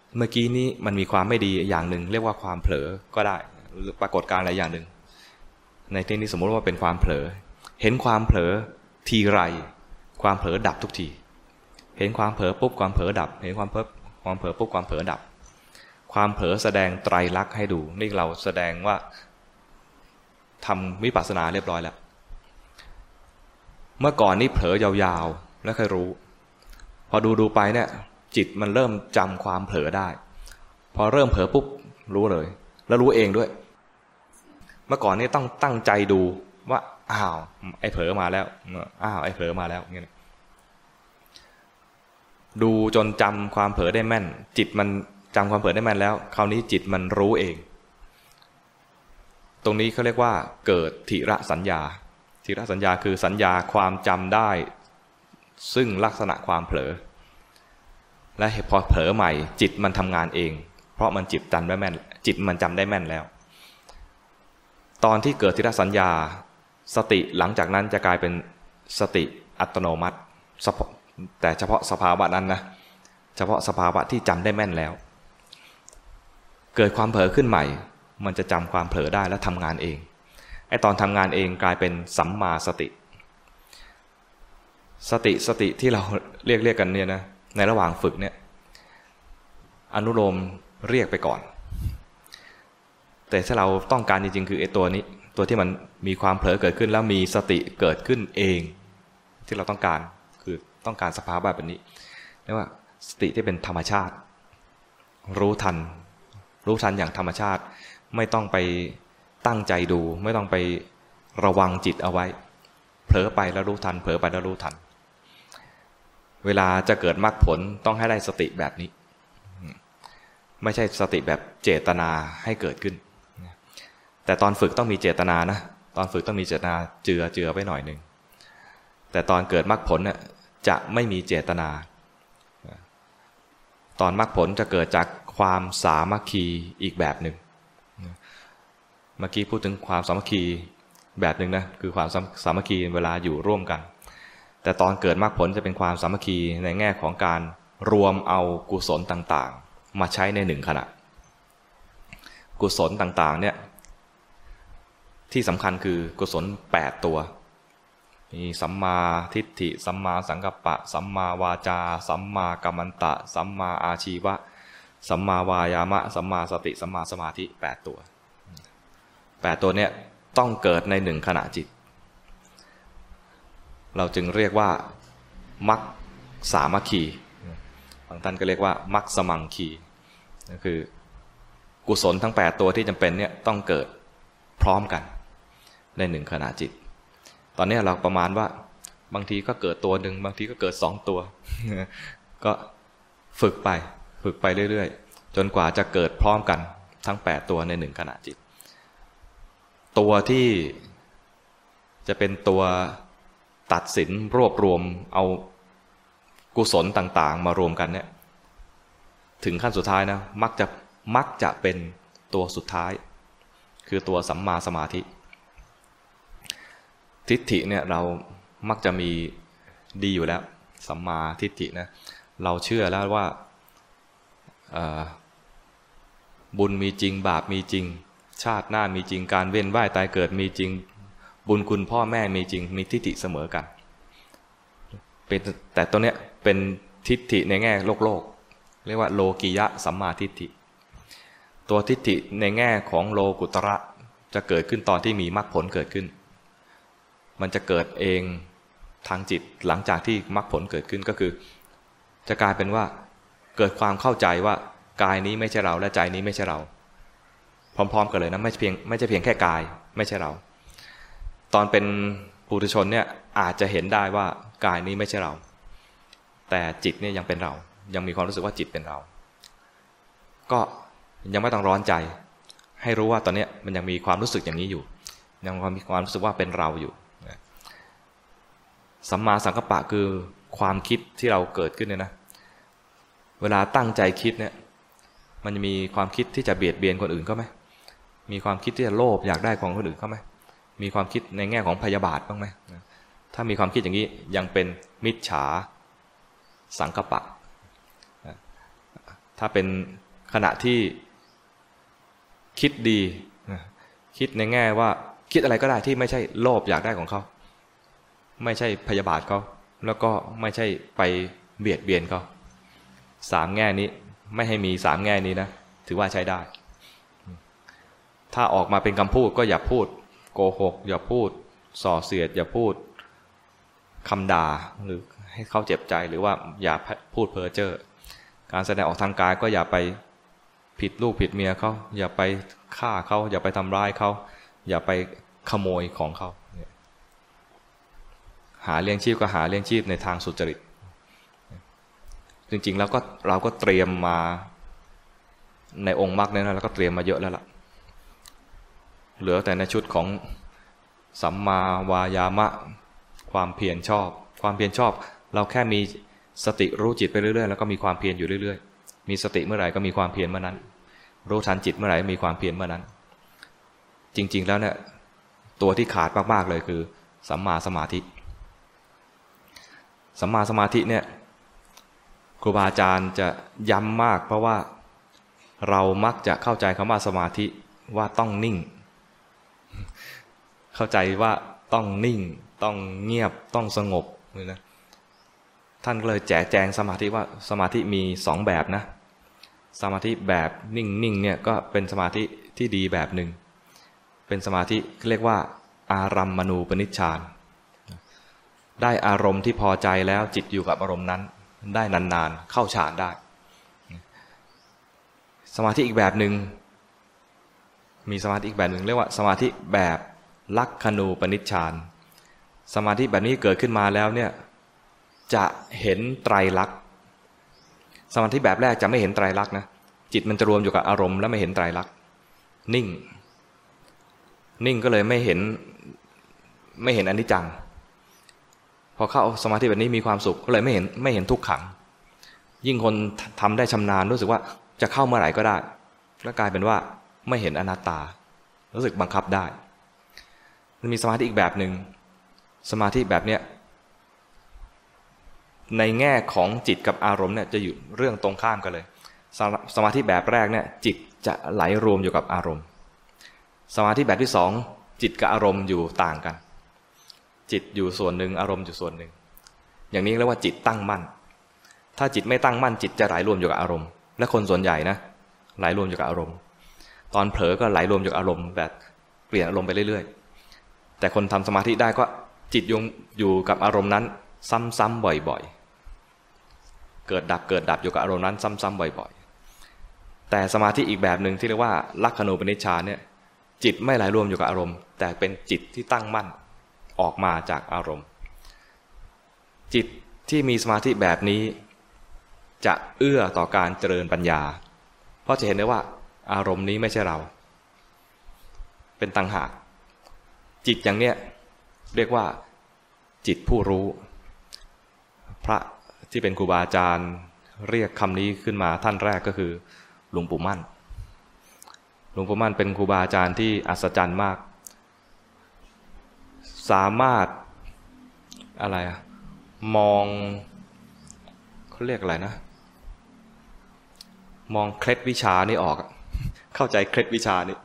เมื่อกี้นี้มันมีความไม่ดีอย่างหนึ่งเรียกว่าความเผลอก็ได้ปรากฏการณ์อะไรอย่างหนึ่งในที่นี้สมมติว่าเป็นความเผลอเห็นความเผลอทีไรความเผลอดับทุกทีเห็นความเผลอปุ๊บความเผลอดับเห็นความเผลอความเผลอปุ๊บความเผลอดับความเผลอแสดงไตรลักษณ์ให้ดูนี่เราแสดงว่าทำวิปัสสนาเรียบร้อยแล้วเมื่อก่อนนี่เผลอยาวๆแล้วค่อยรู้พอดูดูไปเนี่ยจิตมันเริ่มจำความเผลอได้พอเริ่มเผลอปุ๊บรู้เลยแล้วรู้เองด้วยเมื่อก่อนนี่ต้องตั้งใจดูว่าอ้าวไอ้เผลอมาแล้วอ้าวไอ้เผลอมาแล้วเงี้ยดูจนจำความเผลอได้แม่นจิตมันจำความเผลอได้แม่นแล้วคราวนี้จิตมันรู้เองตรงนี้เขาเรียกว่าเกิดทิระสัญญาทิระสัญญาคือสัญญาความจำได้ซึ่งลักษณะความเผลอและพอเผลอใหม่จิตมันทำงานเองเพราะมันจิตจำได้แม่นจิตมันจำได้แม่นแล้วตอนที่เกิดทิระสัญญาสติหลังจากนั้นจะกลายเป็นสติอัตโนมัติแต่เฉพาะสภาวะนั้นนะเฉพาะสภาวะที่จำได้แม่นแล้วเกิดความเผลอขึ้นใหม่มันจะจำความเผลอได้และทำงานเองไอ้ตอนทำงานเองกลายเป็นสัมมาสติสติสติที่เราเรียกเรียกกันเนี่ยนะในระหว่างฝึกเนี่ยอนุโลมเรียกไปก่อนแต่ถ้าเราต้องการจริงๆคือไอ้ตัวนี้ตัวที่มันมีความเผลอเกิดขึ้นแล้วมีสติเกิดขึ้นเองที่เราต้องการคือต้องการสภาวะแบบนี้เรียกว่าสติที่เป็นธรรมชาติรู้ทันรู้ทันอย่างธรรมชาติไม่ต้องไปตั้งใจดูไม่ต้องไประวังจิตเอาไว้เผลอไปแล้วรู้ทันเผลอไปแล้วรู้ทันเวลาจะเกิดมรรคผลต้องให้ได้สติแบบนี้ไม่ใช่สติแบบเจตนาให้เกิดขึ้นแต่ตอนฝึกต้องมีเจตนานะตอนฝึกต้องมีเจตนาเจือเจือไว้หน่อยหนึ่งแต่ตอนเกิดมรรคผลเนี่ยจะไม่มีเจตนาตอนมรรคผลจะเกิดจากความสามัคคีอีกแบบหนึ่งเมื่อกี้พูดถึงความสามัคคีแบบหนึ่งนะคือความสามัคคีเวลาอยู่ร่วมกันแต่ตอนเกิดมรรคผลจะเป็นความสามัคคีในแง่ของการรวมเอากุศลต่างๆมาใช้ในหนึ่งขณะกุศลต่างๆเนี่ยที่สำคัญคือกุศลแปดตัวมีสัมมาทิฏฐิสัมมาสังกัปปะสัมมาวาจาสัมมากัมมันตะสัมมาอาชีวะสัมมาวายามะสัมมาสติสัมมาสมาธิแปดตัวแปดตัวเนี่ยต้องเกิดในหนึ่งขณะจิตเราจึงเรียกว่ามัคสามัคคีบางท่านก็เรียกว่ามัคสมังคีก็คือกุศลทั้งแปดตัวที่จำเป็นเนี่ยต้องเกิดพร้อมกันในหนึ่งขณะจิตตอนนี้เราประมาณว่าบางทีก็เกิดตัวหนึ่งบางทีก็เกิดสองตัวก็ฝึกไปฝึกไปเรื่อยๆจนกว่าจะเกิดพร้อมกันทั้งแปดตัวในหนึ่งขณะจิตตัวที่จะเป็นตัวตัดสินรวบรวมเอากุศลต่างๆมารวมกันเนี่ยถึงขั้นสุดท้ายนะมักจะมักจะเป็นตัวสุดท้ายคือตัวสัมมาสมาธิทิฏฐิเนี่ยเรามักจะมีดีอยู่แล้วสัมมาทิฏฐินะเราเชื่อแล้วว่าบุญมีจริงบาปมีจริงชาติหน้ามีจริงการเวียนว่ายตายเกิดมีจริงบุญคุณพ่อแม่มีจริงมีทิฏฐิเสมอกันเป็นแต่ตัวเนี้ยเป็นทิฏฐิในแง่โลกโลกเรียกว่าโลกิยะสัมมาทิฏฐิตัวทิฏฐิในแง่ของโลกุตระจะเกิดขึ้นตอนที่มีมรรคผลเกิดขึ้นมันจะเกิดเองทางจิตหลังจากที่มรรคผลเกิดขึ้นก็คือจะกลายเป็นว่าเกิดความเข้าใจว่ากายนี้ไม่ใช่เราและใจนี้ไม่ใช่เราพร้อมๆกันเลยนะไม่เพียงไม่ใช่เพียงแค่กายไม่ใช่เราตอนเป็นปุถุชนเนี่ยอาจจะเห็นได้ว่ากายนี้ไม่ใช่เราแต่จิตเนี่ยยังเป็นเรายังมีความรู้สึกว่าจิตเป็นเราก็ยังไม่ต้องร้อนใจให้รู้ว่าตอนนี้มันยังมีความรู้สึกอย่างนี้อยู่ยังมีความรู้สึกว่าเป็นเราอยู่สัมมาสังกัปปะคือความคิดที่เราเกิดขึ้นเนี่ยนะเวลาตั้งใจคิดเนี่ยมันจะมีความคิดที่จะเบียดเบียนคนอื่นเขาไหมมีความคิดที่จะโลภอยากได้ของคนอื่นเขาไหมมีความคิดในแง่ของพยาบาทบ้างไหมถ้ามีความคิดอย่างนี้ยังเป็นมิจฉาสังกัปปะถ้าเป็นขณะที่คิดดีคิดในแง่ว่าคิดอะไรก็ได้ที่ไม่ใช่โลภอยากได้ของเขาไม่ใช่พยาบาทเขาแล้วก็ไม่ใช่ไปเบียดเบียนเขาสามแง่นี้ไม่ให้มีสามแง่นี้นะถือว่าใช้ได้ถ้าออกมาเป็นคำพูดก็อย่าพูดโกหกอย่าพูดส่อเสียดอย่าพูดคำด่าหรือให้เขาเจ็บใจหรือว่าอย่าพูดเพ้อเจ้อการแสดงออกทางกายก็อย่าไปผิดลูกผิดเมียเขาอย่าไปฆ่าเขาอย่าไปทำร้ายเขาอย่าไปขโมยของเขาหาเลี้ยงชีพก็หาเลี้ยงชีพในทางสุจริตจริงๆแล้วก็เราก็เตรียมมาในองค์มรรคนั้นแล้วก็เตรียมมาเยอะแล้วล่ะเหลือแต่ในชุดของสัมมาวายามะความเพียรชอบความเพียรชอบเราแค่มีสติรู้จิตไปเรื่อยๆแล้วก็มีความเพียรอยู่เรื่อยๆมีสติเมื่อไหร่ก็มีความเพียรเมื่อนั้นรู้ทันจิตเมื่อไหร่มีความเพียรเมื่อนั้นจริงๆแล้วเนี่ยตัวที่ขาดมากๆเลยคือสัมมาสมาธิสัมมาสมาธิเนี่ยครูบาอาจารย์จะย้ำมากเพราะว่าเรามักจะเข้าใจคำว่าสมาธิว่าต้องนิ่งเข้าใจว่าต้องนิ่งต้องเงียบต้องสงบเลยนะท่านก็เลยแจกแจงสมาธิว่าสมาธิมีสองแบบนะสมาธิแบบนิ่งนิ่งเนี่ยก็เป็นสมาธิที่ดีแบบหนึ่งเป็นสมาธิเรียกว่าอารัมมณูปนิชฌานได้อารมณ์ที่พอใจแล้วจิตอยู่กับอารมณ์นั้นได้นานๆเข้าฌานได้สมาธิอีกแบบหนึ่งมีสมาธิอีกแบบหนึ่งเรียกว่าสมาธิแบบลักขณูปนิชฌานสมาธิแบบนี้เกิดขึ้นมาแล้วเนี่ยจะเห็นไตรลักษณ์สมาธิแบบแรกจะไม่เห็นไตรลักษณ์นะจิตมันจะรวมอยู่กับอารมณ์แล้วไม่เห็นไตรลักษณ์นิ่งนิ่งก็เลยไม่เห็นไม่เห็นอนิจจังพอเข้าสมาธิแบบนี้มีความสุขก็เลยไม่เห็นไม่เห็นทุกขังยิ่งคนทำได้ชำนาญรู้สึกว่าจะเข้าเมื่อไหร่ก็ได้แล้วกลายเป็นว่าไม่เห็นอนัตตารู้สึกบังคับได้มันมีสมาธิอีกแบบหนึ่งสมาธิแบบเนี้ยในแง่ของจิตกับอารมณ์เนี่ยจะอยู่เรื่องตรงข้ามกันเลยสสมาธิแบบแรกเนี่ยจิตจะไหลรวมอยู่กับอารมณ์สมาธิแบบที่สองจิตกับอารมณ์อยู่ต่างกันจิตอยู่ส่วนหนึ่งอารมณ์อยู่ส่วนหนึ่งอย่างนี้เรียกว่าจิตตั้งมั่นถ้าจิตไม่ตั้งมั่นจิตจะไหลรวมอยู่กับอารมณ์และคนส่วนใหญ่นะไหลรวมอยู่กับอารมณ์ตอนเผลอก็ไหลรวมอยู่กับอารมณ์แบบเปลี่ยนอารมณ์ไปเรื่อยๆแต่คนทำสมาธิได้ก็จิตยงอยู่กับอารมณ์นั้นซ้ำๆบ่อยๆเกิดดับเกิดดับอยู่กับอารมณ์นั้นซ้ำๆบ่อยๆแต่สมาธิอีกแบบหนึ่งที่เรียกว่าลักขณูปนิชฌานเนี่ยจิตไม่ไหลรวมอยู่กับอารมณ์แต่เป็นจิตที่ตั้งมั่นออกมาจากอารมณ์จิตที่มีสมาธิแบบนี้จะเอื้อต่อการเจริญปัญญาเพราะจะเห็นได้ว่าอารมณ์นี้ไม่ใช่เราเป็นต่างหากจิตอย่างเนี้ยเรียกว่าจิตผู้รู้พระที่เป็นครูบาอาจารย์เรียกคำนี้ขึ้นมาท่านแรกก็คือหลวงปู่มั่นหลวงปู่มั่นเป็นครูบาอาจารย์ที่อัศจรรย์มากสามารถอะไรอะมองเขาเรียกอะไรนะมองเคล็ดวิชานี่ออกเข้าใจเคล็ดวิชานี่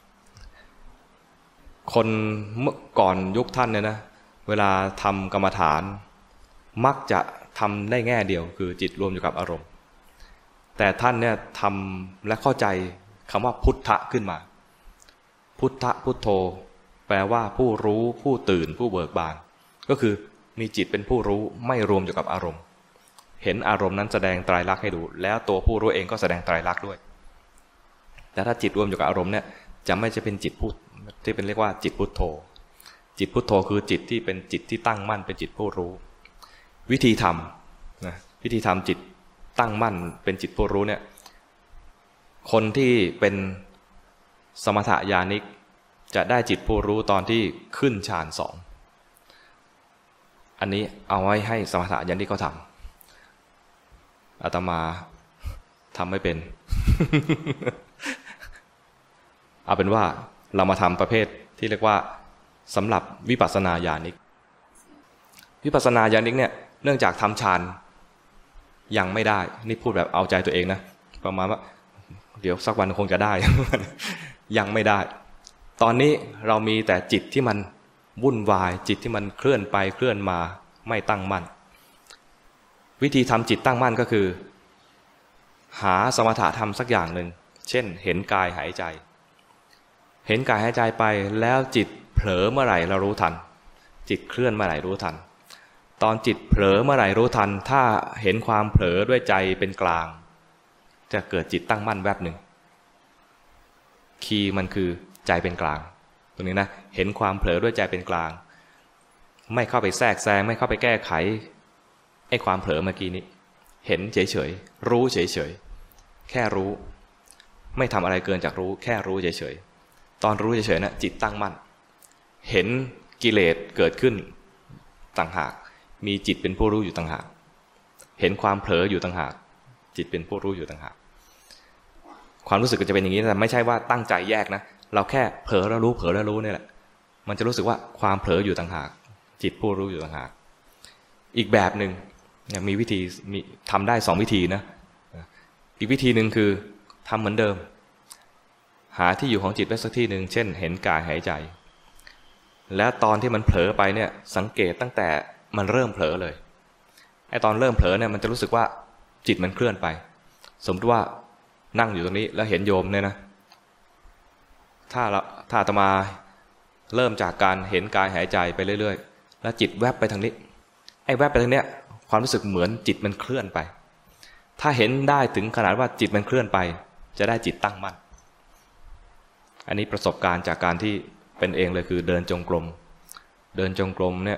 คนเมื่อก่อนยุคท่านเนี่ยนะเวลาทำกรรมฐานมักจะทำได้แง่เดียวคือจิตรวมอยู่กับอารมณ์แต่ท่านเนี่ยทำและเข้าใจคำว่าพุทธะขึ้นมาพุทธะพุทโธแปลว่าผู้รู้ผู้ตื่นผู้เบิกบานก็คือมีจิตเป็นผู้รู้ไม่รวมอยู่กับอารมณ์เห็นอารมณ์นั้นแสดงไตรลักษณ์ให้ดูแล้วตัวผู้รู้เองก็แสดงไตรลักษณ์ด้วยแต่ถ้าจิตรวมอยู่กับอารมณ์เนี่ยจะไม่ใช่เป็นจิตพุทธที่เป็นเรียกว่าจิตพุทโธจิตพุทโธคือจิตที่เป็นจิตที่ตั้งมั่นเป็นจิตผู้รู้วิธีทำนะวิธีทำจิตตั้งมั่นเป็นจิตผู้รู้เนี่ยคนที่เป็นสมถญาณิกจะได้จิตผู้รู้ตอนที่ขึ้นฌานสองอันนี้เอาไว้ให้สมถญาณิกเขาทำอาตมาทำไม่เป็น เอาเป็นว่าเรามาทำประเภทที่เรียกว่าสำหรับวิปัสสนาญาณิกวิปัสสนาญาณิกเนี่ยเนื่องจากทำฌานยังไม่ได้นี่พูดแบบเอาใจตัวเองนะประมาณว่าเดี๋ยวสักวันคงจะได้ ยังไม่ได้ตอนนี้เรามีแต่จิตที่มันวุ่นวายจิตที่มันเคลื่อนไปเคลื่อนมาไม่ตั้งมั่นวิธีทำจิตตั้งมั่นก็คือหาสมถะธรรมสักอย่างหนึ่งเช่นเห็นกายหายใจเห็นกายหายใจไปแล้วจิตเผลอเมื่อไหร่เรารู้ทันจิตเคลื่อนเมื่อไหร่รู้ทันตอนจิตเผลอเมื่อไหร่รู้ทันถ้าเห็นความเผลอด้วยใจเป็นกลางจะเกิดจิตตั้งมั่นแวบหนึ่งคีย์มันคือใจเป็นกลางตรงนี้นะเห็นความเผลอด้วยใจเป็นกลางไม่เข้าไปแทรกแซงไม่เข้าไปแก้ไขไอ้ความเผลอเมื่อกี้นี้เห็นเฉยๆรู้เฉยๆแค่รู้ไม่ทำอะไรเกินจากรู้แค่รู้เฉยๆตอนรู้เฉยๆนะจิตตั้งมั่นเห็นกิเลสเกิดขึ้นต่างหากมีจิตเป็นผู้รู้อยู่ต่างหากเห็นความเผลออยู่ต่างหากจิตเป็นผู้รู้อยู่ต่างหากความรู้สึกก็จะเป็นอย่างนี้แต่ไม่ใช่ว่าตั้งใจแยกนะเราแค่เผลอแล้วรู้เผลอแล้วรู้นี่แหละมันจะรู้สึกว่าความเผลออยู่ต่างหากจิตผู้รู้อยู่ต่างหากอีกแบบหนึ่งมีวิธีมีทำได้สองวิธีนะอีกวิธีหนึ่งคือทำเหมือนเดิมหาที่อยู่ของจิตไว้สักที่หนึ่งเช่นเห็นกายหายใจแล้วตอนที่มันเผลอไปเนี่ยสังเกตตั้งแต่มันเริ่มเผลอเลยไอ้ตอนเริ่มเผลอเนี่ยมันจะรู้สึกว่าจิตมันเคลื่อนไปสมมติว่านั่งอยู่ตรงนี้แล้วเห็นโยมเนี่ยนะถ้าเราถ้าอาตมาเริ่มจากการเห็นกายหายใจไปเรื่อยๆแล้วจิตแวบไปทางนี้ไอ้แวบไปทางเนี้ยความรู้สึกเหมือนจิตมันเคลื่อนไปถ้าเห็นได้ถึงขนาดว่าจิตมันเคลื่อนไปจะได้จิตตั้งมั่นอันนี้ประสบการณ์จากการที่เป็นเองเลยคือเดินจงกรมเดินจงกรมเนี่ย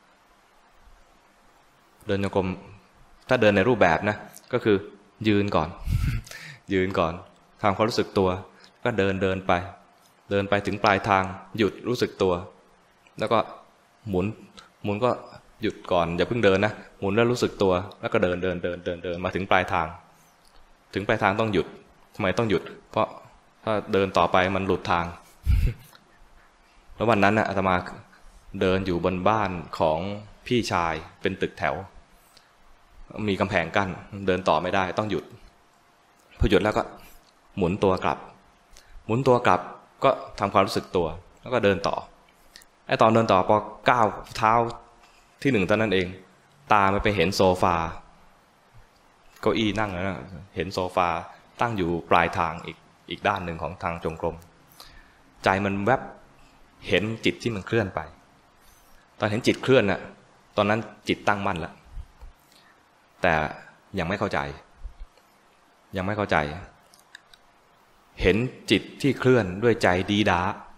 เดินจงกรมถ้าเดินในรูปแบบนะก็คือยืนก่อน ยืนก่อนทำความรู้สึกตัวก็เดินเดินไปเดินไปถึงปลายทางหยุดรู้สึกตัวแล้วก็หมุนหมุนก็หยุดก่อนอย่าเพิ่งเดินนะหมุนแล้วรู้สึกตัวแล้วก็เดินเดินเดินเดินเดินมาถึงปลายทางถึงปลายทางต้องหยุดทำไมต้องหยุดเพราะถ้าเดินต่อไปมันหลุดทาง แล้ววันนั้นนะอาตมาเดินอยู่บนบ้านของพี่ชายเป็นตึกแถวมีกำแพงกั้นเดินต่อไม่ได้ต้องหยุดพอหยุดแล้วก็หมุนตัวกลับหมุนตัวกลับก็ทำความรู้สึกตัวแล้วก็เดินต่อไอ้ตอนเดินต่อพอก้าวเท้าที่หนึ่งตอนนั้นเองตาไม่ไปเห็นโซฟาเก้าอี้นั่งนะเห็นโซฟาตั้งอยู่ปลายทางอีกอีกด้านหนึ่งของทางจงกรมใจมันแวบเห็นจิตที่มันเคลื่อนไปตอนเห็นจิตเคลื่อนน่ะตอนนั้นจิตตั้งมั่นแล้วแต่ยังไม่เข้าใจยังไม่เข้าใจเห็นจิตที่เคลื่อนด้วยใจดีดา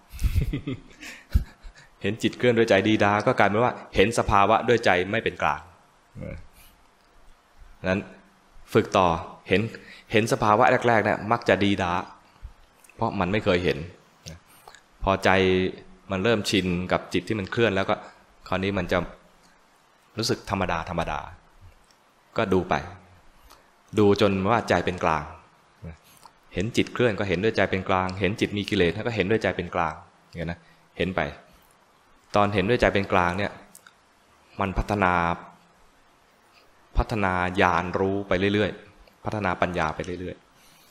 เห็นจิตเคลื่อนด้วยใจดีดาก็กลายเป็นว่าเห็นสภาวะด้วยใจไม่เป็นกลางนั้นฝึกต่อเห็นเห็นสภาวะแรกๆเนี่ยมักจะดีดาเพราะมันไม่เคยเห็นพอใจมันเริ่มชินกับจิตที่มันเคลื่อนแล้วก็คราวนี้มันจะรู้สึกธรรมดาธรรมดาก็ดูไปดูจนว่าใจเป็นกลางเห็นจิตเคลื่อนก็เห็นด้วยใจเป็นกลางเห็นจิตมีกิเลสก็เห็นด้วยใจเป็นกลางอย่างนี้นะเห็นไปตอนเห็นด้วยใจเป็นกลางเนี่ยมันพัฒนาพัฒนาญาณรู้ไปเรื่อยๆพัฒนาปัญญาไปเรื่อย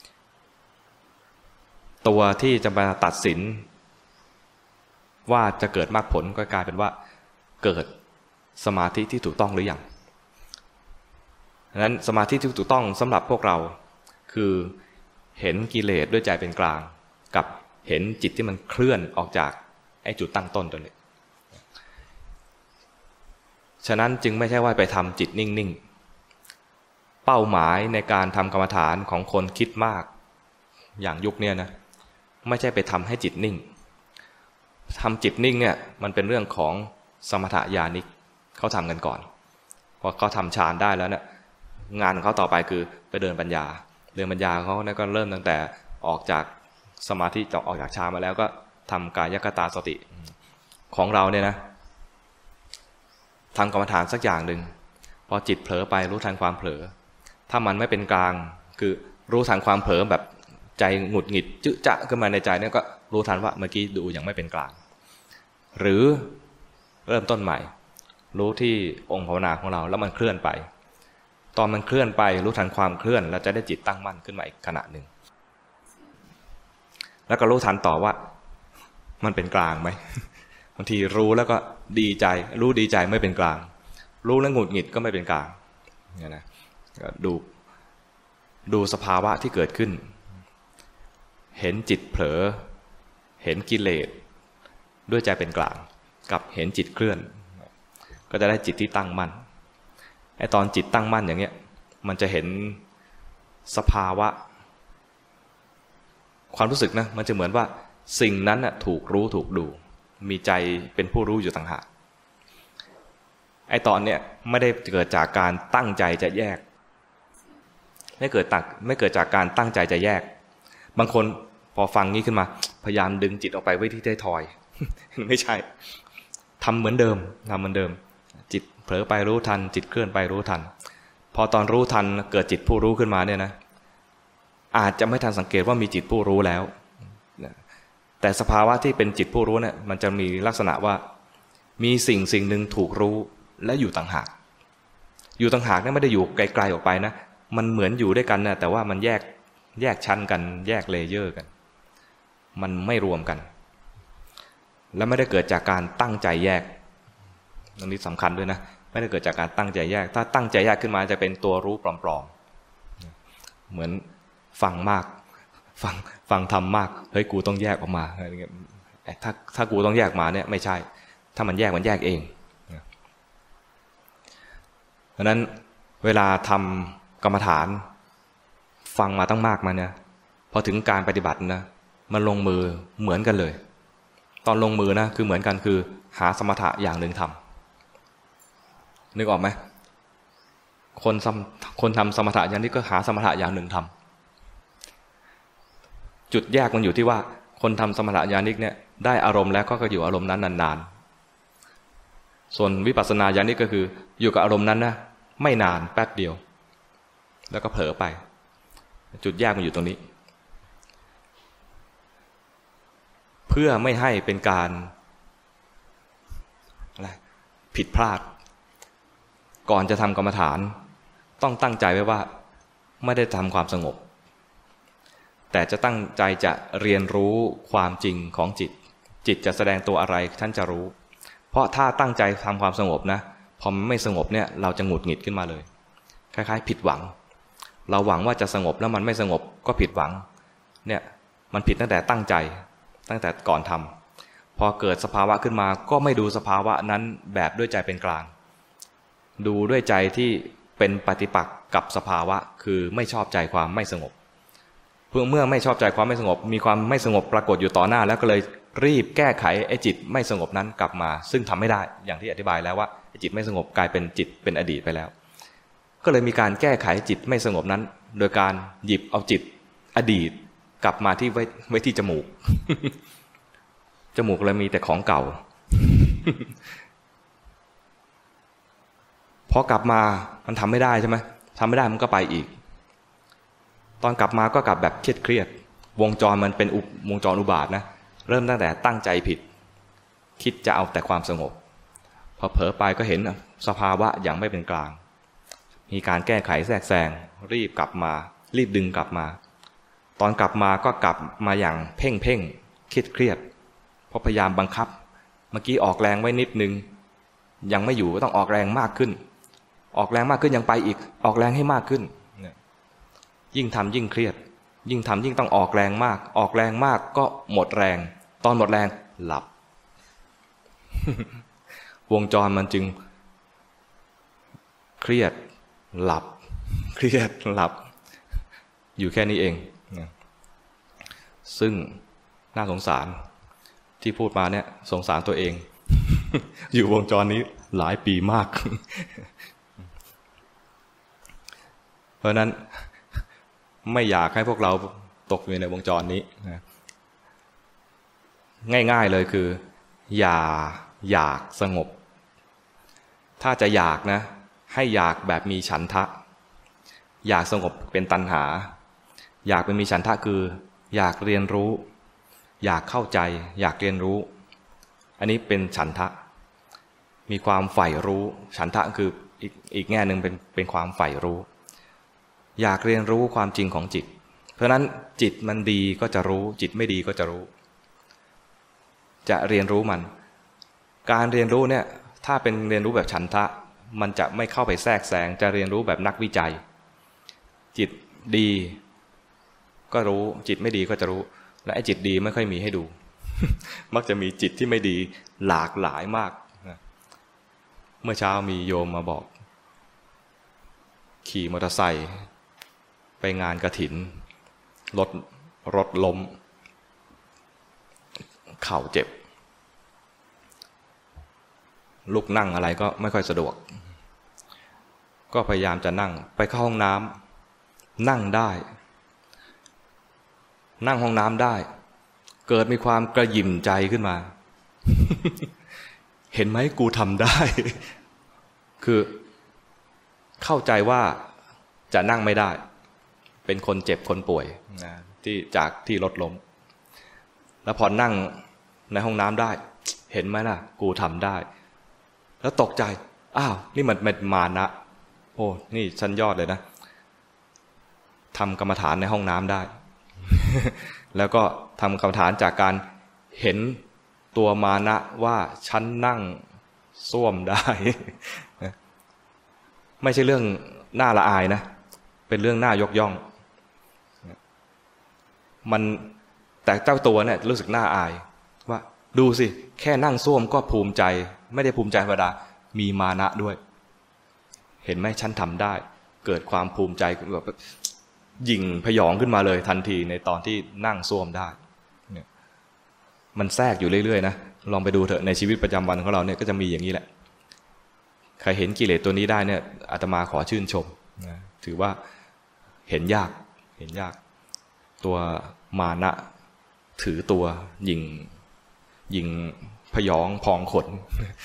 ๆตัวที่จะมาตัดสินว่าจะเกิดมรรคผลก็กลายเป็นว่าเกิดสมาธิที่ถูกต้องหรือยังดังนั้นสมาธิที่ถูกต้องสำหรับพวกเราคือเห็นกิเลสด้วยใจเป็นกลางกับเห็นจิตที่มันเคลื่อนออกจากไอ้จุดตั้งต้นตัวนี้ฉะนั้นจึงไม่ใช่ว่าไปทำจิตนิ่งๆเป้าหมายในการทำกรรมฐานของคนคิดมากอย่างยุคนี้นะไม่ใช่ไปทำให้จิตนิ่งทำจิตนิ่งเนี่ยมันเป็นเรื่องของสมถญาณิกเขาทำกันก่อนพอเขาทำฌานได้แล้วเนี่ยงานของเขาต่อไปคือไปเดินปัญญาเดินปัญญาเขาเนี่ยก็เริ่มตั้งแต่ออกจากสมาธิออกจากฌานมาแล้วก็ทำกายคตาสติของเราเนี่ยนะทำกรรมฐานสักอย่างหนึ่งพอจิตเผลอไปรู้ทันความเผลอถ้ามันไม่เป็นกลางคือรู้ทันความเผลอแบบใจหงุดหงิดจึ๊จะขึ้นมาในใจเนี่ยก็รู้ทันว่าเมื่อกี้ดูอย่างไม่เป็นกลางหรือเริ่มต้นใหม่รู้ที่องค์ภาวนาของเราแล้วมันเคลื่อนไปตอนมันเคลื่อนไปรู้ทันความเคลื่อนแล้วจะได้จิตตั้งมั่นขึ้นมาอีกขณะหนึ่งแล้วก็รู้ทันต่อว่ามันเป็นกลางไหมบางทีรู้แล้วก็ดีใจรู้ดีใจไม่เป็นกลางรู้แล้วหงุดหงิดก็ไม่เป็นกลางเนี่ยนะดูดูสภาวะที่เกิดขึ้นเห็นจิตเผลอเห็นกิเลสด้วยใจเป็นกลางกับเห็นจิตเคลื่อนก็จะได้จิตที่ตั้งมั่นไอ้ตอนจิตตั้งมั่นอย่างเงี้ยมันจะเห็นสภาวะความรู้สึกนะมันจะเหมือนว่าสิ่งนั้นน่ะถูกรู้ถูกดูมีใจเป็นผู้รู้อยู่ต่างหากไอ้ตอนเนี้ยไม่ได้เกิดจากการตั้งใจจะแยกไม่เกิดตักไม่เกิดจากการตั้งใจจะแยกบางคนพอฟังนี้ขึ้นมาพยายามดึงจิตออกไปไว้ที่ท้ายทอย ไม่ใช่ทำเหมือนเดิมทำเหมือนเดิมจิตเผลอไปรู้ทันจิตเคลื่อนไปรู้ทันพอตอนรู้ทันเกิดจิตผู้รู้ขึ้นมาเนี่ยนะอาจจะไม่ทันสังเกตว่ามีจิตผู้รู้แล้วแต่สภาวะที่เป็นจิตผู้รู้เนี่ยมันจะมีลักษณะว่ามีสิ่งสิ่งหนึ่งถูกรู้และอยู่ต่างหากอยู่ต่างหากเนี่ยไม่ได้อยู่ไกลๆออกไปนะมันเหมือนอยู่ด้วยกันนะแต่ว่ามันแยกแยกชั้นกันแยกเลเยอร์กันมันไม่รวมกันและไม่ได้เกิดจากการตั้งใจแยกตรงนี้สำคัญด้วยนะไม่ได้เกิดจากการตั้งใจแยกถ้าตั้งใจแยกขึ้นมาจะเป็นตัวรู้ปลอมๆเหมือนฟังมากฟังฟังทำมากเฮ้ยกูต้องแยกออกมาอะไรเงี้ยถ้าถ้ากูต้องแยกมาเนี่ยไม่ใช่ถ้ามันแยกมันแยกเองเพราะนั้นเวลาทำกรรมฐานฟังมาตั้งมากมาเนี่ยพอถึงการปฏิบัตินะมันลงมือเหมือนกันเลยตอนลงมือนะคือเหมือนกันคือหาสมถะอย่างหนึ่งทำนึกออกไหมคนทำคนทำสมถะอย่างนี้ก็หาสมถะอย่างหนึ่งทำจุดแยกมันอยู่ที่ว่าคนทำสมถะญาณิกเนี่ยได้อารมณ์แล้วก็อยู่อารมณ์นั้นนานๆส่วนวิปัสสนาญาณิกก็คืออยู่กับอารมณ์นั้นนะไม่นานแป๊บเดียวแล้วก็เผลอไปจุดแยกมันอยู่ตรงนี้เพื่อไม่ให้เป็นการอะไรผิดพลาดก่อนจะทำกรรมฐานต้องตั้งใจไว้ว่าไม่ได้ทำความสงบแต่จะตั้งใจจะเรียนรู้ความจริงของจิตจิตจะแสดงตัวอะไรท่านจะรู้เพราะถ้าตั้งใจทำความสงบนะพอมันไม่สงบเนี่ยเราจะหงุดหงิดขึ้นมาเลยคล้ายๆผิดหวังเราหวังว่าจะสงบแล้วมันไม่สงบก็ผิดหวังเนี่ยมันผิดตั้งแต่ตั้งใจตั้งแต่ก่อนทำพอเกิดสภาวะขึ้นมาก็ไม่ดูสภาวะนั้นแบบด้วยใจเป็นกลางดูด้วยใจที่เป็นปฏิปักษ์กับสภาวะคือไม่ชอบใจความไม่สงบเพื่อเมื่อไม่ชอบใจความไม่สงบมีความไม่สงบปรากฏอยู่ต่อหน้าแล้วก็เลยรีบแก้ไขไอ้จิตไม่สงบนั้นกลับมาซึ่งทำไม่ได้อย่างที่อธิบายแล้วว่าจิตไม่สงบกลายเป็นจิตเป็นอดีตไปแล้วก็เลยมีการแก้ไขจิตไม่สงบนั้นโดยการหยิบเอาจิตอดีตกลับมาที่ไว้ไว้ที่จมูก จมูกเลยมีแต่ของเก่า พอกลับมามันทำไม่ได้ใช่ไหมทำไม่ได้มันก็ไปอีกตอนกลับมาก็กลับแบบเครียดๆวงจรมันเป็นวงจรอุบาทนะเริ่มตั้งแต่ตั้งใจผิดคิดจะเอาแต่ความสงบพอเผลอไปก็เห็นสภาวะอย่างไม่เป็นกลางมีการแก้ไขแทรกแซงรีบกลับมารีบดึงกลับมาตอนกลับมาก็กลับมาอย่างเพ่งเพ่งเครียดเครียดเพราะพยายามบังคับเมื่อกี้ออกแรงไว้นิดนึงยังไม่อยู่ก็ต้องออกแรงมากขึ้นออกแรงมากขึ้นยังไปอีกออกแรงให้มากขึ้นยิ่งทำยิ่งเครียดยิ่งทำยิ่งต้องออกแรงมากออกแรงมากก็หมดแรงตอนหมดแรงหลับ วงจรมันจึงเครียดหลับเครียดหลับอยู่แค่นี้เองซึ่งน่าสงสารที่พูดมาเนี่ยสงสารตัวเอง อยู่วงจรนี้หลายปีมาก เพราะนั้นไม่อยากให้พวกเราตกอยู่ในวงจรนี้ง่ายๆเลยคืออย่าอยากสงบถ้าจะอยากนะให้อยากแบบมีฉันทะอยากสงบเป็นตัณหาอยากเป็นมีฉันทะคืออยากเรียนรู้อยากเข้าใจอยากเรียนรู้อันนี้เป็นฉันทะมีความใฝ่รู้ฉันทะคืออีกอีกแง่หนึ่งเป็นเป็นความใฝ่รู้อยากเรียนรู้ความจริงของจิตเพราะฉะนั้นจิตมันดีก็จะรู้จิตไม่ดีก็จะรู้จะเรียนรู้มันการเรียนรู้เนี่ยถ้าเป็นเรียนรู้แบบฉันทะมันจะไม่เข้าไปแทรกแซงจะเรียนรู้แบบนักวิจัยจิตดีก็รู้จิตไม่ดีก็จะรู้และไอ้จิตดีไม่ค่อยมีให้ดู มักจะมีจิตที่ไม่ดีหลากหลายมากเมื่อเช้ามีโยมมาบอกขี่มอเตอร์ไซค์ไปงานกฐินรถรถล้มเข่าเจ็บลุกนั่งอะไรก็ไม่ค่อยสะดวกก็พยายามจะนั่งไปเข้าห้องน้ำนั่งได้นั่งห้องน้ำได้เกิดมีความกระหยิ่มใจขึ้นมา เห็นไหมกูทำได้ คือเข้าใจว่าจะนั่งไม่ได้เป็นคนเจ็บคนป่วยนะที่จากที่รถล้มแล้วพอนั่งในห้องน้ำได้เห็นไหมล่ะกูทำได้แล้วตกใจอ้าวนี่มันเป็นมานะโอ้นี่ชั้นยอดเลยนะทำกรรมฐานในห้องน้ำได้ แล้วก็ทำกรรมฐานจากการเห็นตัวมานะว่าฉันนั่งส้วมได้ ไม่ใช่เรื่องน่าละอายนะเป็นเรื่องน่ายกย่องมันแต่เจ้าตัวเนี่ยรู้สึกน่าอายว่าดูสิแค่นั่งส้วมก็ภูมิใจไม่ได้ภูมิใจธรรมดามีมานะด้วยเห็นไหมฉันทำได้เกิดความภูมิใจแบบยิ่งพยองขึ้นมาเลยทันทีในตอนที่นั่งส้วมได้เนี่ยมันแทรกอยู่เรื่อยๆนะลองไปดูเถอะในชีวิตประจำวันของเราเนี่ยก็จะมีอย่างนี้แหละใครเห็นกิเลสตัวนี้ได้เนี่ยอาตมาขอชื่นชมนะถือว่าเห็นยากเห็นยากตัวมานะถือตัวยิงยิงพยองพองขน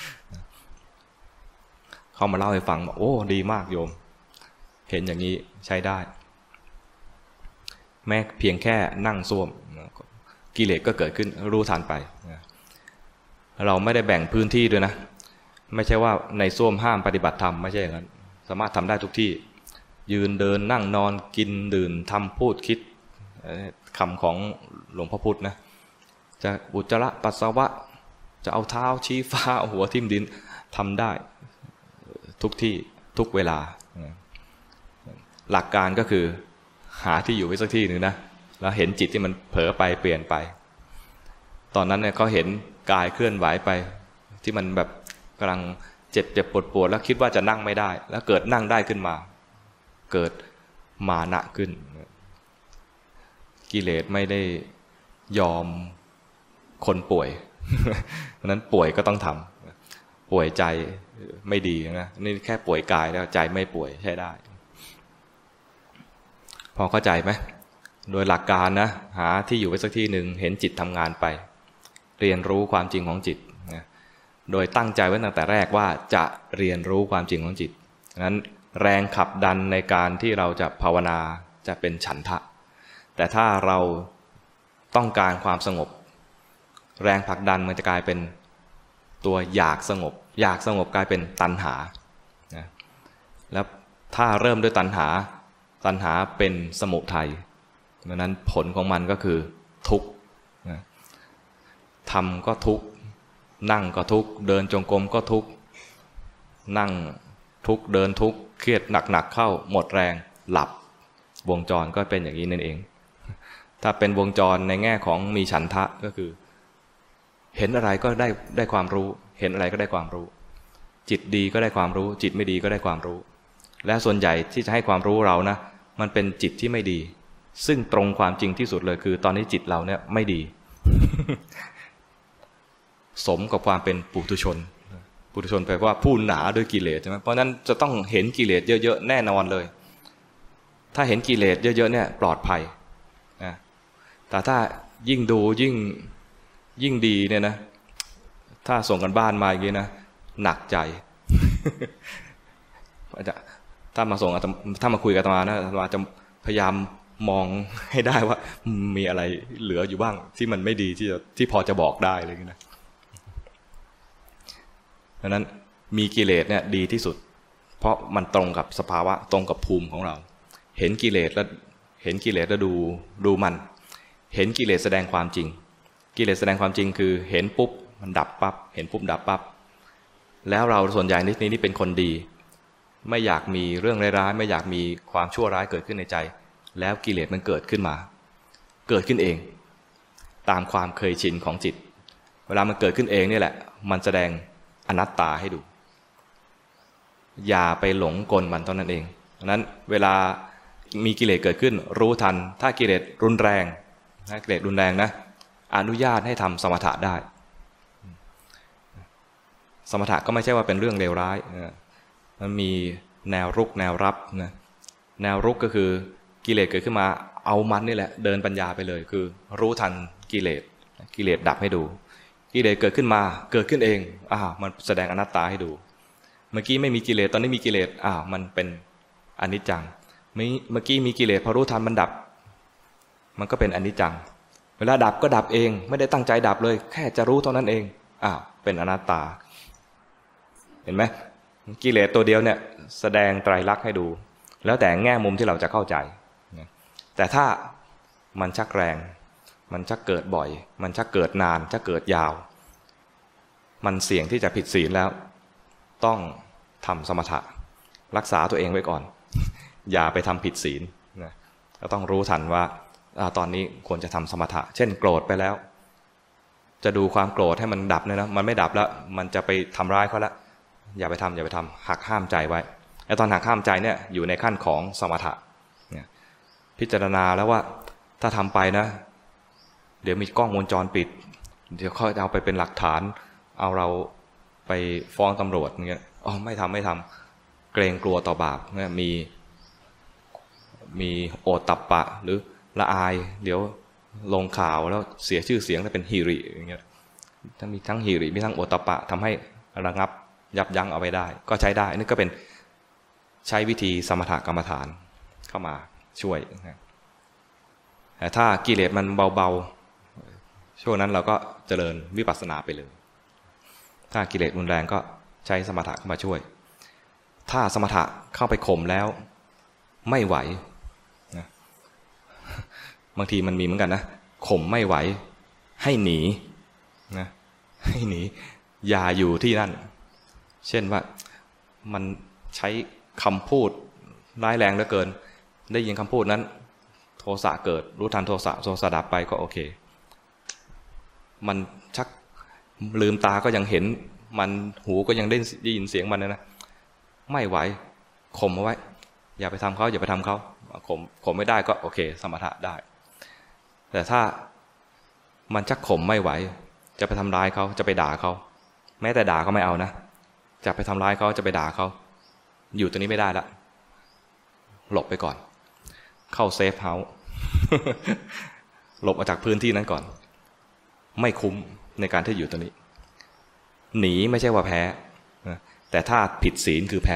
เขามาเล่าให้ฟังบอกโอ้ดีมากโยมเห็นอย่างนี้ใช้ได้แม้เพียงแค่นั่งส้วมกิเลสก็เกิดขึ้นรู้ทันไปเราไม่ได้แบ่งพื้นที่ด้วยนะไม่ใช่ว่าในส้วมห้ามปฏิบัติธรรมไม่ใช่อย่างนั้นสามารถทำได้ทุกที่ยืนเดินนั่งนอนกินดื่มทำพูดคิดคำของหลวงพ่อพุธนะจะอุจจาระปัสสาวะจะเอาเท้าชี้ฟ้าเอาหัวทิ่มดินทำได้ทุกที่ทุกเวลาหลักการก็คือหาที่อยู่ไว้สักที่หนึ่งนะแล้วเห็นจิตที่มันเผลอไปเปลี่ยนไปตอนนั้นเนี่ยเขาเห็นกายเคลื่อนไหวไปที่มันแบบกำลังเจ็บเจ็บปวดปวดแล้วคิดว่าจะนั่งไม่ได้แล้วเกิดนั่งได้ขึ้นมาเกิดมานะขึ้นกิเลสไม่ได้ยอมคนป่วยเพราะนั้นป่วยก็ต้องทำป่วยใจไม่ดีนะนี่แค่ป่วยกายแล้วใจไม่ป่วยใช่ได้พอเข้าใจไหมโดยหลักการนะหาที่อยู่ไว้สักที่หนึ่งเห็นจิตทำงานไปเรียนรู้ความจริงของจิตนะโดยตั้งใจไว้ตั้งแต่แรกว่าจะเรียนรู้ความจริงของจิตนั้นแรงขับดันในการที่เราจะภาวนาจะเป็นฉันทะแต่ถ้าเราต้องการความสงบแรงผลักดันมันจะกลายเป็นตัวอยากสงบอยากสงบกลายเป็นตัณหานะแล้วถ้าเริ่มด้วยตัณหาตัณหาเป็นสมุทัยดังนั้นผลของมันก็คือทุกข์นะทำก็ทุกข์นั่งก็ทุกข์เดินจงกรมก็ทุกข์นั่งทุกข์เดินทุกข์เครียดหนักๆเข้าหมดแรงหลับวงจรก็เป็นอย่างนี้นั่นเองถ้าเป็นวงจรในแง่ของมีฉันทะก็คือเห็นอะไรก็ได้ได้ความรู้เห็นอะไรก็ได้ความรู้จิตดีก็ได้ความรู้จิตไม่ดีก็ได้ความรู้และส่วนใหญ่ที่จะให้ความรู้เรานะมันเป็นจิตที่ไม่ดีซึ่งตรงความจริงที่สุดเลยคือตอนนี้จิตเราเนี่ยไม่ดี สมกับความเป็นปุถุชนปุถุชนแปลว่าผู้หนาด้วยกิเลสใช่ไหมเพราะนั้นจะต้องเห็นกิเลสเยอะๆแน่นอนเลยถ้าเห็นกิเลสเยอะๆเนี่ยปลอดภัยนะแต่ถ้ายิ่งดูยิ่งยิ่งดีเนี่ยนะถ้าส่งกันบ้านมาอย่างนี้นะหนักใจ ถ้ามาส่งถ้ามาคุยกับอาตมานะอาตมาจะพยายามมองให้ได้ว่ามีอะไรเหลืออยู่บ้างที่มันไม่ดีที่จะที่พอจะบอกได้เลยนะดังนั้นมีกิเลสเนี่ยดีที่สุดเพราะมันตรงกับสภาวะตรงกับภูมิของเราเห็นกิเลสแล้วเห็นกิเลสแล้วดูดูมันเห็นกิเลสแสดงความจริงกิเลสแสดงความจริงคือเห็นปุ๊บมันดับปั๊บเห็นปุ๊บดับปั๊บแล้วเราส่วนใหญ่ในนี้นี่เป็นคนดีไม่อยากมีเรื่องร้ายๆไม่อยากมีความชั่วร้ายเกิดขึ้นในใจแล้วกิเลสมันเกิดขึ้นมาเกิดขึ้นเองตามความเคยชินของจิตเวลามันเกิดขึ้นเองนี่แหละมันแสดงอนัตตาให้ดูอย่าไปหลงกลมันเท่านั้นเองดังนั้นเวลามีกิเลสเกิดขึ้นรู้ทันถ้ากิเลสรุนแรงถ้ากิเลสรุนแรงนะอนุญาตให้ทำสมถะได้สมถะก็ไม่ใช่ว่าเป็นเรื่องเลวร้ายมันมีแนวรุกแนวรับนะแนวรุกก็คือกิเลสเกิดขึ้นมาเอามันนี่แหละเดินปัญญาไปเลยคือรู้ทันกิเลสกิเลสดับให้ดูกิเลสเกิดขึ้นมาเกิดขึ้นเองอ้าวมันแสดงอนัตตาให้ดูเมื่อกี้ไม่มีกิเลสตอนนี้มีกิเลสอ้าวมันเป็นอนิจจังเมื่อกี้มีกิเลสพอรู้ทันมันดับมันก็เป็นอนิจจังเวลาดับก็ดับเองไม่ได้ตั้งใจดับเลยแค่จะรู้เท่านั้นเองอ้าวเป็นอนัตตาเห็นไหมกิเลสตัวเดียวเนี่ยแสดงไตรลักษณ์ให้ดูแล้วแต่แง่มุมที่เราจะเข้าใจแต่ถ้ามันชักแรงมันชักเกิดบ่อยมันชักเกิดนานชักเกิดยาวมันเสี่ยงที่จะผิดศีลแล้วต้องทำสมถะรักษาตัวเองไว้ก่อนอย่าไปทำผิดศีลนะก็ต้องรู้ทันว่าตอนนี้ควรจะทำสมถะเช่นโกรธไปแล้วจะดูความโกรธให้มันดับเนี่ยนะมันไม่ดับแล้วมันจะไปทำร้ายเขาแล้วอย่าไปทำอย่าไปทำหักห้ามใจไว้ไอ้ตอนหักห้ามใจเนี่ยอยู่ในขั้นของสมถะเนี่ยพิจารณาแล้วว่าถ้าทำไปนะเดี๋ยวมีกล้องวงจรปิดเดี๋ยวเขาจะเอาไปเป็นหลักฐานเอาเราไปฟ้องตำรวจเงี้ยอ๋อไม่ทำไม่ทำเกรงกลัวต่อบาปเนี่ยมีมีโอตตัปปะหรือละอายเดี๋ยวลงข่าวแล้วเสียชื่อเสียงแล้วเป็นหิริอย่างเงี้ยถ้ามีทั้งหิริมีทั้งโอตตัปปะทำให้ระงับยับยั้งเอาไว้ได้ก็ใช้ได้นี่ก็เป็นใช้วิธีสมถกรรมฐานเข้ามาช่วยนะแต่ถ้ากิเลสมันเบาๆช่วงนั้นเราก็เจริญวิปัสสนาไปเลยถ้ากิเลสรุนแรงก็ใช้สมถะเข้ามาช่วยถ้าสมถะเข้าไปข่มแล้วไม่ไหวนะบางทีมันมีเหมือนกันนะข่มไม่ไหวให้หนีนะให้หนีอย่าอยู่ที่นั่นเช่นว่ามันใช้คำพูดร้ายแรงเหลือเกินได้ยินคำพูดนั้นโทสะเกิดรู้ทันโทสะโทสะดับไปก็โอเคมันชักลืมตาก็ยังเห็นมันหูก็ยังได้ยินเสียงมันนะไม่ไหวข่มเอาไว้อย่าไปทำเขาอย่าไปทำเขาข่มข่มไม่ได้ก็โอเคสมถะได้แต่ถ้ามันชักข่มไม่ไหวจะไปทำร้ายเขาจะไปด่าเขาแม้แต่ด่าก็ไม่เอานะจะไปทำร้ายเขาจะไปด่าเขาอยู่ตรงนี้ไม่ได้ละหลบไปก่อนเข้าเซฟเฮาส์ หลบออกจากพื้นที่นั้นก่อนไม่คุ้มในการที่อยู่ตรงนี้หนีไม่ใช่ว่าแพ้แต่ถ้าผิดศีลคือแพ้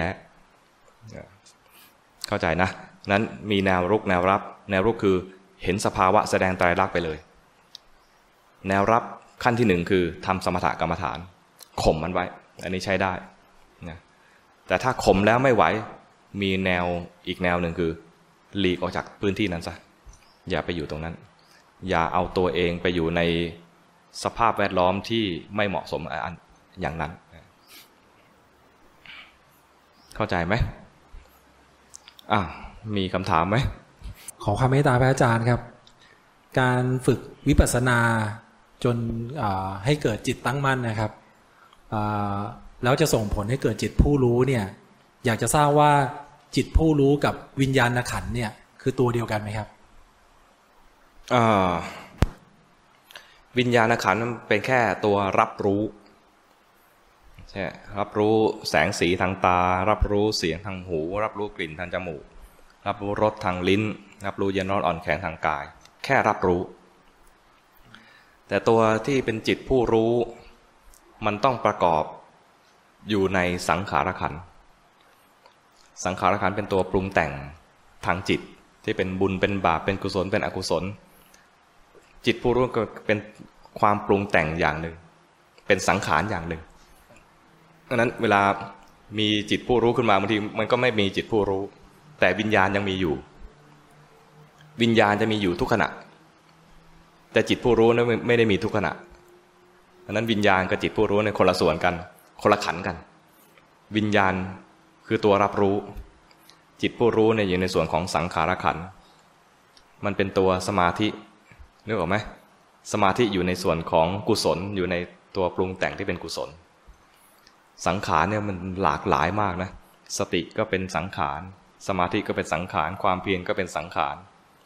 เข้าใจนะนั้นมีแนวรุกแนวรับแนวรุกคือเห็นสภาวะแสดงไตรลักษณ์ไปเลยแนวรับขั้นที่หนึ่งคือทำสมถกรรมฐานข่มมันไว้อันนี้ใช้ได้นะแต่ถ้าข่มแล้วไม่ไหวมีแนวอีกแนวหนึ่งคือหลีกออกจากพื้นที่นั้นซะอย่าไปอยู่ตรงนั้นอย่าเอาตัวเองไปอยู่ในสภาพแวดล้อมที่ไม่เหมาะสมอย่างนั้นเข้าใจไหมอ่ะมีคำถามไหมขอความเมตตาพระอาจารย์ครับการฝึกวิปัสสนาจนให้เกิดจิตตั้งมั่นนะครับแล้วจะส่งผลให้เกิดจิตผู้รู้เนี่ยอยากจะทราบว่าจิตผู้รู้กับวิญญาณขันธ์เนี่ยคือตัวเดียวกันไหมครับวิญญาณขันธ์เป็นแค่ตัวรับรู้ใช่รับรู้แสงสีทางตารับรู้เสียงทางหูรับรู้กลิ่นทางจมูกรับรู้รสทางลิ้นรับรู้เย็นร้อนอ่อนแข็งทางกายแค่รับรู้แต่ตัวที่เป็นจิตผู้รู้มันต้องประกอบอยู่ในสังขารขันธ์สังขารขันธ์เป็นตัวปรุงแต่งทางจิตที่เป็นบุญเป็นบาปเป็นกุศลเป็นอกุศลจิตผู้รู้ก็เป็นความปรุงแต่งอย่างหนึ่งเป็นสังขารอย่างหนึ่งดังนั้นเวลามีจิตผู้รู้ขึ้นมาบางทีมันก็ไม่มีจิตผู้รู้แต่วิญญาณยังมีอยู่วิญญาณจะมีอยู่ทุกขณะแต่จิตผู้รู้นั้นไม่ได้มีทุกขณะเพราะนั้นวิญญาณกับจิตผู้รู้ในคนละส่วนกันคนละขันกันวิญญาณคือตัวรับรู้จิตผู้รู้เนี่ยอยู่ในส่วนของสังขารขันธ์มันเป็นตัวสมาธินึกออกไหมสมาธิอยู่ในส่วนของกุศลอยู่ในตัวปรุงแต่งที่เป็นกุศลสังขารเนี่ยมันหลากหลายมากนะสติก็เป็นสังขารสมาธิก็เป็นสังขารความเพียรก็เป็นสังขาร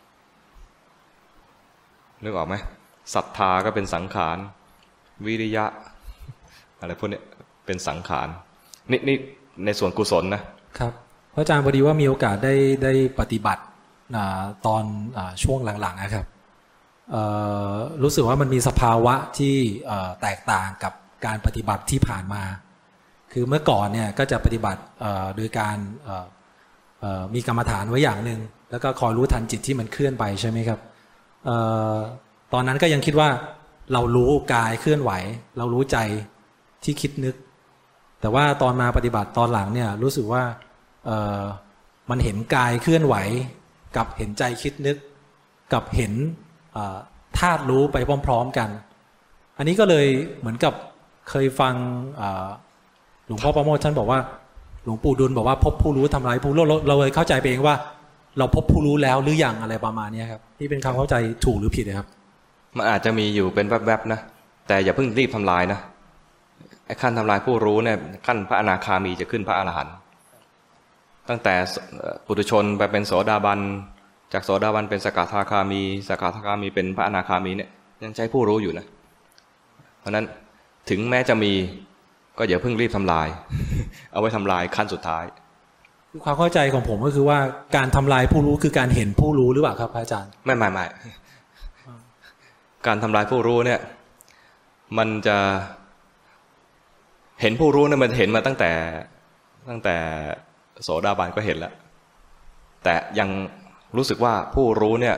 นึกออกไหมศรัทธาก็เป็นสังขารวิริยะอะไรพวกนี้เป็นสังขารนี่นี่ในส่วนกุศลนะครับพระอาจารย์พอดีว่ามีโอกาสได้ได้ปฏิบัติตอนช่วงหลังๆนะครับรู้สึกว่ามันมีสภาวะที่แตกต่างกับการปฏิบัติที่ผ่านมาคือเมื่อก่อนเนี่ยก็จะปฏิบัติโดยการมีกรรมฐานไว้อย่างหนึ่งแล้วก็คอยรู้ทันจิตที่มันเคลื่อนไปใช่ไหมครับตอนนั้นก็ยังคิดว่าเรารู้กายเคลื่อนไหวเรารู้ใจที่คิดนึกแต่ว่าตอนมาปฏิบัติตอนหลังเนี่ยรู้สึกว่ามันเห็นกายเคลื่อนไหวกับเห็นใจคิดนึกกับเห็นธาตุรู้ไปพร้อมๆกันอันนี้ก็เลยเหมือนกับเคยฟังหลวงพ่อประโมทท่านบอกว่าหลวงปู่ดุลบอกว่าพบผู้รู้ทำลายผู้รู้เราเลยเข้าใจไปเองว่าเราพบผู้รู้แล้วหรือยังอะไรประมาณนี้ครับนี่เป็นคำเข้าใจถูกหรือผิดนะครับมันอาจจะมีอยู่เป็นแวบๆนะแต่อย่าเพิ่งรีบทำลายนะไอ้ขั้นทำลายผู้รู้เนี่ยขั้นพระอนาคามีจะขึ้นพระอรหันต์ตั้งแต่ปุถุชนไปเป็นโสดาบันจากโสดาบันเป็นสกทาคามีสกทาคามีเป็นพระอนาคามีเนี่ยยังใช้ผู้รู้อยู่นะเพราะนั้นถึงแม้จะมีก็อย่าเพิ่งรีบทำลาย เอาไว้ทำลายขั้นสุดท้ายความเข้าใจของผมก็คือว่าการทำลายผู้รู้คือการเห็นผู้รู้หรือเปล่าครับอาจารย์ไม่ไม่ไม่การทำลายผู้รู้เนี่ยมันจะเห็นผู้รู้เนี่ยมันเห็นมาตั้งแต่ตั้งแต่โสดาบันก็เห็นแล้วแต่ยังรู้สึกว่าผู้รู้เนี่ย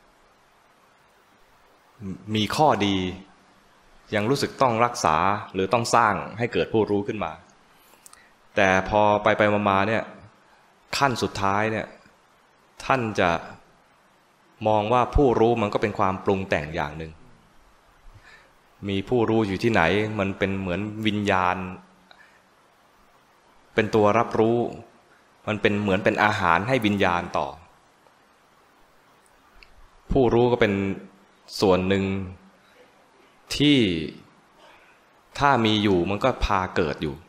มีข้อดียังรู้สึกต้องรักษาหรือต้องสร้างให้เกิดผู้รู้ขึ้นมาแต่พอไปไปมาๆเนี่ยขั้นสุดท้ายเนี่ยท่านจะมองว่าผู้รู้มันก็เป็นความปรุงแต่งอย่างหนึ่งมีผู้รู้อยู่ที่ไหนมันเป็นเหมือนวิญญาณเป็นตัวรับรู้มันเป็นเหมือนเป็นอาหารให้วิญญาณต่อผู้รู้ก็เป็นส่วนหนึ่งที่ถ้ามีอยู่มันก็พาเกิดอยู่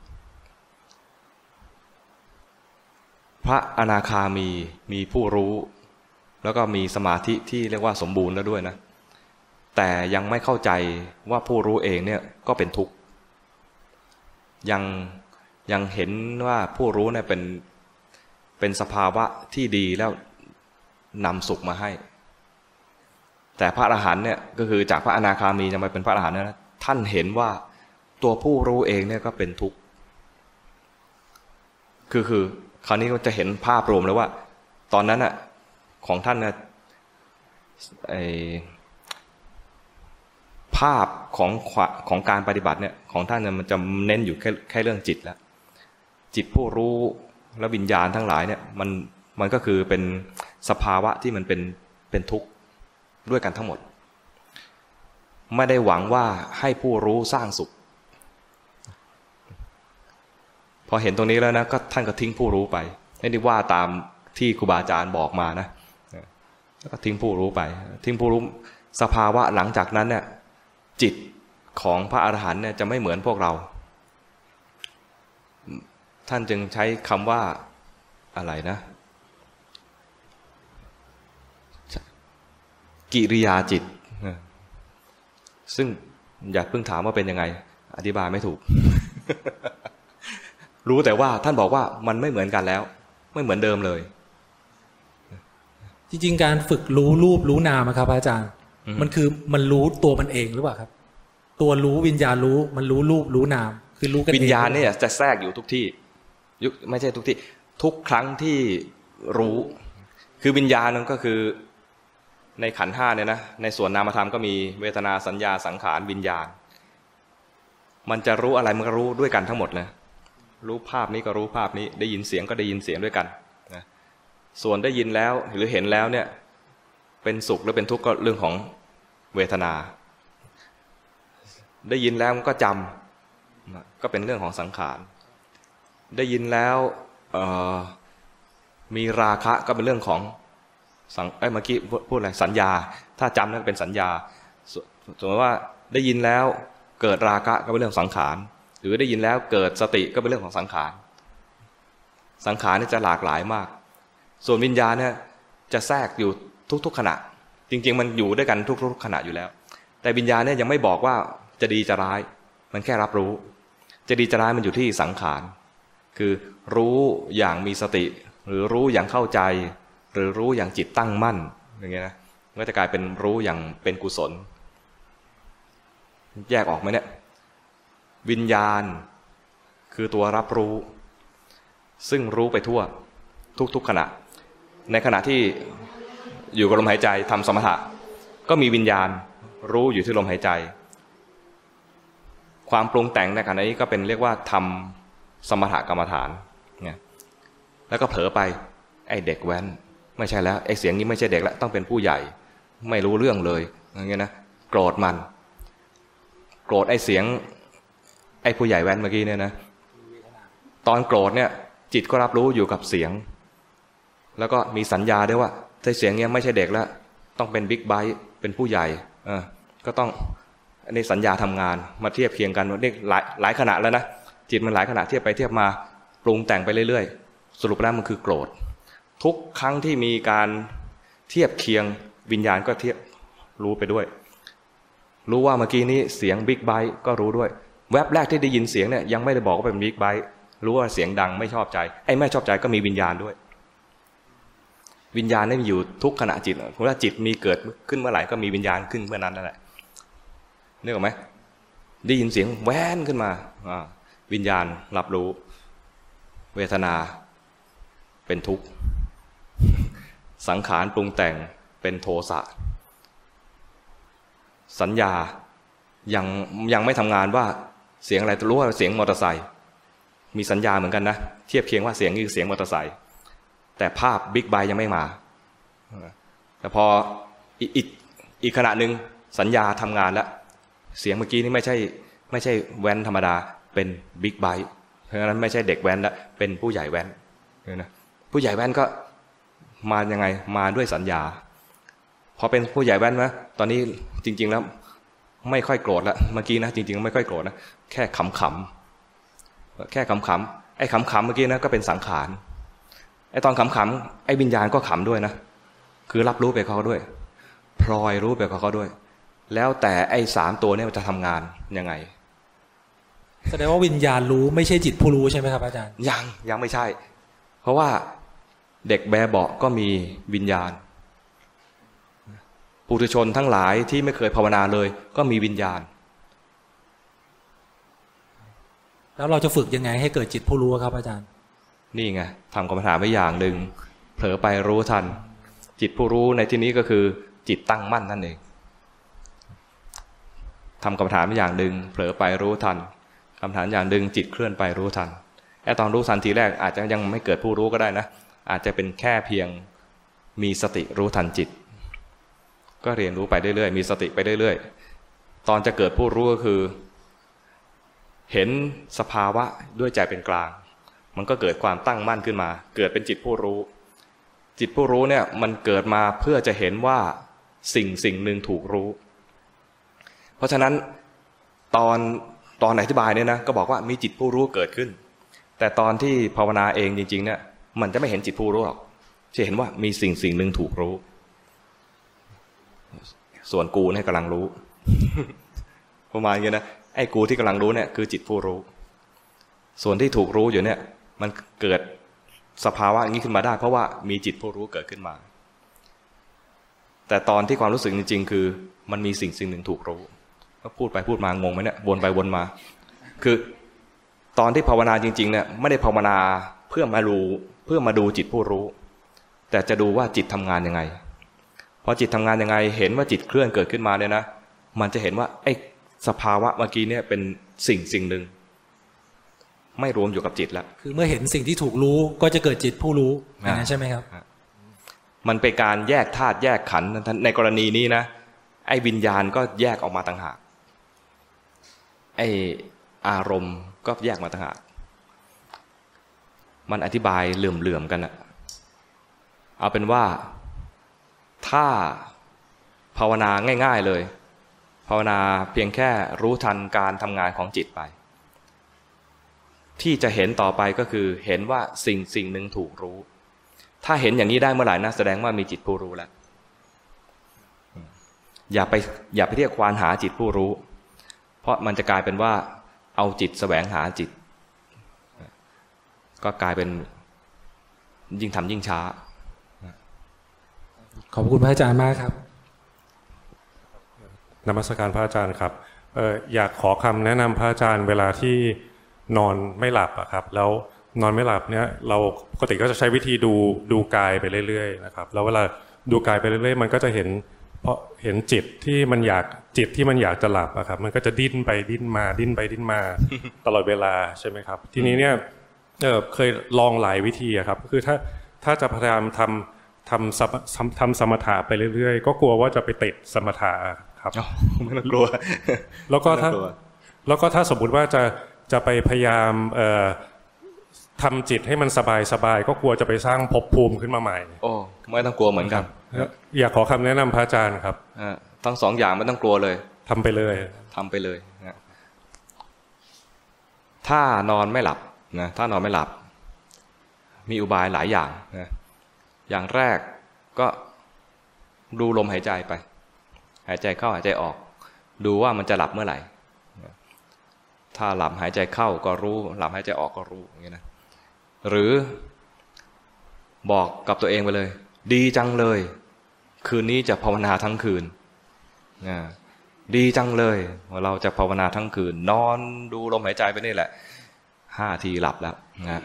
พระอนาคามีมีผู้รู้แล้วก็มีสมาธิที่เรียกว่าสมบูรณ์แล้วด้วยนะแต่ยังไม่เข้าใจว่าผู้รู้เองเนี่ยก็เป็นทุกข์ยังยังเห็นว่าผู้รู้เนี่ยเป็นเป็นสภาวะที่ดีแล้วนำสุขมาให้แต่พระอรหันต์เนี่ยก็คือจากพระอนาคามีจะมาเป็นพระอรหันต์นะท่านเห็นว่าตัวผู้รู้เองเนี่ยก็เป็นทุกข์คือคือคราวนี้ก็จะเห็นภาพรวมแล้วว่าตอนนั้นน่ะของท่านน่ะไอภาพของของการปฏิบัติเนี่ยของท่านเนี่ยมันจะเน้นอยู่แค่แค่เรื่องจิตแล้วจิตผู้รู้และวิญญาณทั้งหลายเนี่ยมันมันก็คือเป็นสภาวะที่มันเป็นเป็นทุกข์ด้วยกันทั้งหมดไม่ได้หวังว่าให้ผู้รู้สร้างสุขพอเห็นตรงนี้แล้วนะก็ท่านก็ทิ้งผู้รู้ไปไม่ได้ว่าตามที่ครูบาอาจารย์บอกมานะแล้วก็ทิ้งผู้รู้ไปทิ้งผู้รู้สภาวะหลังจากนั้นเนี่ยจิตของพระอรหันต์เนี่ยจะไม่เหมือนพวกเราท่านจึงใช้คำว่าอะไรนะกิริยาจิตซึ่งอย่าเพิ่งถามว่าเป็นยังไงอธิบายไม่ถูก รู้แต่ว่าท่านบอกว่ามันไม่เหมือนกันแล้วไม่เหมือนเดิมเลยจริงๆการฝึกรู้รูปรู้นามครับอาจารย์มันคือมันรู้ตัวมันเองหรือเปล่าครับตัวรู้วิญญาณรู้มันรู้รูปรู้นามคือรู้กันเองวิญญาณเนี่ยจะแทรกอยู่ทุกที่ไม่ใช่ทุกที่ทุกครั้งที่รู้คือวิญญาณนั่นก็คือในขันธ์ห้าเนี่ยนะในส่วนนามธรรมก็มีเวทนาสัญญาสังขารวิญญาณมันจะรู้อะไรมันก็รู้ด้วยกันทั้งหมดเลยรู้ภาพนี้ก็รู้ภาพนี้ได้ยินเสียงก็ได้ยินเสียงด้วยกันนะส่วนได้ยินแล้วหรือเห็นแล้วเนี่ยเป็นสุขหรือเป็นทุกข์ก็เรื่องของเวทนาได้ยินแล้วมันก็จำก็เป็นเรื่องของสังขารได้ยินแล้วมีราคะก็เป็นเรื่องของสังเอ้ยเมื่อกี้พูดอะไรสัญญาถ้าจำนั่นเป็นสัญญาสมมติว่าได้ยินแล้วเกิดราคะก็เป็นเรื่องสังขารหรือได้ยินแล้วเกิดสติก็เป็นเรื่องของสังขารสังขารนี่จะหลากหลายมากส่วนวิญญาณเนี่ยจะแทรกอยู่ทุกๆขณะจริงๆมันอยู่ด้วยกันทุกๆขณะอยู่แล้วแต่วิญญาณเนี่ยยังไม่บอกว่าจะดีจะร้ายมันแค่รับรู้จะดีจะร้ายมันอยู่ที่สังขารคือรู้อย่างมีสติหรือรู้อย่างเข้าใจหรือรู้อย่างจิตตั้งมั่นอย่างเงี้ยนะก็จะกลายเป็นรู้อย่างเป็นกุศลแยกออกไหมเนี่ยวิญญาณคือตัวรับรู้ซึ่งรู้ไปทั่วทุกๆขณะในขณะที่อยู่กับลมหายใจทำสมถะก็มีวิญญาณรู้อยู่ที่ลมหายใจความปรุงแต่งในขณะนี้ก็เป็นเรียกว่าทำสมถะกรรมฐานเนี่ยแล้วก็เผลอไปไอ้เด็กแว้นไม่ใช่แล้วไอ้เสียงนี้ไม่ใช่เด็กแล้วต้องเป็นผู้ใหญ่ไม่รู้เรื่องเลยอย่างเงี้ยนะโกรธมันโกรธไอ้เสียงไอ้ผู้ใหญ่แว้นเมื่อกี้เนี่ยนะตอนโกรธเนี่ยจิตก็รับรู้อยู่กับเสียงแล้วก็มีสัญญาด้วยว่าถ้าเสียงเนี้ยไม่ใช่เด็กแล้วต้องเป็นบิ๊กไบค์เป็นผู้ใหญ่เออก็ต้องในสัญญาทำงานมาเทียบเคียงกันนี่หลายหลายขณะแล้วนะจิตมันหลายขณะเทียบไปเทียบมาปรุงแต่งไปเรื่อยๆสรุปแล้วมันคือโกรธทุกครั้งที่มีการเทียบเคียงวิญญาณก็เทียบรู้ไปด้วยรู้ว่าเมื่อกี้นี้เสียงบิ๊กไบค์ก็รู้ด้วยแวบแรกที่ได้ยินเสียงเนี่ยยังไม่ได้บอกว่าเป็นบิ๊กไบค์รู้ว่าเสียงดังไม่ชอบใจไอ้ไม่ชอบใจก็มีวิญญาณด้วยวิญญาณนี่มีอยู่ทุกขณะจิตเพราะว่าจิตมีเกิดขึ้นเมื่อไหร่ก็มีวิญญาณขึ้นเมื่อนั้นนั่นแหละนึกออกไหมได้ยินเสียงแว่นขึ้นมาวิญญาณรับรู้เวทนาเป็นทุกข์สังขารปรุงแต่งเป็นโทสะสัญญายังยังไม่ทำงานว่าเสียงอะไรรู้ว่าเสียงมอเตอร์ไซค์มีสัญญาเหมือนกันนะเทียบเคียงว่าเสียงนี้คือเสียงมอเตอร์ไซค์แต่ภาพบิ๊กไบค์ยังไม่มาแต่พออีกอีกขณะหนึ่งสัญญาทำงานแล้วเสียงเมื่อกี้นี่ไม่ใช่ไม่ใช่แว้นธรรมดาเป็นบิ๊กไบค์เพราะฉะนั้นไม่ใช่เด็กแว้นแล้วเป็นผู้ใหญ่แว้นนะผู้ใหญ่แว้นก็มายังไงมาด้วยสัญญาพอเป็นผู้ใหญ่แว้นนะตอนนี้จริงๆแล้วไม่ค่อยโกรธแล้วเมื่อกี้นะจริงๆไม่ค่อยโกรธนะแค่ขำๆแค่ขำๆไอ้ขำๆเมื่อกี้นะก็เป็นสังขารไอ้ตอนขำๆไอ้วิญญาณก็ขำด้วยนะคือรับรู้ไปเขาด้วยพลอยรู้ไปเขาด้วยแล้วแต่ไอ้สามตัวนี้มันจะทำงานยังไงแสดงว่าวิญญาณรู้ไม่ใช่จิตผู้รู้ใช่ไหมครับอาจารย์ยังยังไม่ใช่เพราะว่าเด็กแบเบาะก็มีวิญญาณปุถุชนทั้งหลายที่ไม่เคยภาวนาเลยก็มีวิญญาณแล้วเราจะฝึกยังไงให้เกิดจิตผู้รู้ครับอาจารย์นี่ไงทำกรรมฐานไว้อย่างหนึ่งเผลอไปรู้ทันจิตผู้รู้ในที่นี้ก็คือจิตตั้งมั่นนั่นเองทำกรรมฐานไว้อย่างหนึ่งเผลอไปรู้ทันกรรมฐานอย่างหนึ่งจิตเคลื่อนไปรู้ทันไอ้ตอนรู้ทันทีแรกอาจจะยังไม่เกิดผู้รู้ก็ได้นะอาจจะเป็นแค่เพียงมีสติรู้ทันจิตก็เรียนรู้ไปเรื่อยๆมีสติไปเรื่อยๆตอนจะเกิดผู้รู้ก็คือเห็นสภาวะด้วยใจเป็นกลางมันก็เกิดความตั้งมั่นขึ้นมาเกิดเป็นจิตผู้รู้จิตผู้รู้เนี่ยมันเกิดมาเพื่อจะเห็นว่าสิ่งสิ่งหนึ่งถูกรู้เพราะฉะนั้นตอนตอนอธิบายเนี่ยนะก็บอกว่ามีจิตผู้รู้เกิดขึ้นแต่ตอนที่ภาวนาเองจริงๆเนี่ยมันจะไม่เห็นจิตผู้รู้หรอกจะเห็นว่ามีสิ่งสิ่งหนึ่งถูกรู้ส่วนกูเนี่ยกำลังรู้ประมาณนี้นะไอ้กูที่กำลังรู้เนี่ยคือจิตผู้รู้ส่วนที่ถูกรู้อยู่เนี่ยมันเกิดสภาวะอย่างนี้ขึ้นมาได้เพราะว่ามีจิตผู้รู้เกิดขึ้นมาแต่ตอนที่ความรู้สึกจริงๆคือมันมีสิ่งสิ่งหนึ่งถูกรู้ก็พูดไปพูดมางงไหมเนี่ยวนไปวนมาคือตอนที่ภาวนาจริงๆเนี่ยไม่ได้ภาวนาเพื่อมาดูเพื่อมาดูจิตผู้รู้แต่จะดูว่าจิตทำงานยังไงพอจิตทำงานยังไงเห็นว่าจิตเคลื่อนเกิดขึ้นมาเนี่ยนะมันจะเห็นว่าไอ้สภาวะเมื่อกี้เนี่ยเป็นสิ่งสิ่งหนึ่งไม่รวมอยู่กับจิตแล้วคือเมื่อเห็นสิ่งที่ถูกรู้ก็จะเกิดจิตผู้รู้อย่างนั้นใช่ไหมครับมันเป็นการแยกธาตุแยกขันธ์ในกรณีนี้นะไอ้วิญญาณก็แยกออกมาต่างหากไอ้อารมณ์ก็แยกมาต่างหากมันอธิบายเหลื่อมๆกันอะเอาเป็นว่าถ้าภาวนาง่ายๆเลยภาวนาเพียงแค่รู้ทันการทำงานของจิตไปที่จะเห็นต่อไปก็คือเห็นว่าสิ่งสิ่งหนึ่งถูกรู้ถ้าเห็นอย่างนี้ได้เมื่อไหร่นะแสดงว่ามีจิตผู้รู้แล้วอย่าไปอย่าไปเรียกควานหาจิตผู้รู้เพราะมันจะกลายเป็นว่าเอาจิตแสวงหาจิตก็กลายเป็นยิ่งทำยิ่งช้าขอบคุณพระอาจารย์มากครับนมัสการพระอาจารย์ครับเอ่ออยากขอคำแนะนำพระอาจารย์เวลาที่นอนไม่หลับอะครับแล้วนอนไม่หลับเนี่ยเราปกติก็จะใช้วิธีดูดูกายไปเรื่อยๆนะครับแล้วเวลาดูกายไปเรื่อยๆมันก็จะเห็นเพราะเห็นจิตที่มันอยากจิตที่มันอยากจะหลับอะครับมันก็จะดิ้นไปดิ้นมาดิ้นไปดิ้นมา ตลอดเวลาใช่ไหมครับทีนี้เนี่ยเออเคยลองหลายวิธีอะครับคือถ้าถ้าจะพยายามทำทำทำทำสมถะไปเรื่อยๆก็กลัวว่าจะไปติดสมถะครับไม่ต้องกลัวแล้วก็ถ้าแล้วก็ถ้าสมมุติว่าจะจะไปพยายามเอ่อทำจิตให้มันสบายสบายก็กลัวจะไปสร้างภพภูมิขึ้นมาใหม่โอ้ไม่ต้องกลัวเหมือนกันอยากขอคำแนะนำพระอาจารย์ครับทั้งสองอย่างไม่ต้องกลัวเลยทำไปเลยทำไปเลยนะถ้านอนไม่หลับนะถ้านอนไม่หลับมีอุบายหลายอย่างนะอย่างแรกก็ดูลมหายใจไปหายใจเข้าหายใจออกดูว่ามันจะหลับเมื่อไหร่ถ้าหลับหายใจเข้าก็รู้หลับหายใจออกก็รู้อย่างนี้นะหรือบอกกับตัวเองไปเลยดีจังเลยคืนนี้จะภาวนาทั้งคืนนะดีจังเลยเราจะภาวนาทั้งคืนนอนดูลมหายใจไปนี่แหละห้าทีหลับแล้วนะ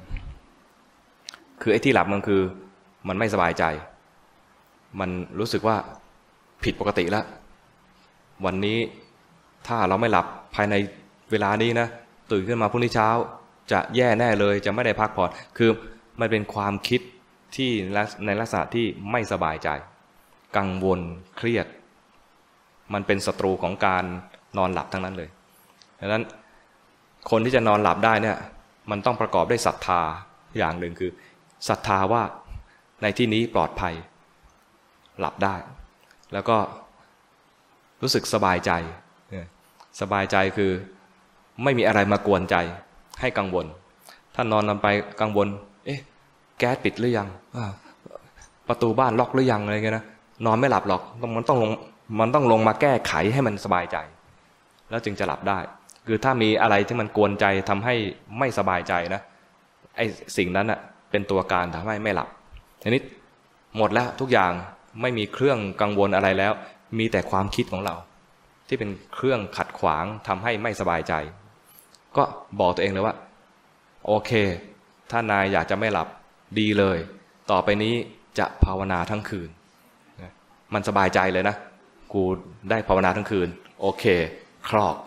คือไอ้ที่หลับมันคือมันไม่สบายใจมันรู้สึกว่าผิดปกติแล้ววันนี้ถ้าเราไม่หลับภายในเวลานี้นะตื่นขึ้นมาพรุ่งนี้เช้าจะแย่แน่เลยจะไม่ได้พักผ่อนคือมันเป็นความคิดที่ในลักษณะที่ไม่สบายใจกังวลเครียดมันเป็นศัตรูของการนอนหลับทั้งนั้นเลยดังนั้นคนที่จะนอนหลับได้เนี่ยมันต้องประกอบด้วยศรัทธาอย่างหนึ่งคือศรัทธาว่าในที่นี้ปลอดภัยหลับได้แล้วก็รู้สึกสบายใจสบายใจคือไม่มีอะไรมากวนใจให้กังวลถ้านอนลงไปกังวลเอ๊ะแก๊สปิดหรือยังประตูบ้านล็อกหรือยังอะไรเงี้ยนะนอนไม่หลับหรอกมันต้องลงมันต้องลงมาแก้ไขให้มันสบายใจแล้วจึงจะหลับได้คือถ้ามีอะไรที่มันกวนใจทำให้ไม่สบายใจนะไอ้สิ่งนั้นอ่ะเป็นตัวการทำให้ไม่หลับทีนี้หมดแล้วทุกอย่างไม่มีเครื่องกังวลอะไรแล้วมีแต่ความคิดของเราที่เป็นเครื่องขัดขวางทำให้ไม่สบายใจก็บอกตัวเองเลยว่าโอเคถ้านายอยากจะไม่หลับดีเลยต่อไปนี้จะภาวนาทั้งคืนมันสบายใจเลยนะกูได้ภาวนาทั้งคืนโอเคครอบ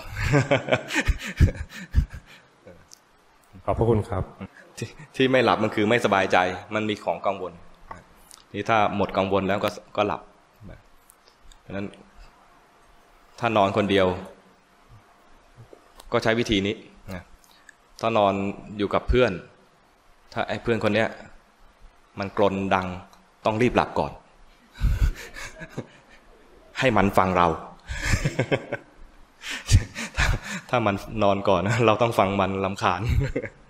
ขอบพระคุณครับท, ที่ไม่หลับมันคือไม่สบายใจมันมีของกังวลนี่ถ้าหมดกังวลแล้วก็ก็หลับดังนั้นถ้านอนคนเดียวก็ใช้วิธีนี้นะถ้านอนอยู่กับเพื่อนถ้าไอ้เพื่อนคนเนี้ยมันกรนดังต้องรีบหลับก่อน ให้มันฟังเรา ถ้า, ถ้ามันนอนก่อนเราต้องฟังมันรำคาญ